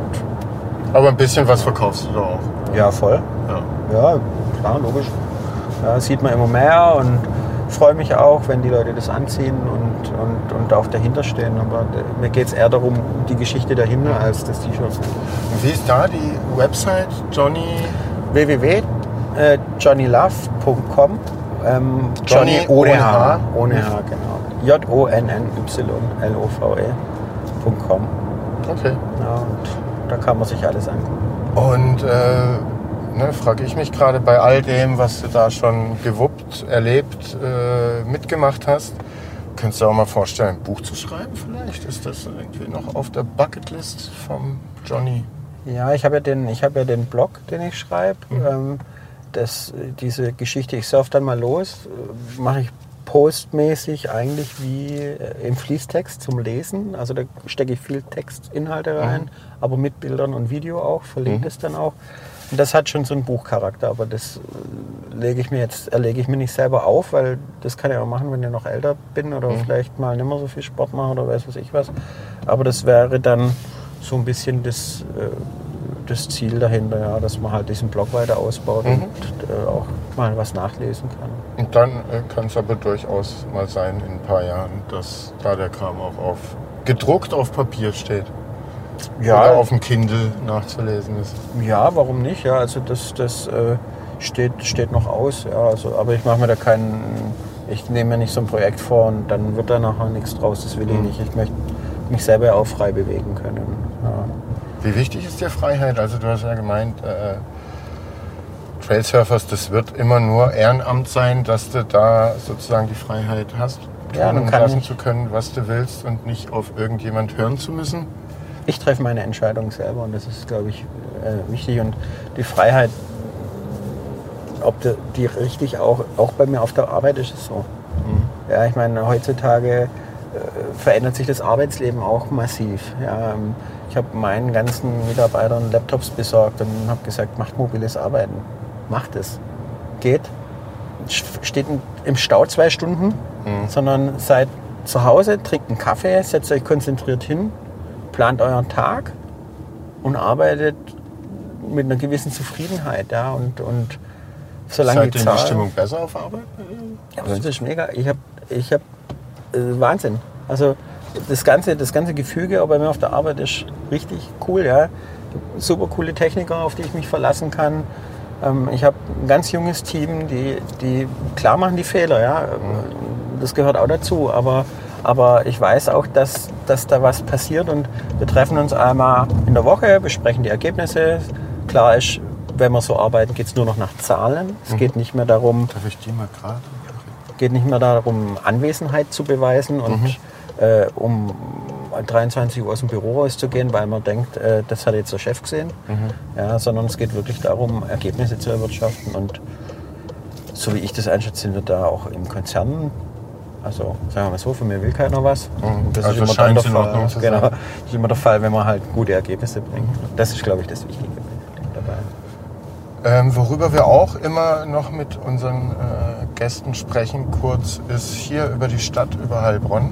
und Aber ein bisschen was verkaufst du da auch. ja, voll. Ja. Ja, klar, logisch. Ja, sieht man immer mehr und freue mich auch, wenn die Leute das anziehen und, und, und auch dahinter stehen. Aber mir geht es eher darum, die Geschichte dahinter als das T-Shirt. Und wie ist da die Website Johnny? w w w punkt johnny love punkt com ähm, Johnny ohne H. Ohne H, genau. J O N N Y L O V E punkt com. Okay. Ja, und da kann man sich alles angucken. Und äh, ne, frage ich mich gerade bei all dem, was du da schon gewuppt, erlebt, äh, mitgemacht hast, könntest du auch mal vorstellen, ein Buch zu schreiben vielleicht? Ist das irgendwie noch auf der Bucketlist vom Johnny? Ja, ich habe ja den, ich habe ja den Blog, den ich schreibe. Mhm. Ähm, das, diese Geschichte, ich surf dann mal los, äh, mache ich postmäßig eigentlich wie äh, im Fließtext zum Lesen. Also da stecke ich viel Textinhalte rein, Mhm. aber mit Bildern und Video auch, verlinke Mhm. es dann auch. Und das hat schon so einen Buchcharakter, aber das äh, lege ich mir jetzt, erlege ich mir nicht selber auf, weil das kann ich auch machen, wenn ich noch älter bin oder Mhm. vielleicht mal nicht mehr so viel Sport mache oder weiß was ich was. Aber das wäre dann so ein bisschen das, äh, das Ziel dahinter, ja, dass man halt diesen Blog weiter ausbaut Mhm. und äh, auch mal was nachlesen kann. Und dann äh, kann es aber durchaus mal sein in ein paar Jahren, dass da der Kram auch auf gedruckt auf Papier steht. Oder auf dem Kindle nachzulesen ist. Ja, warum nicht? Ja, also das, das äh, steht, steht noch aus. Ja, also, aber ich mache mir da keinen, ich nehme mir nicht so ein Projekt vor und dann wird da nachher nichts draus. Das will ich Mhm. nicht. Ich möchte mich selber auch frei bewegen können. Ja. Wie wichtig ist dir Freiheit? Also du hast ja gemeint, äh, Trailsurfers, das wird immer nur Ehrenamt sein, dass du da sozusagen die Freiheit hast, Ja, tun dann und kann lassen ich- zu können, was du willst und nicht auf irgendjemand hören zu müssen. Ich treffe meine Entscheidung selber und das ist, glaube ich, äh, wichtig. Und die Freiheit, ob die, die richtig auch, auch bei mir auf der Arbeit ist es so. Ja, ich meine, heutzutage äh, verändert sich das Arbeitsleben auch massiv. Ja, ähm, ich habe meinen ganzen Mitarbeitern Laptops besorgt und habe gesagt, macht mobiles Arbeiten. Macht es. Geht. Steht im Stau zwei Stunden, sondern seid zu Hause, trinkt einen Kaffee, setzt euch konzentriert hin, plant euren Tag und arbeitet mit einer gewissen Zufriedenheit. Ja, und, und solange die Seid ihr in Zahl... die Stimmung besser auf Arbeit? Ja, das ist mega. Ich habe ich hab, äh, Wahnsinn. Also das ganze, das ganze Gefüge auch bei mir auf der Arbeit ist richtig cool. Ja. Super coole Techniker, auf die ich mich verlassen kann. Ähm, ich habe ein ganz junges Team, die, die klar machen die Fehler. Ja. Das gehört auch dazu. Aber, aber ich weiß auch, dass, dass da was passiert. Und wir treffen uns einmal in der Woche, besprechen die Ergebnisse. Klar ist, wenn wir so arbeiten, geht es nur noch nach Zahlen. Es geht nicht mehr darum, Darf ich die mal gerade? geht nicht mehr darum, Anwesenheit zu beweisen und Mhm. äh, um dreiundzwanzig Uhr aus dem Büro rauszugehen, weil man denkt, äh, das hat jetzt der Chef gesehen. Mhm. Ja, sondern es geht wirklich darum, Ergebnisse zu erwirtschaften. Und so wie ich das einschätze, sind wir da auch im Konzern. Also sagen wir mal so, von mir will keiner was. Mhm. Das Also ist immer scheint dann der in Ordnung Fall. zu Genau, sein. das ist immer der Fall, wenn man halt gute Ergebnisse bringt. Das ist, glaube ich, das Wichtige dabei. Ähm, worüber wir auch immer noch mit unseren äh, Gästen sprechen, kurz, ist hier über die Stadt, über Heilbronn.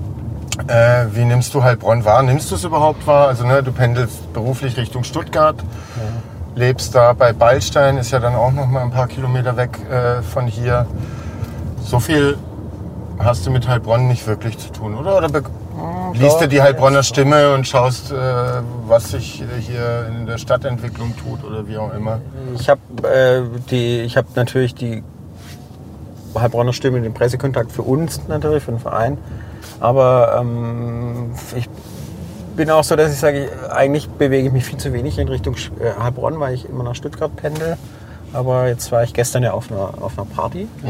Äh, wie nimmst du Heilbronn wahr? Nimmst du es überhaupt wahr? Also ne, du pendelst beruflich Richtung Stuttgart, lebst da bei Beilstein, ist ja dann auch noch mal ein paar Kilometer weg äh, von hier. So viel hast du mit Heilbronn nicht wirklich zu tun, oder? Oder be- liest du die Heilbronner Stimme und schaust, äh, was sich hier in der Stadtentwicklung tut oder wie auch immer? Ich habe äh, die, ich habe natürlich die Heilbronner Stimme, den Pressekontakt für uns natürlich, für den Verein. Aber ähm, ich bin auch so, dass ich sage, ich, eigentlich bewege ich mich viel zu wenig in Richtung äh, Heilbronn, weil ich immer nach Stuttgart pendel. Aber jetzt war ich gestern ja auf einer, auf einer Party, mhm.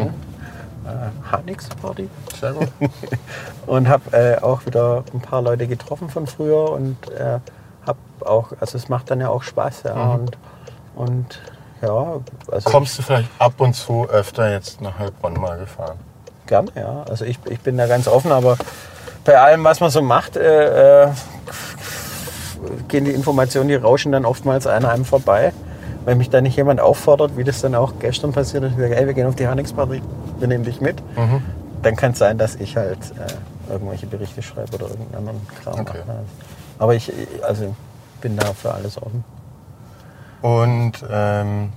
äh, Hanix-Party. Sehr gut. Und habe äh, auch wieder ein paar Leute getroffen von früher und äh, habe auch, also es macht dann ja auch Spaß. Ja, Mhm. und, und ja, also Kommst du vielleicht ab und zu öfter jetzt nach Heilbronn mal gefahren? gerne, ja. Also ich, ich bin da ganz offen, aber bei allem, was man so macht, äh, äh, gehen die Informationen, die rauschen dann oftmals an einem vorbei. Wenn mich da nicht jemand auffordert, wie das dann auch gestern passiert ist, ich sage, ey, wir gehen auf die Hanix-Party, wir nehmen dich mit, Mhm. dann kann es sein, dass ich halt äh, irgendwelche Berichte schreibe oder irgendeinen anderen Kram Okay. mache. Aber ich also bin da für alles offen. Und ähm,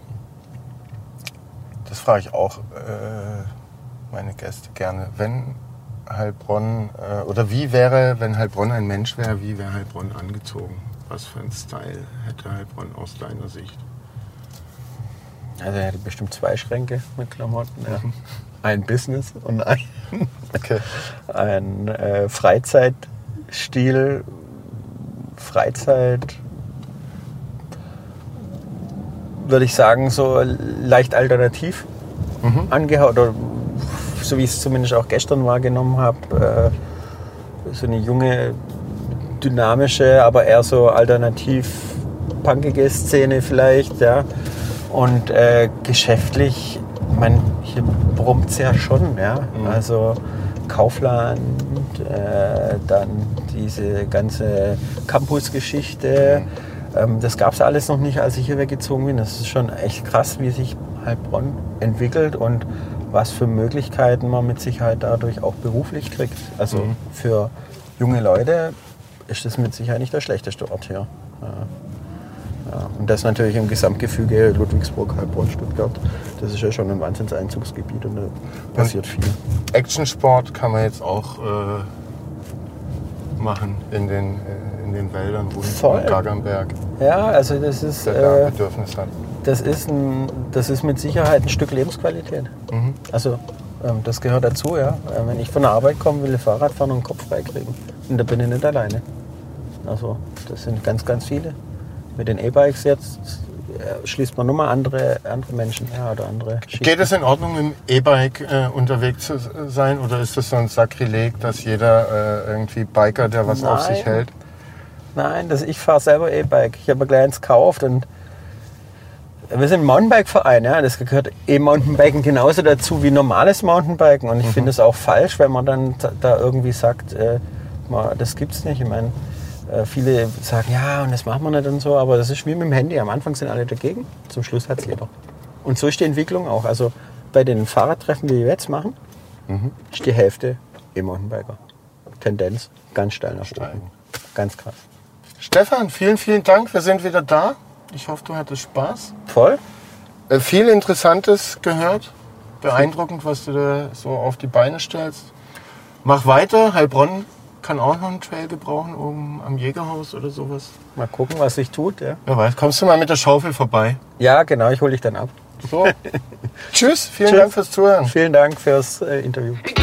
das frage ich auch äh, meine Gäste gerne. Wenn Heilbronn, äh, oder wie wäre, wenn Heilbronn ein Mensch wäre, wie wäre Heilbronn angezogen? Was für ein Style hätte Heilbronn aus deiner Sicht? Also er hätte bestimmt zwei Schränke mit Klamotten. Ja. Ein Business und ein, Okay. ein äh, Freizeitstil, Freizeit, würde ich sagen, so leicht alternativ Mhm. angehaucht, oder so wie ich es zumindest auch gestern wahrgenommen habe, äh, so eine junge, dynamische, aber eher so alternativ punkige Szene vielleicht, ja. Und äh, geschäftlich, ich meine, hier brummt es ja schon, ja. Mhm. Also Kaufland, äh, dann diese ganze Campus-Geschichte. Mhm. Ähm, das gab es alles noch nicht, als ich hier weggezogen bin. Das ist schon echt krass, wie sich Heilbronn entwickelt und was für Möglichkeiten man mit Sicherheit dadurch auch beruflich kriegt. Also Mhm. für junge Leute ist das mit Sicherheit nicht der schlechteste Ort hier. Ja. Ja. Und das natürlich im Gesamtgefüge Ludwigsburg, Heilbronn, Stuttgart. Das ist ja schon ein Wahnsinnseinzugsgebiet und da passiert viel. Actionsport kann man jetzt auch äh, machen in den, äh, in den Wäldern rund Voll. um Gagernberg, Ja, also das ist, der da äh, Bedürfnis hat. das ist, ein, das ist mit Sicherheit ein Stück Lebensqualität. Mhm. Also Ähm, das gehört dazu, ja. Äh, wenn ich von der Arbeit komme, will ich Fahrrad fahren und den Kopf frei kriegen. Und da bin ich nicht alleine. Also, das sind ganz, ganz viele. Mit den E-Bikes jetzt äh, schließt man nur mal andere, andere Menschen ja, oder andere Geschichten. Geht es in Ordnung, im E-Bike äh, unterwegs zu sein? Oder ist das so ein Sakrileg, dass jeder äh, irgendwie Biker, der was Nein. auf sich hält? Nein, das, ich fahre selber E-Bike. Ich habe mir gleich eins gekauft und wir sind ein Mountainbike-Verein. Ja. Das gehört E-Mountainbiken genauso dazu wie normales Mountainbiken. Und ich mhm. finde es auch falsch, wenn man dann da irgendwie sagt, äh, das gibt's nicht. Ich meine, äh, viele sagen, ja, und das machen wir nicht und so. Aber das ist wie mit dem Handy. Am Anfang sind alle dagegen, zum Schluss hat es jeder. Und so ist die Entwicklung auch. Also bei den Fahrradtreffen, die wir jetzt machen, mhm. ist die Hälfte E-Mountainbiker. Tendenz ganz steil nach oben. Ganz krass. Stefan, vielen, vielen Dank. Wir sind wieder da. Ich hoffe, du hattest Spaß. Voll. Äh, viel Interessantes gehört. Beeindruckend, was du da so auf die Beine stellst. Mach weiter. Heilbronn kann auch noch einen Trail gebrauchen, oben am Jägerhaus oder sowas. Mal gucken, was sich tut. Ja. Wer weiß, kommst du mal mit der Schaufel vorbei? Ja, genau. Ich hole dich dann ab. So. Tschüss. Vielen Tschüss. Dank fürs Zuhören. Vielen Dank fürs äh, Interview.